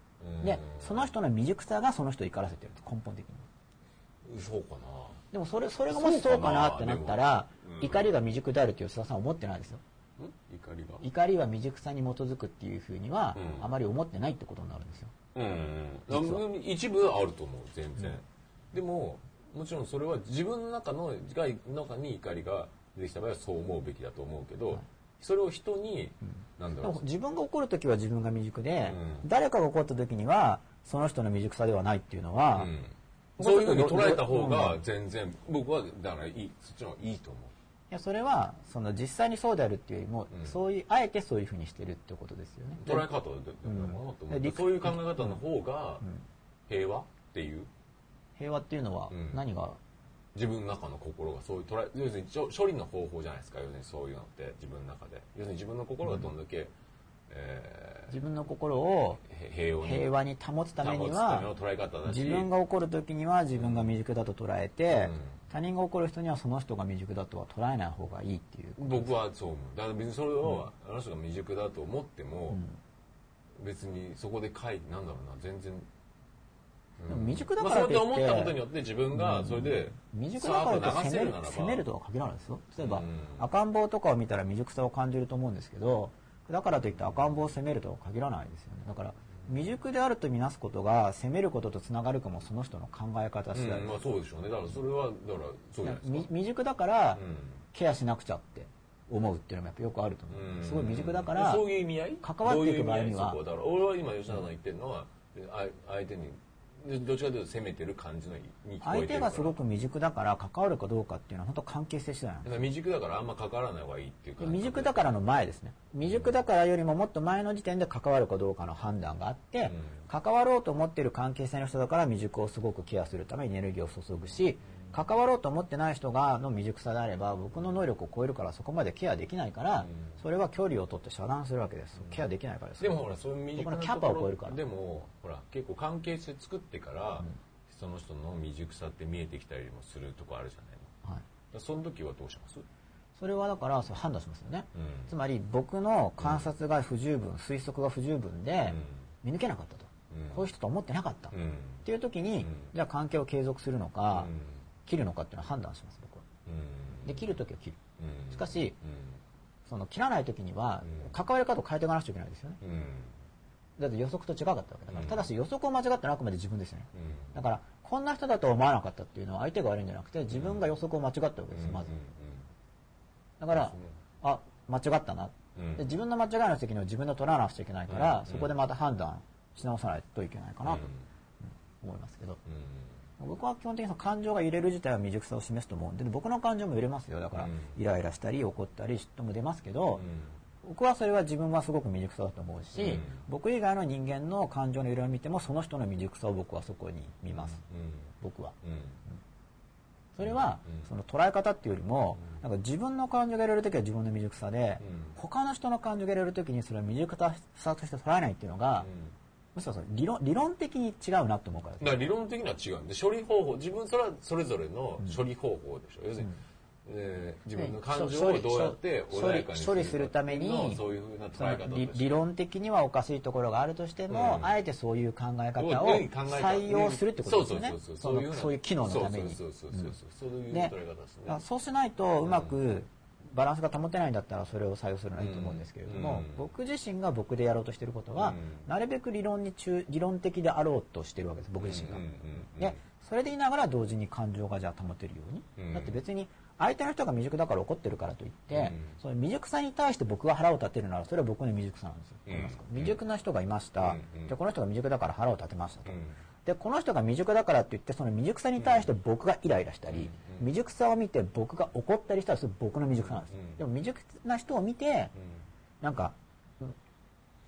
で、その人の未熟さがその人を怒らせてるんです。根本的に。 そうかな。 でもそれがもしそうかなってなったら、怒りが未熟であるという須田さんは思ってないですよ。怒りは未熟さに基づくっていうふうには、あまり思ってないってことになるんですよ。 一部はあると思う全然、でももちろんそれは自分の中に怒りが出てきた場合はそう思うべきだと思うけど、それを人に、なんだろう、 自分が怒るときは自分が未熟で、誰かが怒ったときにはその人の未熟さではないっていうのは、 そういうふうに捉えた方が全然、僕はだからそっちの方がいいと思う。 いやそれは実際にそうであるっていうよりも、そういうあえてそういうふうにしてるってことですよね。 捉え方だと思う。そういう考え方の方が平和っていう。 平和っていうのは何が？ 自分の中の心がそういう要するに処理の方法じゃないですか。要するにそういうのって自分の中で、要するに自分の心がどんだけ、 自分の心を平和に保つためには、自分が怒る時には自分が未熟だと捉えて、他人が怒る人にはその人が未熟だとは捉えない方がいいっていう。 僕はそう思う。だから別にそれを、あの人が未熟だと思っても、別にそこでなんだろうな、全然。 未熟だからってそう思ったことによって自分がそれで未熟だからって責めるとは限らないですよ。例えば、赤ん坊とかを見たら未熟さを感じると思うんですけど、だからといって赤ん坊を責めるとは限らないですよね。だから未熟であるとみなすことが責めることとつながるかもその人の考え方次第です。 そうでしょうね。だからそれはそうじゃないですか。 未熟だからケアしなくちゃって思うっていうのもやっぱよくあると思う。すごい未熟だからそういう意味合い関わっていく場合には、 俺は今吉田さんが言ってるのは相手にどっちかというと責めてる感じのに聞こえてるから、 相手がすごく未熟だから関わるかどうかっていうのは本当関係性次第なんです。 未熟だからあんま関わらない方がいいっていうか、 未熟だからの前ですね。未熟だからよりももっと前の時点で関わるかどうかの判断があって、関わろうと思っている関係性の人だから未熟をすごくケアするためにエネルギーを注ぐし、関わろうと思ってない人がの未熟さであれば僕の能力を超えるからそこまでケアできないから、それは距離を取って遮断するわけです。ケアできないからです。 でもほらそういう未熟な僕のキャパを超えるから。 でもほら結構関係性作ってから、その人の未熟さって見えてきたりもするとこあるじゃないの。はい。その時はどうします？ それはだから判断しますよね。つまり僕の観察が不十分、推測が不十分で見抜けなかったと。こういう人と思ってなかった。っていう時にじゃあ関係を継続するのか。切るのかっていうのは判断します僕は。で切るときは切る。しかし切らないときには関わり方を変えていかなくちゃいけないですよね。だって予測と違かったわけだから、ただし予測を間違ったのはあくまで自分ですよね。だからこんな人だとは思わなかったっていうのは相手が悪いんじゃなくて自分が予測を間違ったわけですよまず。だから間違ったな。で自分の間違いの責任を自分で取らなくちゃいけないから、そこでまた判断し直さないといけないかなと思いますけど。僕は基本的に感情が揺れる自体は未熟さを示すと思うんで、僕の感情も揺れますよ。だからイライラしたり怒ったり嫉妬も出ますけど、僕はそれは自分はすごく未熟さだと思うし、僕以外の人間の感情の揺れを見てもその人の未熟さを僕はそこに見ます。僕は。それはその捉え方っていうよりも、なんか自分の感情が揺れるときは自分の未熟さで、他の人の感情が揺れるときにそれは未熟さとして捉えないっていうのが、むしろ理論的に違うなと思うから。 だから理論的には違うんで、処理方法、自分それはそれぞれの処理方法でしょ。要するに、自分の感情をどうやって穏やかに処理するために、 そういうふうな捉え方をして理論的にはおかしいところがあるとしても、あえてそういう考え方を採用するってことですよね。そういう機能のために。 そういう捉え方ですね。 そうしないとうまくバランスが保てないんだったらそれを採用するのはいいと思うんですけれども、僕自身が僕でやろうとしていることは、なるべく理論的であろうとしているわけです僕自身が。でそれでいながら同時に感情がじゃあ保てるように、だって別に相手の人が未熟だから怒ってるからといって、その未熟さに対して僕が腹を立てるならそれは僕の未熟さなんですよ。未熟な人がいました。でこの人が未熟だから腹を立てましたと。でこの人が未熟だからって言ってその未熟さに対して僕がイライラしたり、未熟さを見て僕が怒ったりしたらそれ僕の未熟さなんですよ。でも未熟な人を見てなんか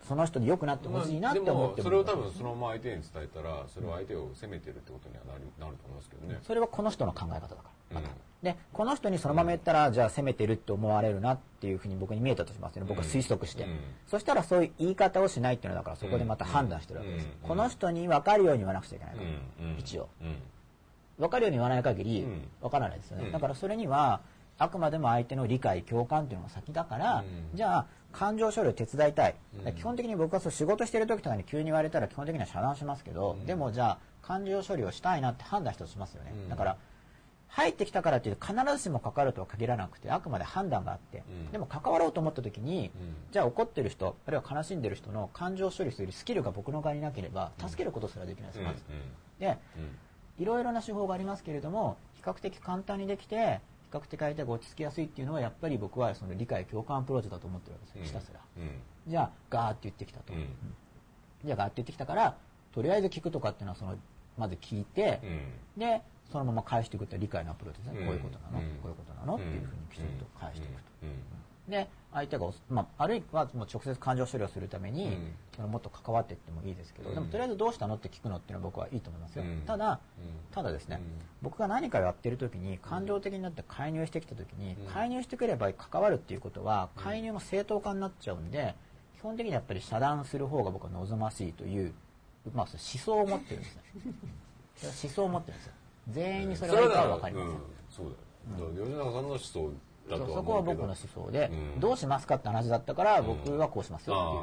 その人に良くなってほしいなって思っても、 それを多分そのまま相手に伝えたらそれは相手を責めてるってことにはなると思いますけどね。 それはこの人の考え方だから、またでこの人にそのまま言ったら、じゃあ責めてるって思われるなっていうふうに僕に見えたとしますよね。僕は推測して、そしたらそういう言い方をしないっていうのだから、そこでまた判断してるわけです、この人に分かるように言わなくちゃいけないから、一応、分かるように言わない限り分からないですよね、だからそれにはあくまでも相手の理解共感っていうのが先だから、じゃあ感情処理を手伝いたい、基本的に僕はそう仕事してる時とかに急に言われたら基本的には遮断しますけど、でもじゃあ感情処理をしたいなって判断してしますよね、だから入ってきたからっていうと必ずしも関わるとは限らなくて、あくまで判断があって、でも関わろうと思った時に、じゃあ怒ってる人あるいは悲しんでる人の感情処理するスキルが僕の側になければ助けることすらできないです、まず。で、いろいろな手法がありますけれども、比較的簡単にできて比較的相手が落ち着きやすいっていうのはやっぱり僕はその理解共感アプローチだと思ってるわけですよ、ひたすら。じゃあガーって言ってきたと、じゃあガーって言ってきたからとりあえず聞くとかっていうのはそのまず聞いて、でそのまま返していくって理解のアプローチですね、こういうことなの、こういうことなのっていうふうにきちんと返していくと、で相手が、あるいはもう直接感情処理をするために、もっと関わっていってもいいですけど、でもとりあえずどうしたのって聞くのっていうのは僕はいいと思いますよ、ただですね、僕が何かやってる時に感情的になって介入してきた時に、介入してくれば関わるっていうことは介入の正当化になっちゃうんで、基本的にやっぱり遮断する方が僕は望ましいという、思想を持ってるんですね思想を持ってるんですよ。全員にそれがいいかは分かりません。 そうだよ、吉永さんの思想だとは思うけど、 そこは僕の思想で、どうしますかって話だったから僕はこうしますよっていう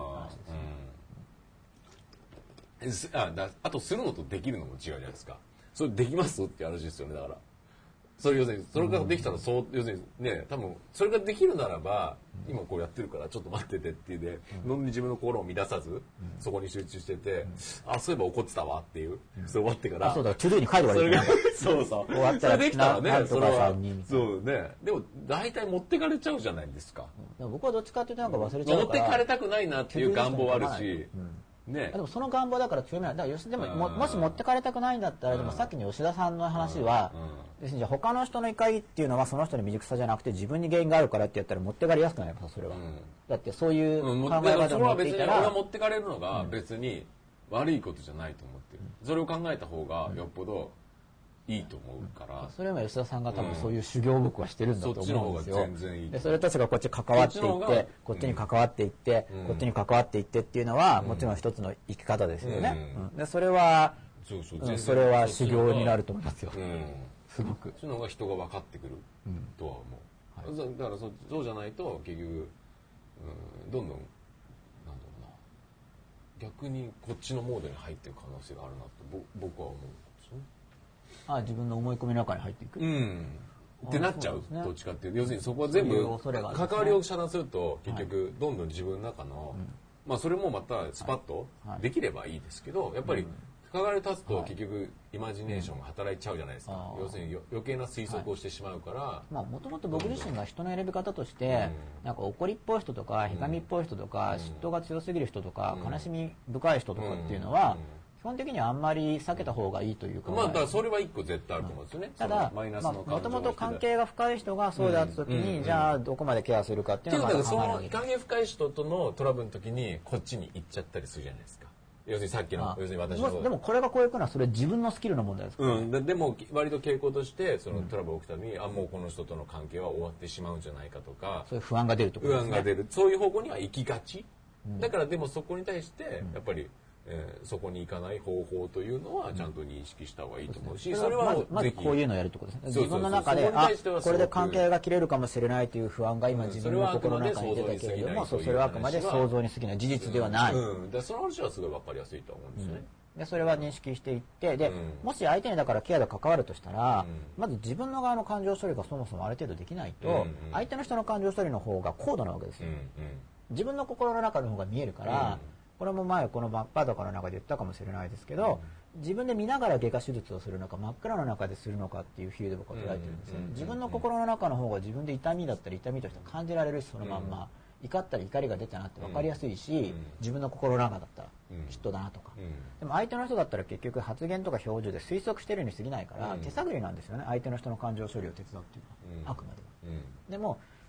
話です。 あとするのとできるのも違うじゃないですか。それできますって話ですよね。だからそれ要するにそれができたらそう、要するにね、多分それができるならば、今こうやってるからちょっと待っててっていうで、のんで自分の心を乱さず、そこに集中してて、あ、そういえば怒ってたわっていう、それ終わってから、 そうだ、トゥドゥに書いてあるわけそうそう、 終わったらそれできたらね、それはそうね、でも大体持ってかれちゃうじゃないですか。 僕はどっちかっていうとなんか忘れちゃうから、 持ってかれたくないなっていう願望あるし。ね、 でもその願望だから強めない。だからでも、もし持ってかれたくないんだったら、でもさっきの吉田さんの話は、要するに他の人の怒りっていうのはその人の未熟さじゃなくて自分に原因があるからってやったら持ってかれやすくなります、それは。だってそういう考え方を持っていたら、 それは別に俺が持ってかれるのが別に悪いことじゃないと思ってる。それを考えた方がよっぽどいいと思うから、 それも吉田さんが多分そういう修行を僕はしてるんだと思うんですよ。 でそれたちがこっち関わっていってこっちに関わっていって、こっちに関わっていってっていうのはもちろん一つの生き方ですよね。でそれはそれは修行になると思いますよ。すごくそういうのが人が分かってくるとは思う。だからそうじゃないと結局どんどんなんだろうな、逆にこっちのモードに入っていく可能性があるなと僕は思うんですよね。 自分の思い込みの中に入っていく、 ってなっちゃう、どっちかっていう、要するにそこは全部関わりを遮断すると結局どんどん自分の中の、それもまたスパッとできればいいですけど、やっぱり関わりを立つと結局イマジネーションが働いちゃうじゃないですか。要するに余計な推測をしてしまうから、 もともと僕自身が人の選び方として、なんか怒りっぽい人とかひがみっぽい人とか、嫉妬が強すぎる人とか、悲しみ深い人とかっていうのは、基本的にはあんまり避けた方がいいというか、 だからそれは一個絶対あると思うんですよね。 ただもともと関係が深い人がそうであった時に、じゃあどこまでケアするかっていうのはその関係深い人とのトラブルの時にこっちに行っちゃったりするじゃないですか。要するにさっきの要するに私のでもこれがこういうのはそれ自分のスキルの問題ですから、 でも割と傾向としてそのトラブルが起きた時に、もうこの人との関係は終わってしまうんじゃないかとか、 そういう不安が出るところですね。 不安が出る、そういう方向には行きがち、だからでもそこに対してやっぱり、そこに行かない方法というのはちゃんと認識した方がいいと思うし、それはまずこういうのをやるってことですね。自分の中でこれで関係が切れるかもしれないという不安が今自分の心の中に出たけれども、それはあくまで想像に過ぎない、事実ではない。 その話はすごい分かりやすいと思うんですよね。 でそれは認識していって、でもし相手にだからケアで関わるとしたら、まず自分の側の感情処理がそもそもある程度できないと、相手の人の感情処理の方が高度なわけですよ。自分の心の中の方が見えるから、これも前この真っ裸の中で言ったかもしれないですけど、自分で見ながら外科手術をするのか真っ暗の中でするのかっていう比喩で僕は捉えてるんですね。自分の心の中の方が自分で痛みだったり痛みとして感じられるし、そのまんま怒ったり怒りが出たなって分かりやすいし、自分の心の中だったら嫉妬だなとか、でも相手の人だったら結局発言とか表情で推測してるに過ぎないから、手探りなんですよね、相手の人の感情処理を手伝うっていうのは、あくまでは。でも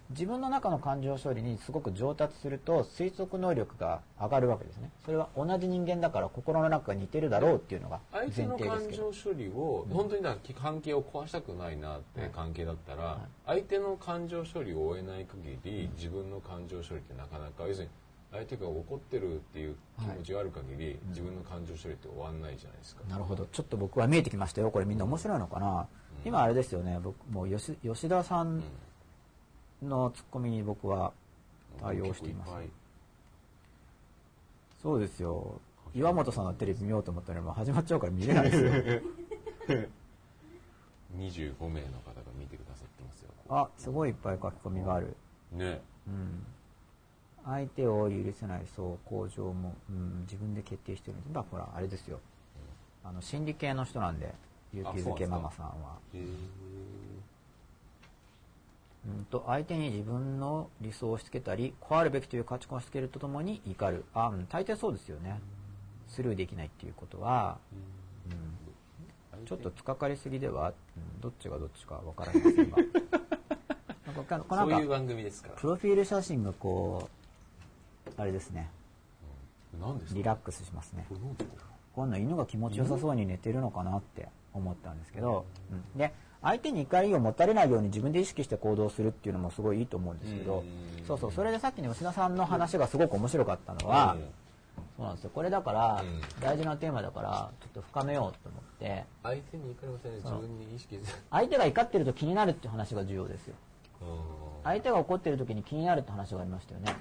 自分の中の感情処理にすごく上達すると推測能力が上がるわけですね。それは同じ人間だから心の中が似てるだろうっていうのが前提ですけど、 相手の感情処理を、本当に関係を壊したくないなって関係だったら、相手の感情処理を終えない限り自分の感情処理ってなかなか、要するに相手が怒ってるっていう気持ちがある限り、自分の感情処理って終わんないじゃないですか。 なるほど。ちょっと僕は見えてきましたよ。これみんな面白いのかな。今あれですよね。僕もう吉田さんのツッコミに僕は対応しています。そうですよ。岩本さんのテレビ見ようと思ったらもう始まっちゃうから見れないですよ。 25名の方が見てくださってますよ。 あ、すごいいっぱい書き込みがある。 ね。 うん。相手を許せない向上も、自分で決定してるんで、ほらあれですよ。心理系の人なんで、勇気づけママさんは。相手に自分の理想を押し付けたり、こうあるべきという価値観を押し付けるとともに怒る。大抵そうですよね。スルーできないっていうことは、ちょっと突っかかりすぎでは、どっちがどっちかわからないですが。 そういう番組ですから。 プロフィール写真がこう、あれですね。リラックスしますね。今度犬が気持ちよさそうに寝てるのかなって思ったんですけど、で、相手に怒りを持たれないように自分で意識して行動するっていうのもすごいいいと思うんですけど、それでさっきの吉田さんの話がすごく面白かったのは、そうなんですよ。これだから、大事なテーマだから、ちょっと深めようと思って。 相手に怒りを持たれない自分に意識する。 相手が怒ってると気になるっていう話が重要ですよ。相手が怒ってる時に気になるって話がありましたよね。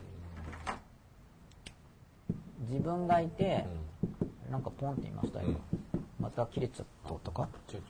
自分がいて、なんかポンって言いました今。また切れちゃったか？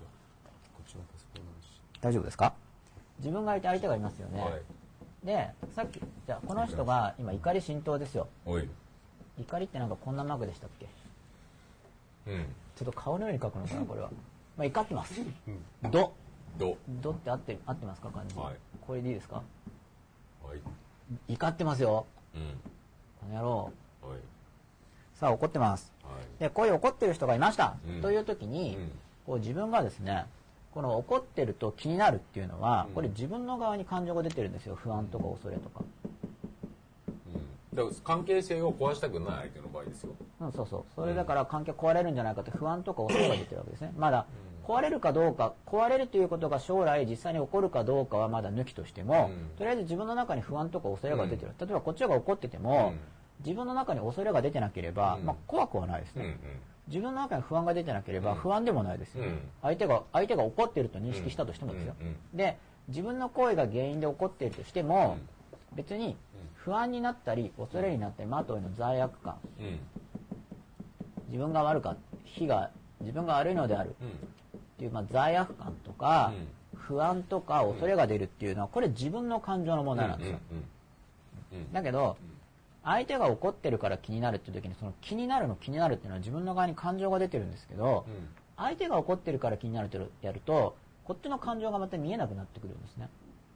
大丈夫ですか？自分がいて相手がいますよね。で、さっき、じゃあこの人が今怒り浸透ですよ。怒りってなんかこんなマークでしたっけ？ちょっと顔のように書くのかなこれは。怒ってます。ドって合ってますか漢字。これでいいですか？怒ってますよ。この野郎。さあ怒ってます。で、こういう怒ってる人がいました。という時に、こう自分がですね、この怒ってると気になるっていうのは、これ自分の側に感情が出てるんですよ。不安とか恐れとか。 だから関係性を壊したくない相手の場合ですよ。 それだから関係壊れるんじゃないかって不安とか恐れが出てるわけですね。まだ壊れるかどうか、壊れるということが将来実際に起こるかどうかはまだ抜きとしても、とりあえず自分の中に不安とか恐れが出てる。例えばこっちが怒ってても、自分の中に恐れが出てなければ、怖くはないですね。自分の中に不安が出てなければ不安でもないですよ。相手が怒っていると認識したとしてもですよ。で、自分の行為が原因で怒っているとしても、別に不安になったり恐れになったり、後への罪悪感、自分が自分が悪いのであるっていう罪悪感とか、不安とか恐れが出るっていうのはこれ自分の感情の問題なんですよ。だけど相手が怒ってるから気になるっていう時に、その気になるっていうのは自分の側に感情が出てるんですけど、相手が怒ってるから気になるってやると、こっちの感情がまた見えなくなってくるんですね。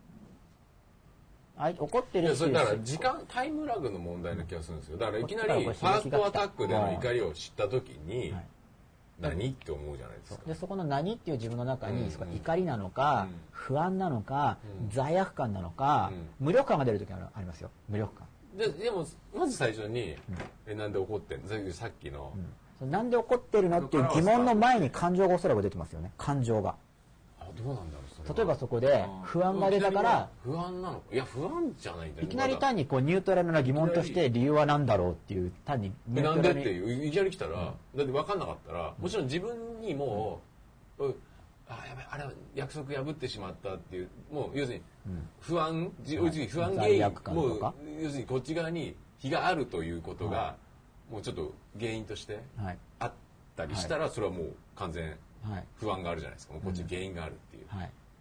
怒ってるっていう。 だからタイムラグの問題な気がするんですよ。だからいきなりファーストアタックでの怒りを知った時に、何って思うじゃないですか。 で、そこの何っていう自分の中に、怒りなのか、不安なのか、罪悪感なのか、無力感が出る時がありますよ。無力感。 でもまず最初になんで怒ってんの、さっきの、 なんで怒ってるのっていう疑問の前に感情がおそらく出てますよね。感情が。 どうなんだろう。 例えばそこで不安が出たから、 不安なのか、いや不安じゃないんだよ。 いきなり単にニュートラルな疑問として理由は何だろうっていう、単にニュートラルなんでっていういきなり来たら、だって分かんなかったら、もちろん自分にもやべえ、あれは約束破ってしまったっていう、もう要するに不安、不安原因、もう要するにこっち側に非があるということが、もうちょっと原因としてあったりしたら、それはもう完全不安があるじゃないですか。もうこっち原因があるっていう。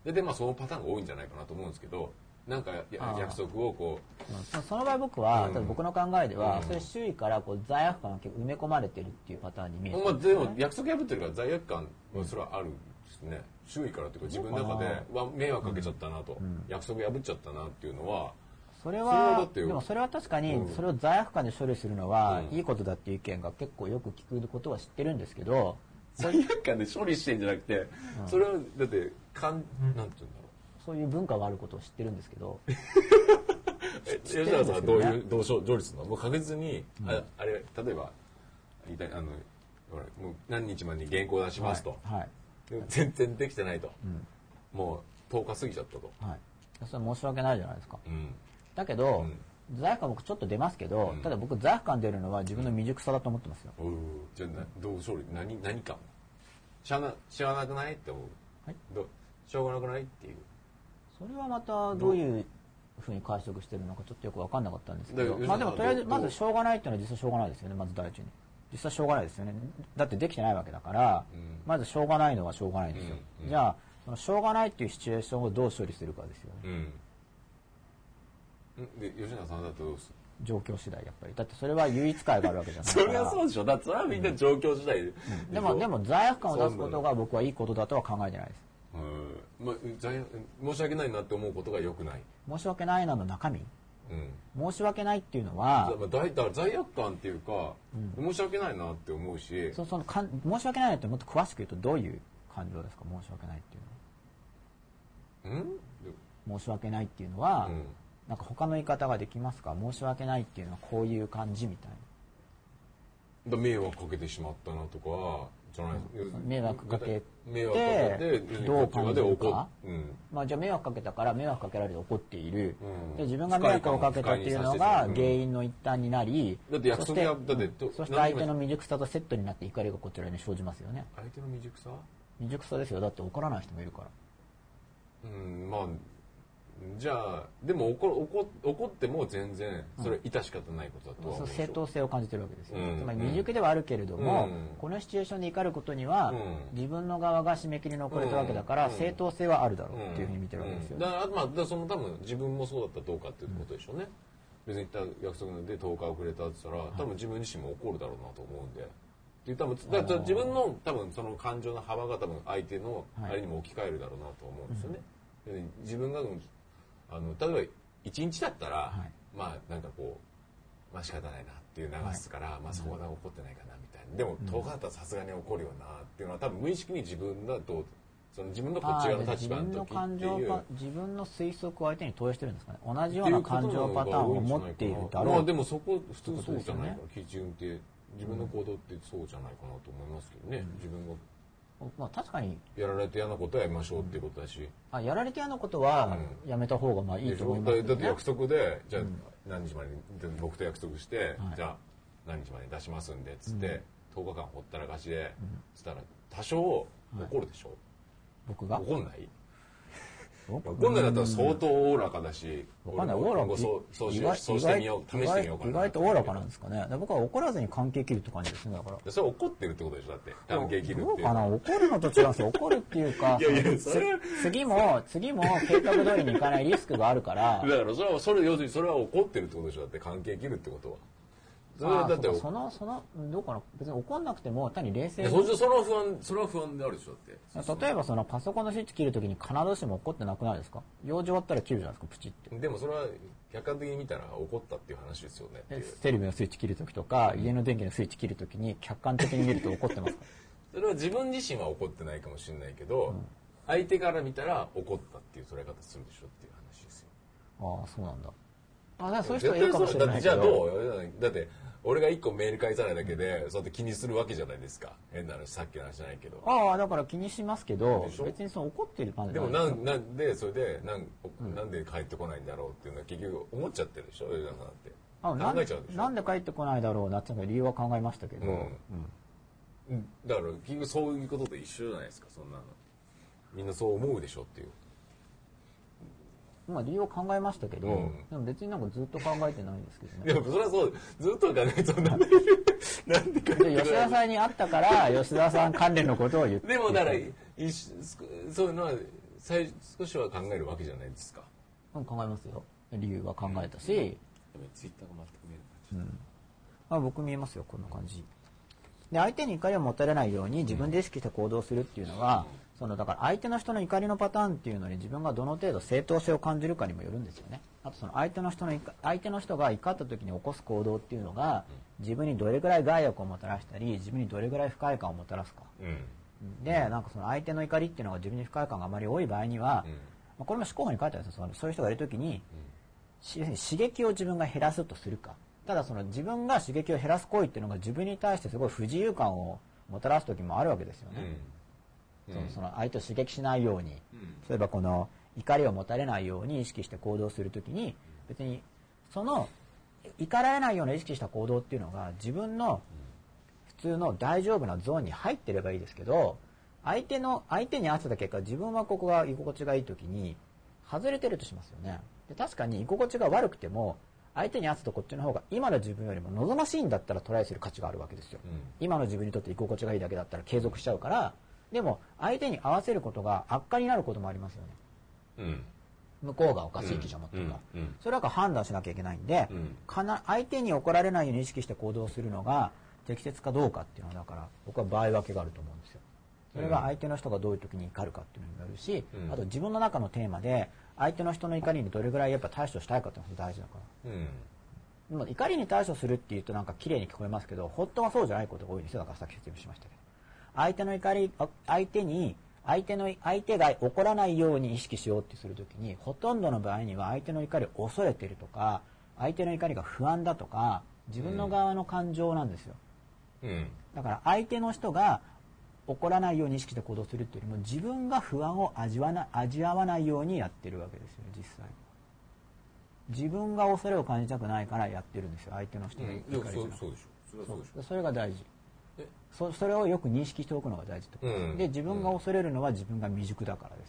でそのパターンが多いんじゃないかなと思うんですけど、なんか約束をこう、その場合僕は、僕の考えでは、それ周囲から罪悪感が結構埋め込まれてるっていうパターンに見える。 でも約束破ってるから罪悪感はそれはあるんですね。周囲からっていうか自分の中で迷惑かけちゃったなと、約束破っちゃったなっていうのは、 でもそれは確かにそれを罪悪感で処理するのはいいことだっていう意見が結構よく聞くことは知ってるんですけど、 罪悪感で処理してんじゃなくて、それはだってなんていうんだろう、 そういう文化があることを知ってるんですけど吉永さんはどういう上律のもう確実に、あれ例えばほらもう何日までに原稿出しますと、でも全然できてないと、もう10日過ぎちゃったと、 それ申し訳ないじゃないですか、だけど、罪悪感僕ちょっと出ますけど、ただ僕罪悪感出るのは自分の未熟さだと思ってますよ。 じゃあどう勝利何か知らなくないって思う、しょうがなくないっていう。 それはまたどういうふうに解釈してるのかちょっとよく分かんなかったんですけど、まあでもとりあえずまずしょうがないっていうのは実際しょうがないですよね。まず第一に実際しょうがないですよね。だってできてないわけだから、まずしょうがないのはしょうがないんですよ。じゃあそのしょうがないっていうシチュエーションをどう処理するかですよね。 で吉永さんだとどうする？ 状況次第やっぱり。だってそれは唯一解があるわけじゃないかそら。 れはそうでしょ。だってそれはみんな状況次第で、 でも罪悪感を出すことが僕はいいことだとは考えてないです。 申し訳ないなって思うことが良くない。 申し訳ないなの中身、申し訳ないっていうのは罪悪感っていうか、申し訳ないなって思うし、 申し訳ないなってもっと詳しく言うとどういう感情ですか？申し訳ないっていうのは、申し訳ないっていうのは、なんか他の言い方ができますか？申し訳ないっていうのはこういう感じみたいな。迷惑かけてしまったなとかじゃない、 迷惑かけてどう感じるか、まあじゃあ迷惑かけたから迷惑かけられて怒っている、で自分が迷惑をかけたっていうのが原因の一端になり、 だって約束がそして相手の未熟さとセットになって怒りがこちらに生じますよね。 相手の未熟さ？ 未熟さですよ。だって怒らない人もいるから。 まあじゃあでも怒っても全然それ致し方ないことだとは思う。 正当性を感じてるわけですよ。つまり未熟ではあるけれども、このシチュエーションで怒ることには、自分の側が締め切りの遅れたわけだから、正当性はあるだろうっていうふうに見てるわけですよ。 だからその多分自分もそうだったらどうかっていうことでしょうね。別に言った約束で10日遅れたって言ったら、多分自分自身も怒るだろうなと思うんで。だから自分の多分その感情の幅が多分相手のあれにも置き換えるだろうなと思うんですよね。自分が例えば1日だったら、まあなんかこう、まあ仕方ないなっていう流すから、まあそこは怒ってないかなみたいな。でも10日だったらさすがに怒るよなっていうのは多分無意識に自分だとその自分のこっち側の立場の時っていう自分の推測を相手に投影してるんですかね。同じような感情パターンを持っているだろう。 まあでもそこ普通そうじゃないかな。基準って自分の行動ってそうじゃないかなと思いますけどね。自分がまあ確かにやられて嫌なことはやめましょうっていうことだし、 やられて嫌なことはやめた方がまあいいと思いますけどね。 だって約束でじゃあ何日まで僕と約束して、じゃあ何日まで出しますんでっつって、10日間ほったらかしでつったら多少怒るでしょ。 僕が怒んない？怒んないだったら相当おおらかだし、 わかんない。おおらかそうしてみよう、試してみようかな。 意外とおおらかなんですかね。僕は怒らずに関係切るって感じですね。だからそれ怒ってるってことでしょ。だって関係切るっていう。 どうかな。怒るのと違うんですよ。怒るっていうか次も計画通りにいかないリスクがあるからだから要するにそれは怒ってるってことでしょ。だって関係切るってことはそれはだってどうかな。別に怒んなくても単に冷静にそれは不安であるでしょ。だって例えばそのパソコンのスイッチ切るときに必ずしも怒ってなくないですか？用事終わったら切るじゃないですか、プチって。 でもそれは客観的に見たら怒ったっていう話ですよね。 テレビのスイッチ切るときとか、家の電気のスイッチ切るときに客観的に見ると怒ってますか？ それは自分自身は怒ってないかもしれないけど、相手から見たら怒ったっていう捉え方するでしょっていう話ですよ。 ああ、そうなんだ。だからそういう人はいるかもしれないけど。 じゃあどう？だって俺が1個メール返さないだけでそうやって気にするわけじゃないですか。変な話、さっきの話じゃないけど。 だから気にしますけど、別にその怒ってる感じでもなんでそれでなんで帰ってこないんだろうっていうのは結局思っちゃってるでしょ。吉田さんって考えちゃうでしょ。なんで帰ってこないだろうなって理由は考えましたけど、 だから結局そういうことと一緒じゃないですか。そんなのみんなそう思うでしょっていう。 まあ理由を考えましたけど、でも別になんかずっと考えてないんですけどね。 でもそれはそう、ずっと考えてなんで吉田さんに会ったから吉田さん関連のことを言って。 でもだからそういうのは少しは考えるわけじゃないですか。 考えますよ。理由は考えたし。 ツイッターが全く見える感じ。 僕見えますよ、こんな感じ。で、相手に怒りを持たれないように自分で意識して行動するっていうのは、だから相手の人の怒りのパターンっていうのに自分がどの程度正当性を感じるかにもよるんですよね。あと相手の人が怒った時に起こす行動っていうのが自分にどれぐらい害悪をもたらしたり自分にどれぐらい不快感をもたらすか。で、なんかその相手の怒りっていうのが自分に不快感があまり多い場合には、 これも思考法に書いてあるんですよ。そういう人がいるときに、刺激を自分が減らすとするか。ただ自分が刺激を減らす行為っていうのが自分に対してすごい不自由感をもたらす時もあるわけですよね。その相手を刺激しないように、例えばこの怒りを持たれないように意識して行動するときに、別にその怒られないような意識した行動っていうのが自分の普通の大丈夫なゾーンに入ってればいいですけど、相手に合わせた結果、自分はここが居心地がいいときに外れてるとしますよね。で、確かに居心地が悪くても相手に合わせたこっちの方が今の自分よりも望ましいんだったらトライする価値があるわけですよ。今の自分にとって居心地がいいだけだったら継続しちゃうから。でも相手に合わせることが悪化になることもありますよね。向こうがおかしい基準を持ってるから、それは判断しなきゃいけないんで、相手に怒られないように意識して行動するのが適切かどうかっていうのは、だから僕は場合分けがあると思うんですよ。それが相手の人がどういう時に怒るかっていうのになるし、あと自分の中のテーマで相手の人の怒りにどれぐらいやっぱ対処したいかっていうのが大事だから。でも怒りに対処するっていうとなんか綺麗に聞こえますけど、本当はそうじゃないことが多いんですよ。だからさっき説明しましたけど、相手の怒り、相手が怒らないように意識しようってするときに、ほとんどの場合には相手の怒りを恐れてるとか、相手の怒りが不安だとか、自分の側の感情なんですよ。だから相手の人が怒らないように意識して行動するっていうよりも、自分が不安を味わわないようにやってるわけですよね、実際。自分が恐れを感じたくないからやってるんですよ、相手の人が怒りが。それが大事。それをよく認識しておくのが大事ってことです。で、自分が恐れるのは自分が未熟だから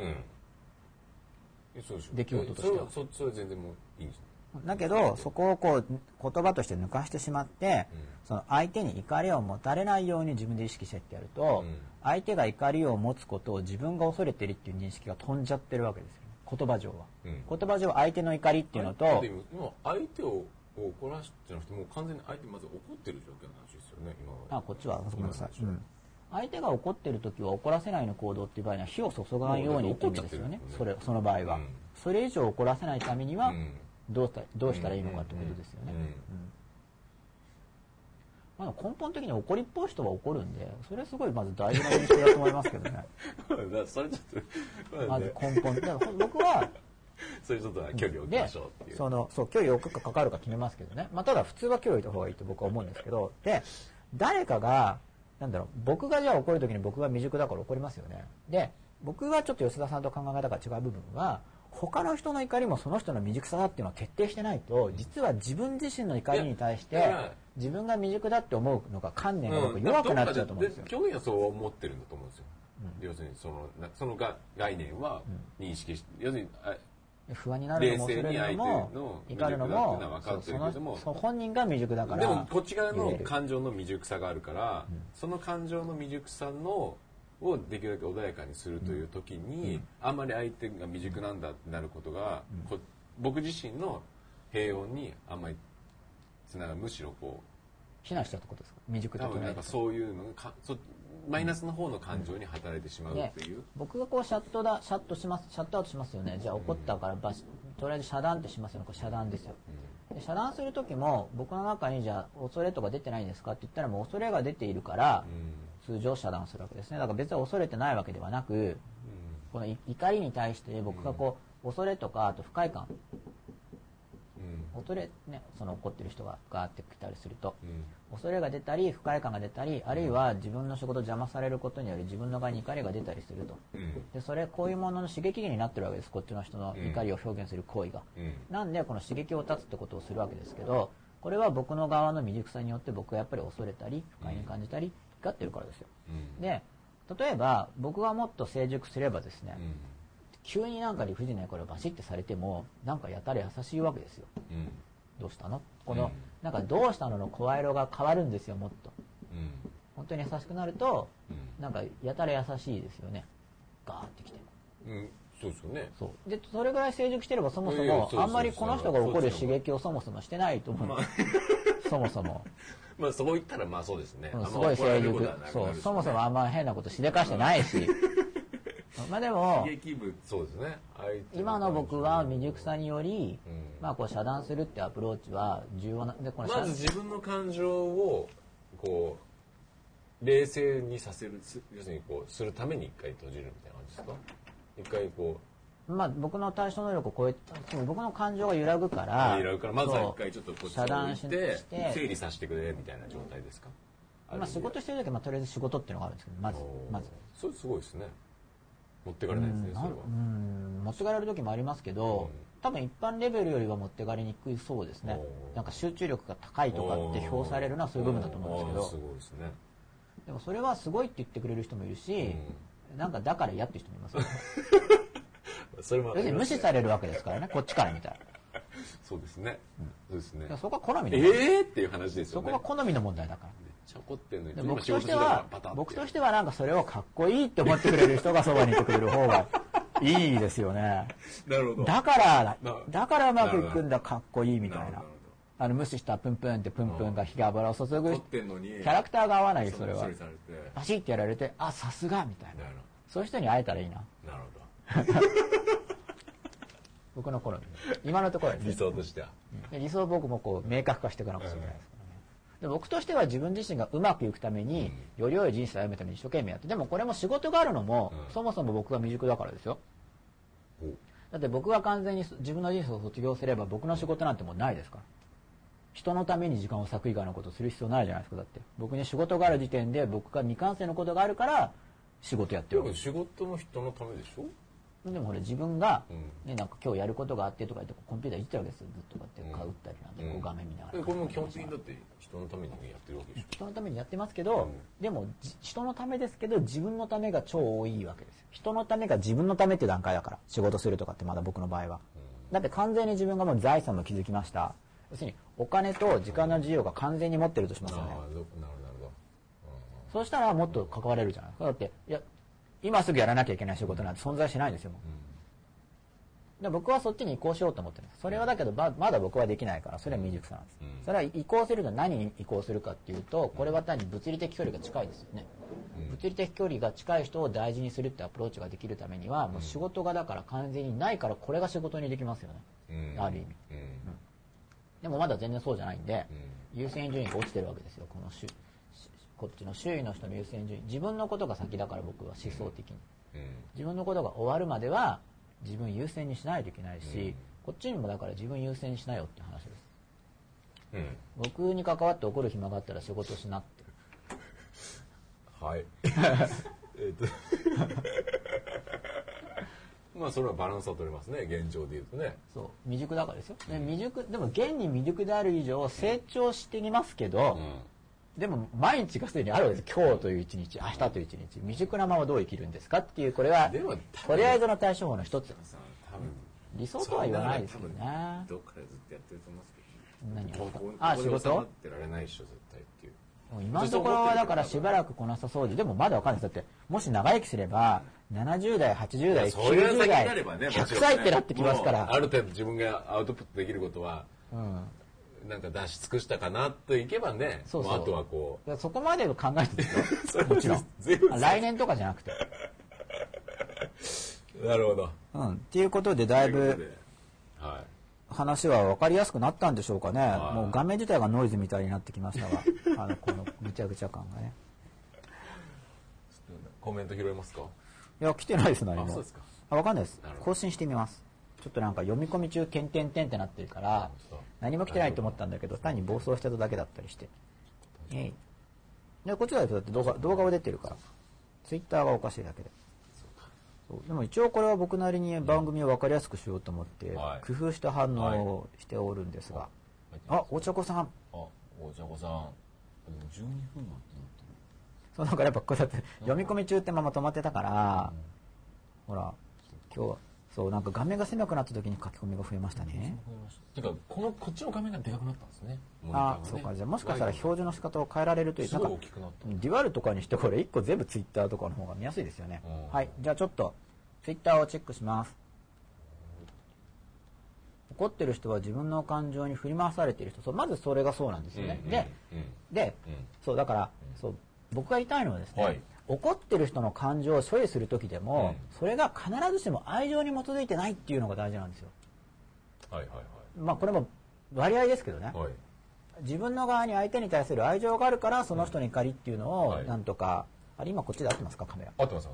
ですよね。出来事としては。 それ全然もういいんですね。 だけど、そこを言葉として抜かしてしまって、その相手に怒りを持たれないように自分で意識してってやると、相手が怒りを持つことを自分が恐れてるっていう認識が飛んじゃってるわけですよね。言葉上は。言葉上相手の怒りっていうのと、 相手を怒らしてなくてもう完全に相手まず怒ってる状況の話ですよね、今は。 こっちはごめんなさい。相手が怒ってる時は怒らせないの行動っていう場合には火を注がないようにって意味ですよね。その場合は、それ以上怒らせないためにはどうしたらいいのかってことですよね。根本的に怒りっぽい人は怒るんで、それはすごいまず大事な認識だと思いますけどね。 それちょっとまず根本。だから僕はそういうことは距離を置きましょうっていう。 距離を置くかかかるか決めますけどね。ただ普通は距離を置いた方がいいと僕は思うんですけど、で、誰かが、僕がじゃあ怒るときに僕が未熟だから怒りますよね。で、僕はちょっと吉田さんと考え方が違う部分は、他の人の怒りもその人の未熟さだっていうのを徹底してないと、実は自分自身の怒りに対して、自分が未熟だって思うのが観念が弱くなっちゃうと思うんですよ。 興味はそう思ってるんだと思うんですよ。要するにその概念は認識して、要するに不安になるのも恐れるのも怒るのも本人が未熟だから。 でもこっち側の感情の未熟さがあるから、その感情の未熟さをできるだけ穏やかにするという時に、あんまり相手が未熟なんだってなることが、僕自身の平穏にあんまりつながる。むしろ非難しちゃうってことですか、未熟的な。 多分そういうのがマイナスの方の感情に働いてしまうっていう。 僕がシャットアウトしますよね。じゃあ怒ったからとりあえず遮断ってしますよね。遮断ですよ。で遮断する時も僕の中にじゃあ恐れとか出てないんですかって言ったら、もう恐れが出ているから、通常遮断するわけですね。だから別に恐れてないわけではなく、この怒りに対して僕が恐れとかあと不快感、恐れね、怒ってる人がガーって来たりすると、恐れが出たり不快感が出たり、あるいは自分の仕事を邪魔されることにより自分の側に怒りが出たりすると、でこういうものの刺激源になってるわけです。こっちの人の怒りを表現する行為が、なんでこの刺激を断つってことをするわけですけど、これは僕の側の未熟さによって僕がやっぱり恐れたり不快に感じたり怒ってるからですよ。で例えば僕がもっと成熟すればですね、急になんか理不尽なこれをバシッてされてもなんかやたら優しいわけですよ。どうしたの？なんかどうしたのの声色が変わるんですよ。もっと、本当に優しくなると、なんかやたら優しいですよね。ガーってきて。 そうですよね。 でそれぐらい成熟してればそもそもあんまりこの人が怒る刺激をそもそもしてないと思う。そもそも。 そう言ったらそうですね。 すごい成熟。そもそもあんま変なことしでかしてないし。でもそうですね。 今の僕は未熟さにより、遮断するってアプローチは重要なで、 まず自分の感情を冷静にさせる、要するにするために一回閉じるみたいな感じですか。一回まあ僕の対処能力を超えて僕の感情が揺らぐからまずは一回ちょっとこっちを置いて整理させてくれみたいな状態ですか。 まあ仕事してる時はとりあえず仕事っていうのがあるんですけどまずそれすごいですね。持ってかれないですね。それは持ってかれる時もありますけど、多分一般レベルよりは持ってかれにくいそうですね。なんか集中力が高いとかって評されるのはそういう部分だと思うんですけど、 すごいですね。 でもそれはすごいって言ってくれる人もいるし、なんかだから嫌っていう人もいますよね。 それも要するに無視されるわけですからね、こっちから見たら。 そうですね。そうですね。 そこは好みのっていう話ですよね。 そこは好みの問題だから。 めっちゃ怒ってんのに。 僕としてはなんかそれをかっこいいって思ってくれる人がそばにいてくれる方がいいですよね。 なるほど。 だからうまくいくんだ、かっこいいみたいな。無視したプンプンってプンプンが火油を注ぐキャラクターが合わない、それは。バシッてやられて、あ、さすがみたいな。そういう人に会えたらいいな。 なるほど。 僕の頃今のところ理想としては。 理想を僕もこう明確化していかなくちゃいけないですからね。で僕としては自分自身がうまくいくために、より良い人生を歩むために一生懸命やって、でもこれも仕事があるのも、そもそも僕が未熟だからですよ。だって僕が完全に自分の人生を卒業すれば僕の仕事なんてもうないですから。人のために時間を割く以外のことをする必要ないじゃないですか。だって僕に仕事がある時点で僕が未完成のことがあるから仕事やってるわけです。 仕事も人のためでしょ。 でも自分が、ね、なんか今日やることがあってとか言ってコンピューターいじってるわけですよ。ずっとこうやって買ったりなんて、画面見ながら。 これも基本的にだって人のためにやってるわけでしょ。 人のためにやってますけど、でも人のためですけど自分のためが超多いわけですよ。人のためが自分のためっていう段階だから仕事するとかってまだ僕の場合は。だって完全に自分がもう財産も築きました。要するにお金と時間の自由が完全に持ってるとしますよね。 なるほど。 そうしたらもっと関われるじゃないですか。だって今すぐやらなきゃいけない仕事なんて存在しないんですよ。で僕はそっちに移行しようと思ってるんです。それはだけどまだ僕はできないからそれは未熟さなんです。それは移行すると何に移行するかっていうと、これは単に物理的距離が近いですよね。物理的距離が近い人を大事にするってアプローチができるためにはもう仕事がだから完全にないからこれが仕事にできますよね。ある意味。でもまだ全然そうじゃないんで、優先順位が落ちてるわけですよ。こっちの周囲の人の優先順位。自分のことが先だから僕は思想的に。自分のことが終わるまでは自分優先にしないといけないし、こっちにもだから自分優先にしなよって話です。僕に関わって怒る暇があったら仕事しなって。 はい。まあそれはバランスは取れますね、現状で言うとね。 そう未熟だからですよ。でも現に未熟である以上成長していますけど、でも毎日がすでにあるわけです。今日という一日、明日という一日、未熟なままどう生きるんですかっていう、これはとりあえずの対処法の一つ。理想とは言わないですけどね。 どっかでずっとやってると思うんですけど。 何ですか。仕事？ ってられないでしょ絶対っていう。 今のところはだからしばらく来なさそうで、でもまだわかんないです。だってもし長生きすれば70代、80代、90代、100歳ってなってきますから。 ある程度自分がアウトプットできることは。なんか出し尽くしたかなといけばね。あとはこう。そこまで考えてですよ。もちろん。来年とかじゃなくて。 なるほど。 っていうことでだいぶ話は分かりやすくなったんでしょうかね。もう画面自体がノイズみたいになってきましたが、このぐちゃぐちゃ感がね。 コメント拾えますか？ いや来てないです何も。 そうですか。 分かんないです。更新してみます。ちょっとなんか読み込み中点々点ってなってるから何も来てないと思ったんだけど単に暴走してただけだったりして、でこっちだとだって動画は出てるからツイッターがおかしいだけで。でも一応これは僕なりに番組を分かりやすくしようと思って工夫した反応をしておるんですが、お茶子さん、 お茶子さん12分ってそうなんかやっぱこうやって読み込み中ってまま止まってたから、ほら今日はそうなんか画面が狭くなった時に書き込みが増えましたね。 てかこっちの画面がでかくなったんですね。 そうか。じゃあもしかしたら表示の仕方を変えられるという。なんかデュアルとかにしてこれ1個全部ツイッターとかの方が見やすいですよね。はい、じゃあちょっとツイッターをチェックします。怒ってる人は自分の感情に振り回されている人。まずそれがそうなんですよね。で、そうだからそう僕が言いたいのはですね。怒ってる人の感情を処理する時でも、それが必ずしも愛情に基づいてないっていうのが大事なんですよ。まあこれも割合ですけどね、自分の側に相手に対する愛情があるからその人の怒りっていうのをなんとか、あれ今こっちで合ってますかカメラ？ 合ってます。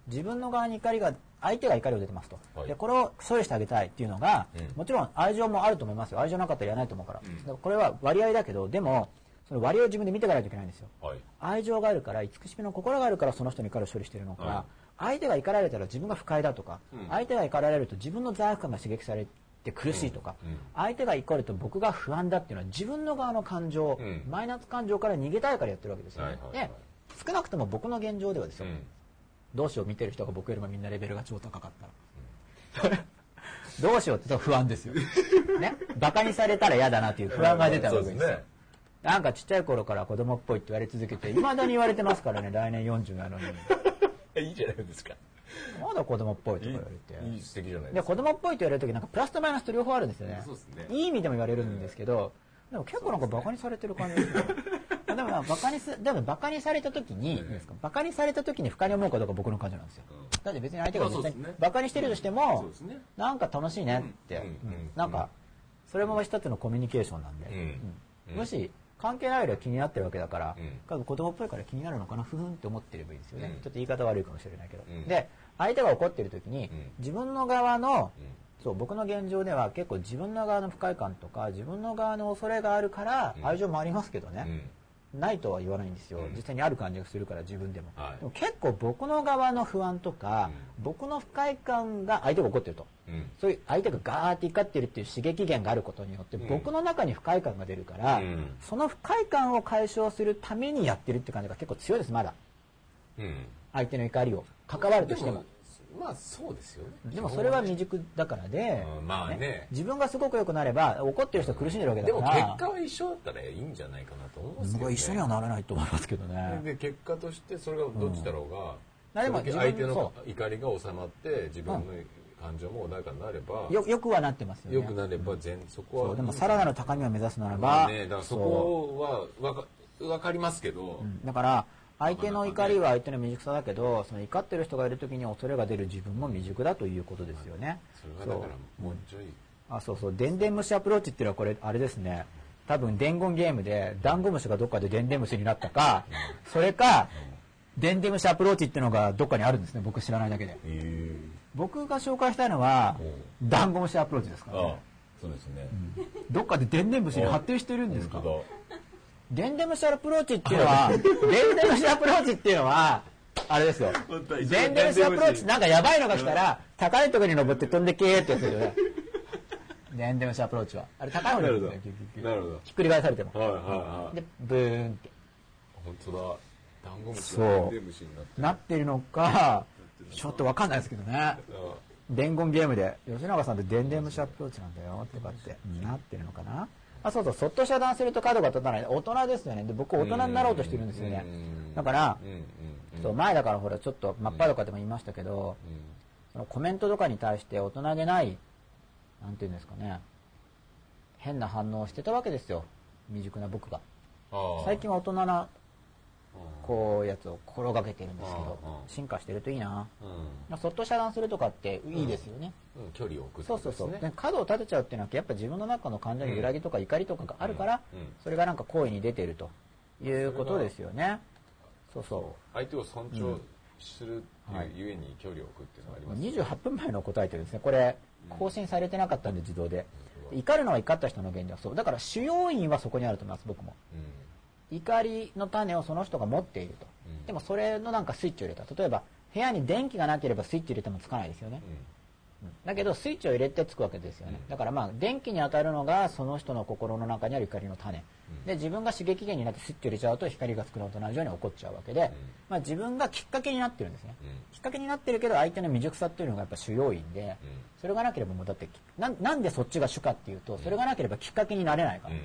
自分の側に怒りが、相手が怒りを出てますと、 はい、 でこれを処理してあげたいっていうのが、もちろん愛情もあると思いますよ。愛情なかったらやらないと思うから、だからこれは割合だけど、でもその割合を自分で見ていかないといけないんですよ、はい、愛情があるから、慈しみの心があるからその人に怒りを処理しているのか、はい、相手が怒られたら自分が不快だとか、相手が怒られると自分の罪悪感が刺激されて苦しいとか、相手が怒ると僕が不安だっていうのは自分の側の感情、マイナス感情から逃げたいからやってるわけですよね、はいはいはい、で少なくとも僕の現状ではですよ、どうしよう、見てる人が僕よりもみんなレベルが超高かったらどうしようって不安ですよ、ね、バカにされたら嫌だなっていう不安が出たわけですよ。なんかちっちゃい頃から子供っぽいって言われ続けて、いまだに言われてますからね、来年40なのにいいじゃないですか。 まだ子供っぽいとか言われて、 いい素敵じゃないですか。 で子供っぽいと言われるときなんかプラスとマイナスと両方あるんですよね。 そうですね。 いい意味でも言われるんですけど、でも結構なんかバカにされてる感じですよでもバカにされたときに、バカにされたときに不快に思うかどうか僕の感情なんですよ。だって別に相手が実際にバカにしてるとしても、なんか楽しいねって、なんかそれも一つのコミュニケーションなんで、もし関係ないよりは気になってるわけだから、子供っぽいから気になるのかな、ふふんって思ってればいいですよね、ちょっと言い方悪いかもしれないけど、で相手が怒ってる時に、自分の側の、そう僕の現状では結構自分の側の不快感とか自分の側の恐れがあるから愛情もありますけどね、ないとは言わないんですよ、実際にある感じがするから自分でも、でも結構僕の側の不安とか、僕の不快感が相手が怒ってると、そういう相手がガーって怒ってるっていう刺激源があることによって僕の中に不快感が出るから、その不快感を解消するためにやってるって感じが結構強いですまだ、相手の怒りを関わるとしても。 まあそうですよね。 でもそれは未熟だからで、 まあね、 自分がすごく良くなれば怒ってる人は苦しんでるわけだから。 でも結果は一緒だったらいいんじゃないかなと思いますけどね。僕は一緒にはならないと思いますけどね。 で結果としてそれがどっちだろうが、相手の怒りが収まって自分の感情も穏やかになれば、 よくはなってますよね。 よくなればそこは。 でもさらなる高みを目指すならば、 だからそこは分かりますけど、 だから相手の怒りは相手の未熟さだけど、その怒ってる人がいる時に恐れが出る自分も未熟だということですよね。 それはだからもうちょい、 そうでんでん虫アプローチっていうのはこれあれですね、多分伝言ゲームでダンゴムシがどっかででんでん虫になったか、それかでんでん虫アプローチっていうのがどっかにあるんですね、僕知らないだけで。僕が紹介したいのはダンゴムシアプローチですからね。 そうですね、 どっかででんでん虫に発展してるんですか。でんでん虫アプローチっていうのはでんでん虫アプローチっていうのはあれですよ、でんでん虫アプローチなんかやばいのが来たら高いところに登って飛んでけーってやつですよね。でんでん虫アプローチはあれ高い方に行くんですよ。なるほど。ひっくり返されても、でブーンって、 本当だ、ダンゴムシがでんでん虫になってるのかちょっと分かんないですけどね。伝言ゲームで吉永さんってでんでん虫アプローチなんだよとかってなってるのかな。そうそう、そっと遮断すると角が立たない。大人ですよね。で僕大人になろうとしてるんですよね。だから前だからほらちょっと真っ裸でも言いましたけど、そのコメントとかに対して大人げないなんていうんですかね、変な反応をしてたわけですよ、未熟な僕が。最近は大人なこうやつを心がけてるんですけど、進化してるといいな。そっと遮断するとかっていいですよね。 距離を置く。 そうで角を立てちゃうっていうのはやっぱ自分の中の感情に揺らぎとか怒りとかがあるから、それがなんか行為に出てるということですよね。 相手を尊重するっていうゆえに距離を置くっていうのがありますね。 28分前の答えてるんですね。これ更新されてなかったんで自動で。怒るのは怒った人の原因はそうだから主要因はそこにあると思います。僕も怒りの種をその人が持っていると、でもそれのなんかスイッチを入れた。例えば部屋に電気がなければスイッチ入れてもつかないですよね、だけどスイッチを入れてつくわけですよね。だからまあ電気に当たるのがその人の心の中にある怒りの種、で自分が刺激源になってスイッチを入れちゃうと光がつくのと同じように起こっちゃうわけで、まあ、自分がきっかけになってるんですね、きっかけになってるけど相手の未熟さっていうのがやっぱ主要因で、それがなければもうだってなんでそっちが主かっていうと、それがなければきっかけになれないから、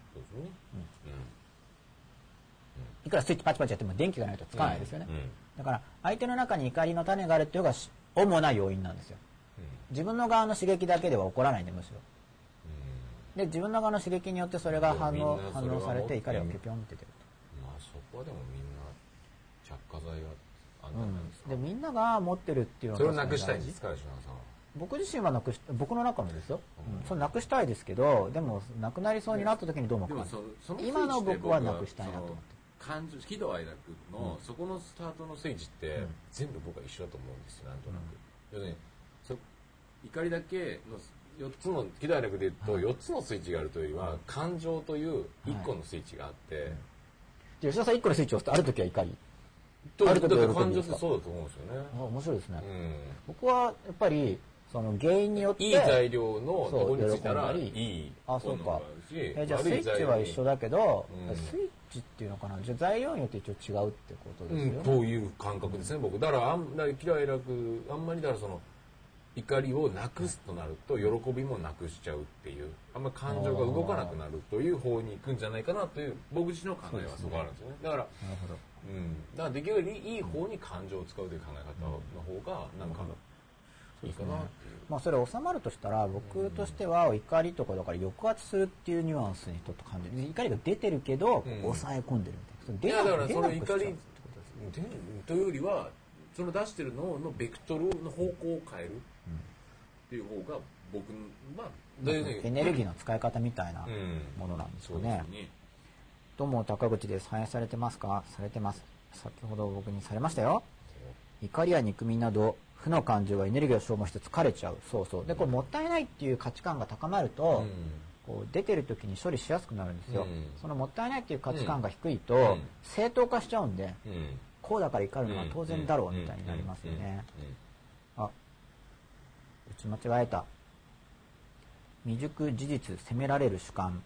いくらスイッチパチパチやっても電気がないとつかないですよね、だから相手の中に怒りの種があるっていうのが主な要因なんですよ。自分の側の刺激だけでは起こらないんで、むしろで自分の側の刺激によってそれが反応されて怒りがピョピョンって出ると。 まあそこはでもみんな着火剤があるんじゃないですか、 でみんなが持ってるっていうのはそれをなくしたいんですか、吉永さんは。 僕自身は僕の中のですよ、それなくしたいですけど、でもなくなりそうになった時にどう思うか、今の僕はなくしたいなと思って。 感情喜怒哀楽の、そこのスタートのスイッチって、全部僕は一緒だと思うんですよなんとなく。要するに怒りだけの4つの喜怒哀楽で言うと4つのスイッチがあるというよりは感情という1個のスイッチがあって、 吉田さん1個のスイッチを押すとある時は怒り、 ある時は感情ってそうだと思うんですよね。 面白いですね。僕はやっぱぱりその原因によっていい材料のところについたらいい。 あ、そうか。じゃあスイッチは一緒だけど、スイッチっていうのかな、じゃあ材料によって一応違うってことですよね。 こういう感覚ですね、僕。だから喜怒哀楽あんまりだからその怒りをなくすとなると喜びもなくしちゃうっていう、あんまり感情が動かなくなるという方に行くんじゃないかなという僕自身の考えはそこあるんですよね。だから、だからできるよりいい方に感情を使うという考え方の方がなんかいいかなっていう。 まあそれ収まるとしたら僕としては怒りとかだから抑圧するっていうニュアンスにちょっと感じる。怒りが出てるけど抑え込んでるみたいな。 いやだからその怒りというよりはその出してるののベクトルの方向を変えるっていう方が僕はエネルギーの使い方みたいなものなんですよね。どうも高口です。反映されてますか？されてます。先ほど僕にされましたよ。怒りや憎みなど負の感情がエネルギーを消耗して疲れちゃう。そうそう。でこれもったいないっていう価値観が高まると、こう出てる時に処理しやすくなるんですよ。そのもったいないっていう価値観が低いと、正当化しちゃうんで、こうだから怒るのは当然だろうみたいになりますよね。あ、打ち間違えた。未熟事実責められる主観。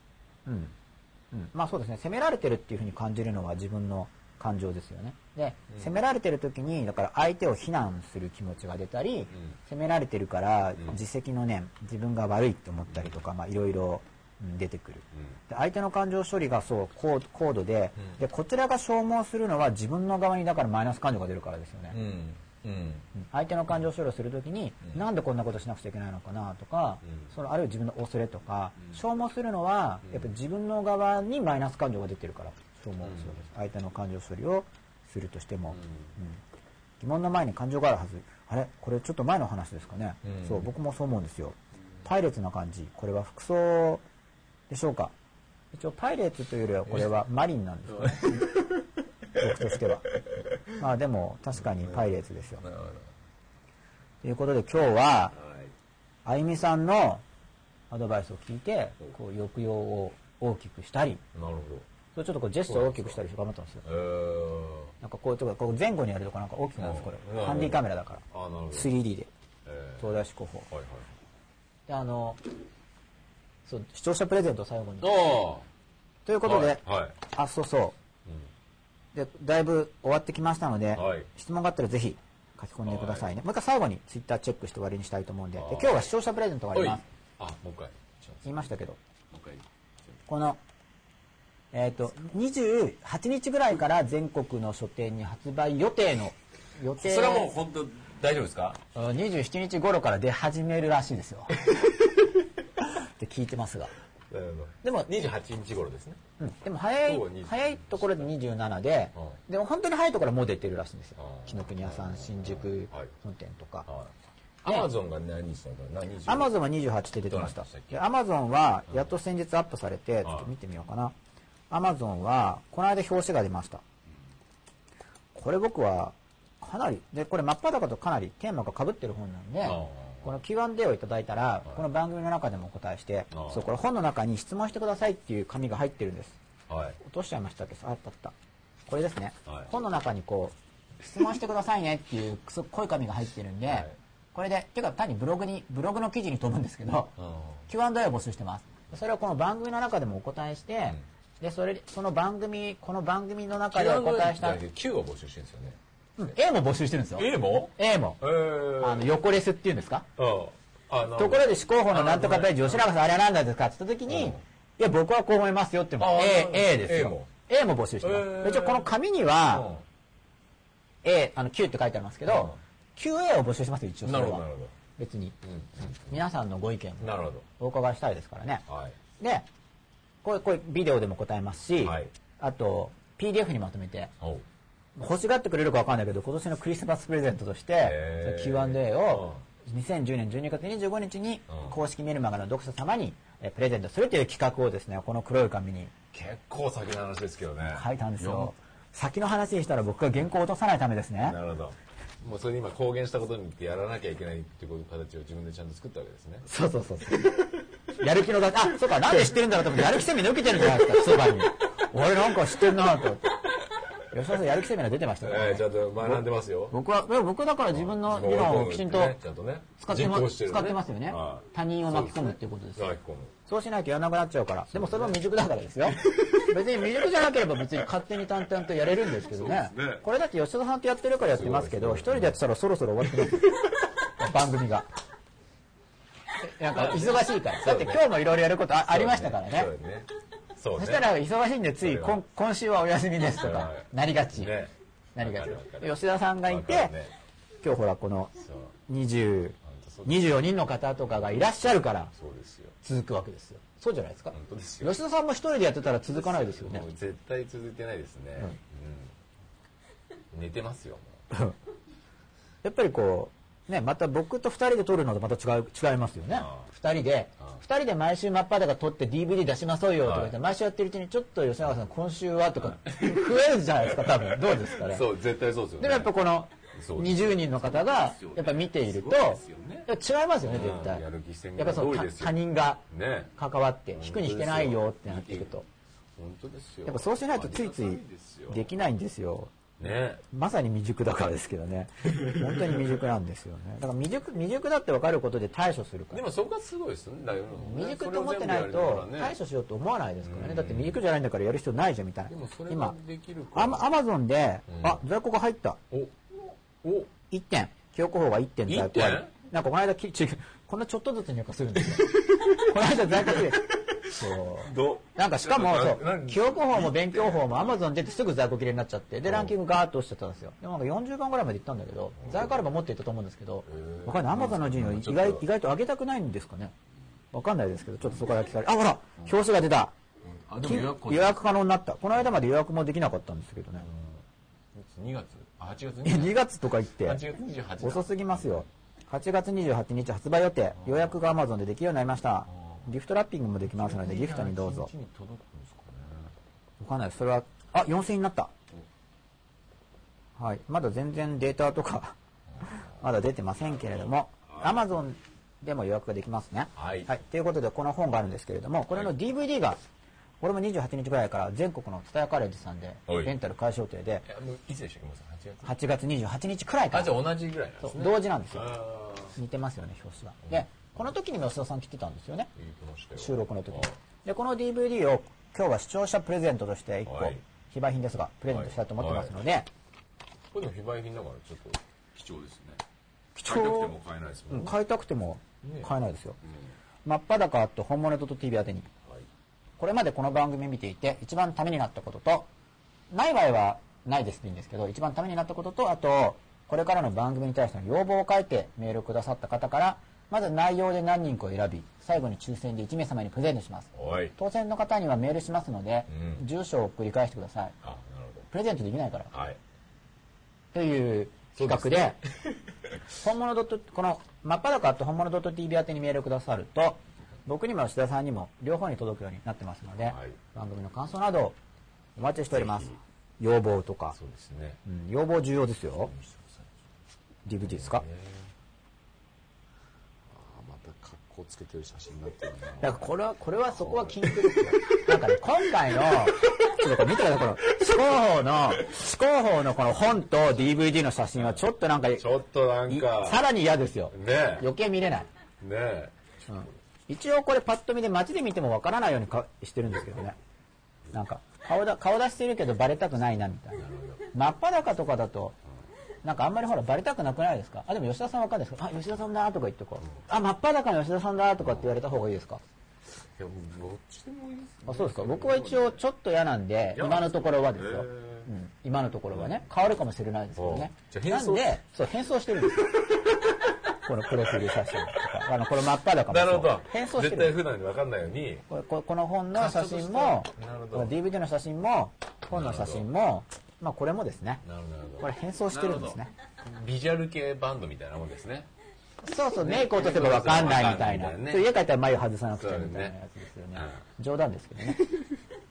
まあそうですね。責められてるっていうふうに感じるのは自分の感情ですよね。で、責められてる時にだから相手を非難する気持ちが出たり、責められてるから自責の念、自分が悪いって思ったりとか、まあいろいろ出てくる。で相手の感情処理がそう高度で、こちらが消耗するのは自分の側にだからマイナス感情が出るからですよね。相手の感情処理をするときに、なんでこんなことしなくちゃいけないのかなとか、そのあるいは自分の恐れとか、消耗するのはやっぱり自分の側にマイナス感情が出てるから消耗そうです。相手の感情処理をするとしても、疑問の前に感情があるはず。あれこれちょっと前の話ですかね。そう僕もそう思うんですよ。パイレーツな感じ。これは服装でしょうか。一応パイレーツというよりはこれはマリンなんですね。僕としては。まあでも確かにパイレーツですよ。ということで今日はあゆみさんのアドバイスを聞いてこう抑揚を大きくしたり、 なるほど。 それちょっとこうジェスチャーを大きくしたりして頑張ったんですよ。なんかこうちょっとこう前後にやるとかなんか大きくなるんですこれ。ハンディカメラだから。3D で東大志向法。でそう視聴者プレゼントを最後に。ということで、あそうそう。でだいぶ終わってきましたので、質問があったらぜひ書き込んでくださいね。もう一回最後にツイッターチェックして終わりにしたいと思うんで、今日は視聴者プレゼントがあります。 もう一回言いましたけど、この28日ぐらいから全国の書店に発売予定それはもう本当大丈夫ですか ？27日頃から出始めるらしいですよ。って聞いてますが。 でも28日頃ですね。 でも早いところで27で、でも本当に早いところはもう出てるらしいんですよ。紀ノ国屋さん、新宿本店とか。 アマゾンが何日だった？ アマゾンは28って出てました。アマゾンはやっと先日アップされて、ちょっと見てみようかな。アマゾンはこの間表紙が出ました。これ僕はかなりでこれ真っ裸とかなりテーマが被ってる本なんで。この Q&A をいただいたら、この番組の中でもお答えして、そうこれ本の中に質問してくださいっていう紙が入ってるんです。落としちゃいましたっけ？あった。これですね。本の中にこう質問してくださいねっていう濃い紙が入ってるんで、これでっていうか単にブログの記事に飛ぶんですけど、Q&A を募集してます。それをこの番組の中でもお答えして、でこの番組の中でお答えした Q を募集してるんですよね。 A も募集してるんですよ。A も横レスっていうんですか。ところで思考法のなんとかページ吉永さんあれは何なんですかって言った時に、いや僕はこう思いますよっていうのも A ですよ。A も募集してます。一応この紙には Q って書いてありますけど QA を募集しますよ一応それは。別に皆さんのご意見をお伺いしたいですからね。でこれビデオでも答えますし、あと PDF にまとめて。欲しがってくれるか分かんないけど今年のクリスマスプレゼントとして Q&A を2010年12月25日に公式メルマガの読者様にプレゼントするという企画をですねこの黒い紙に結構先の話ですけどね。 書いたんですよ。先の話にしたら僕が原稿を落とさないためですね。 なるほど。もうそれで今公言したことによってやらなきゃいけないっていう形を自分でちゃんと作ったわけですね。 そう。やる気のあ、そうか、なんで知ってるんだろうと思って、やる気セミナー受けてるじゃないですか、そばに。俺なんか知ってんなと思って。吉田さんやる気セミナー出てましたからね。 ちゃんと学んでますよ。 僕だから自分の理論をきちんと使ってますよね。他人を巻き込むっていうことです。そうしないとやらなくなっちゃうから。でもそれは未熟だからですよ。別に未熟じゃなければ別に勝手に淡々とやれるんですけどね。これだって吉田さんとやってるからやってますけど、一人でやってたらそろそろ終わってます。番組が。なんか忙しいから。だって今日もいろいろやることありましたからね。そしたら忙しいんでつい今週はお休みですとかなりがち。吉田さんがいて、今日ほらこの24人の方とかがいらっしゃるから続くわけですよ。そうじゃないですか。吉田さんも一人でやってたら続かないですよね。 絶対続いてないですね。寝てますよ。 やっぱりこうね、また僕と2人で撮るのとまた違いますよね。2人で毎週真っ裸撮って DVD 出しましょうよとか言って、毎週やってるうちにちょっと吉永さん今週はとか増えるじゃないですか、多分。どうですかね。 そう、絶対そうですよね。 でもやっぱこの20人の方がやっぱ見ていると違いますよね、絶対。やっぱその他人が関わって引くに引けないよってなってくると、やっぱそうしないとついついできないんですよ。まさに未熟だからですけどね。本当に未熟なんですよね。だから未熟だって分かることで対処するから。 でもそこがすごいですね。 未熟と思ってないと対処しようと思わないですからね。だって未熟じゃないんだからやる必要ないじゃんみたいな。今アマゾンで在庫が入った。1点記憶法が1点在庫ある。なんかこの間こんなちょっとずつ入荷するんですよ。この間在庫で。なんかしかも記憶法も勉強法も Amazon 出てすぐ在庫切れになっちゃって、でランキングガーッと落ちちゃったんですよ。でもなんか40番ぐらいまで行ったんだけど、在庫あれば持っていったと思うんですけど、わかんない。 Amazon の順位を意外と上げたくないんですかね。わかんないですけど、ちょっとそこから聞かれて、ほら表紙が出た。予約可能になった。この間まで予約もできなかったんですけどね。2月とか言って遅すぎますよ。8月28日発売予定。予約が Amazon でできるようになりました。ギフトラッピングもできますのでギフトにどうぞ。わかんない。それは4000円になった。はい。まだ全然データとかまだ出てませんけれども、Amazon でも予約ができますね。はい。ということでこの本があるんですけれども、これの DVD がこれも28日ぐらいから全国の蔦屋カレッジさんでレンタル開始予定で、 いつでしたっけ ？8月28日くらいから。 じゃあ同じぐらいなんですね。 同時なんですよ。似てますよね、表紙が。でこの時にも吉田さん来てたんですよね、収録の時に。でこの DVD を今日は視聴者プレゼントとして1個非売品ですがプレゼントしたいと思ってますので、 これでも非売品だからちょっと貴重ですね。 貴重。買いたくても買えないですもんね。買いたくても買えないですよ。真っ裸と本物.tv 宛てに、これまでこの番組見ていて一番ためになったことと、ない場合はないですっていいんですけど、一番ためになったことと、あとこれからの番組に対しての要望を書いてメールくださった方から、まず内容で何人かを選び、最後に抽選で1名様にプレゼントします。当選の方にはメールしますので、住所を繰り返してください。プレゼントできないから、という企画で本物この真っ裸と本物.tv 宛てにメールくださると、僕にも吉田さんにも両方に届くようになってますので、番組の感想などお待ちしております。要望とか。 そうですね。 要望重要ですよ。DVD ですか？ また格好つけてる写真になってるな。 だからこれはそこは禁句ですよ。なんかね、今回のちょっと見てください、この四広報のこの本と DVD の写真はちょっとなんかさらに嫌ですよ。余計見れない。一応これパッと見で街で見てもわからないようにしてるんですけどね。なんか顔出してるけどバレたくないなみたいな。真っ裸とかだとなんかあんまりほらバレたくなくないですか？でも吉田さんわかんないですか？吉田さんだとか言ってこう、真っ裸の吉田さんだとかって言われた方がいいですか？ いや、どっちでもいいですね。 そうですか。僕は一応ちょっと嫌なんで、今のところはですよ。今のところはね、変わるかもしれないですけどね。なんで変装してるんですよ。このプロフィール写真とか、これ真っ裸もなるほど。 変装してる。 絶対普段に分かんないように。 この本の写真も、DVD の写真も、本の写真も、これもですね。これ変装してるんですね。 ビジュアル系バンドみたいなもんですね。 そうそう、メイク落とせば分かんないみたいな。家帰ったら眉外さなくちゃみたいなやつですよね。冗談ですけどね。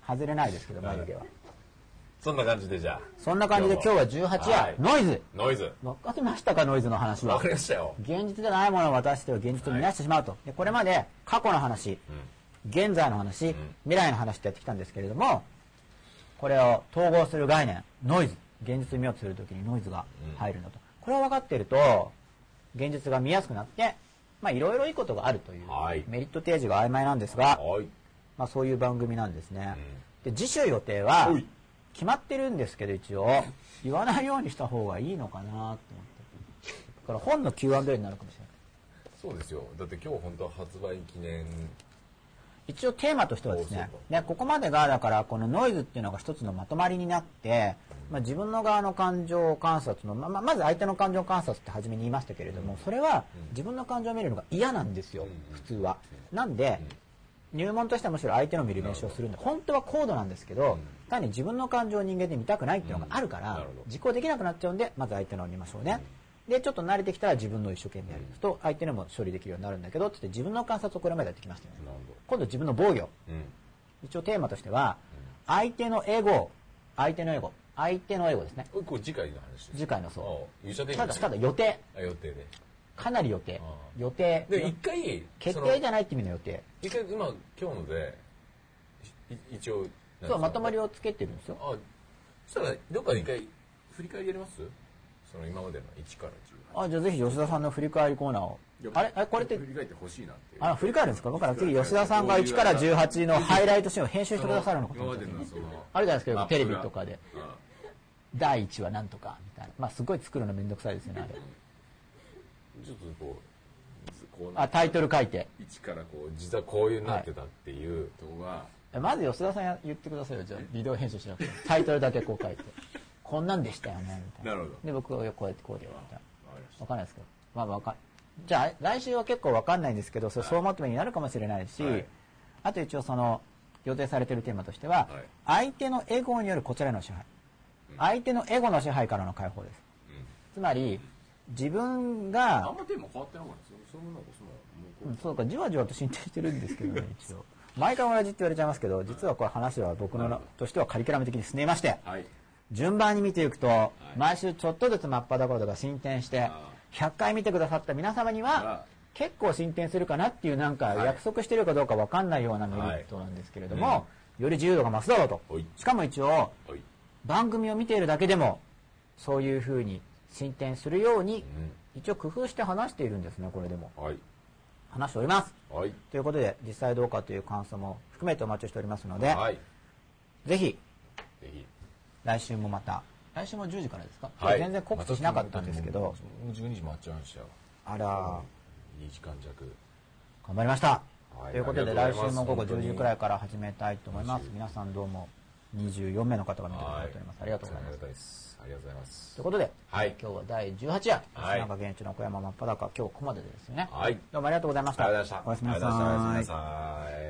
外れないですけど、眉毛は。 そんな感じでじゃあ。 そんな感じで今日は18夜、ノイズ。 ノイズ。 わかりましたか、ノイズの話は。 わかりましたよ。 現実でないものを私たちは現実を見出してしまうと。でこれまで過去の話、現在の話、未来の話ってやってきたんですけれども、これを統合する概念、ノイズ。現実に見ようとするときにノイズが入るんだと。これを分かっていると、現実が見やすくなって、いろいろいいことがあるという、メリット提示が曖昧なんですが、そういう番組なんですね。で次週予定は、決まってるんですけど、一応、言わないようにした方がいいのかなと思って。だから本の Q&A になるかもしれない。 そうですよ。だって今日本当は発売記念。 一応テーマとしてはですね、ここまでが、だからこのノイズっていうのが一つのまとまりになって、自分の側の感情観察の、まず相手の感情観察って初めに言いましたけれども、それは自分の感情を見るのが嫌なんですよ、普通は。なんで、入門としてはむしろ相手の見る練習をするんで、本当は高度なんですけど、単に自分の感情を人間で見たくないっていうのがあるから、実行できなくなっちゃうんで、まず相手のを見ましょうね。で、ちょっと慣れてきたら自分の一生懸命やると、相手のも処理できるようになるんだけど、って自分の観察をこれまでやってきましたよね。今度自分の防御。一応テーマとしては、相手のエゴですね。 これ次回の話です。 次回のそう。 ただ予定。 予定で。 かなり予定。予定。 で、一回、 決定じゃないって意味の予定。 一回、今日ので、一応、 そう、まとまりをつけてるんですよ。 そしたら、どっかで一回、振り返りやります？その今までの1から 10。じゃあぜひ吉田さんの振り返りコーナーを。これって振り返ってほしいなっていう。 振り返るんですか？だから次吉田さんが1から18のハイライトシーンを編集してくださるのかと思って。あるじゃないですか、テレビとかで。第1話なんとかみたいな。すごい作るのめんどくさいですよね、あれ。 ちょっとこう。タイトル書いて。 1から実はこういうなってたっていうとこが。 まず吉田さん言ってくださいよ。じゃあビデオ編集しなくて。タイトルだけ書いて。こんなんでしたよね、みたいな。 なるほど。 で、僕はこうやってこうでよ、みたいな。わかんないですけど。じゃあ、来週は結構わかんないんですけど、総まとめになるかもしれないし、あと一応予定されているテーマとしては、相手のエゴによるこちらへの支配。相手のエゴの支配からの解放です。つまり、自分が、 あんまテーマ変わってなかったですよ。 そうか、じわじわと進展してるんですけどね、一応。毎回同じって言われちゃいますけど、実はこれ話は僕のとしてはカリキュラム的に進めまして、順番に見ていくと、毎週ちょっとずつ真っ裸が進展して、100回見てくださった皆様には、結構進展するかなっていうなんか約束してるかどうか分かんないようなメリットなんですけれども、より自由度が増すだろうと。しかも一応、番組を見ているだけでも、そういうふうに進展するように、一応工夫して話しているんですね、これでも。話しております。ということで、実際どうかという感想も含めてお待ちしておりますので、ぜひ、来週もまた、来週も10時からですか？全然告知しなかったんですけど。 もう12時回っちゃいましたよ。 あら。 2時間弱。 頑張りました。ということで、来週も午後10時くらいから始めたいと思います。皆さんどうも24名の方が見てくださっております。ありがとうございます。 ありがとうございます。 ということで、今日は第18夜、吉永源一の小山真っ裸、今日ここまでですよね。どうもありがとうございました。 ありがとうございました。 おやすみなさい。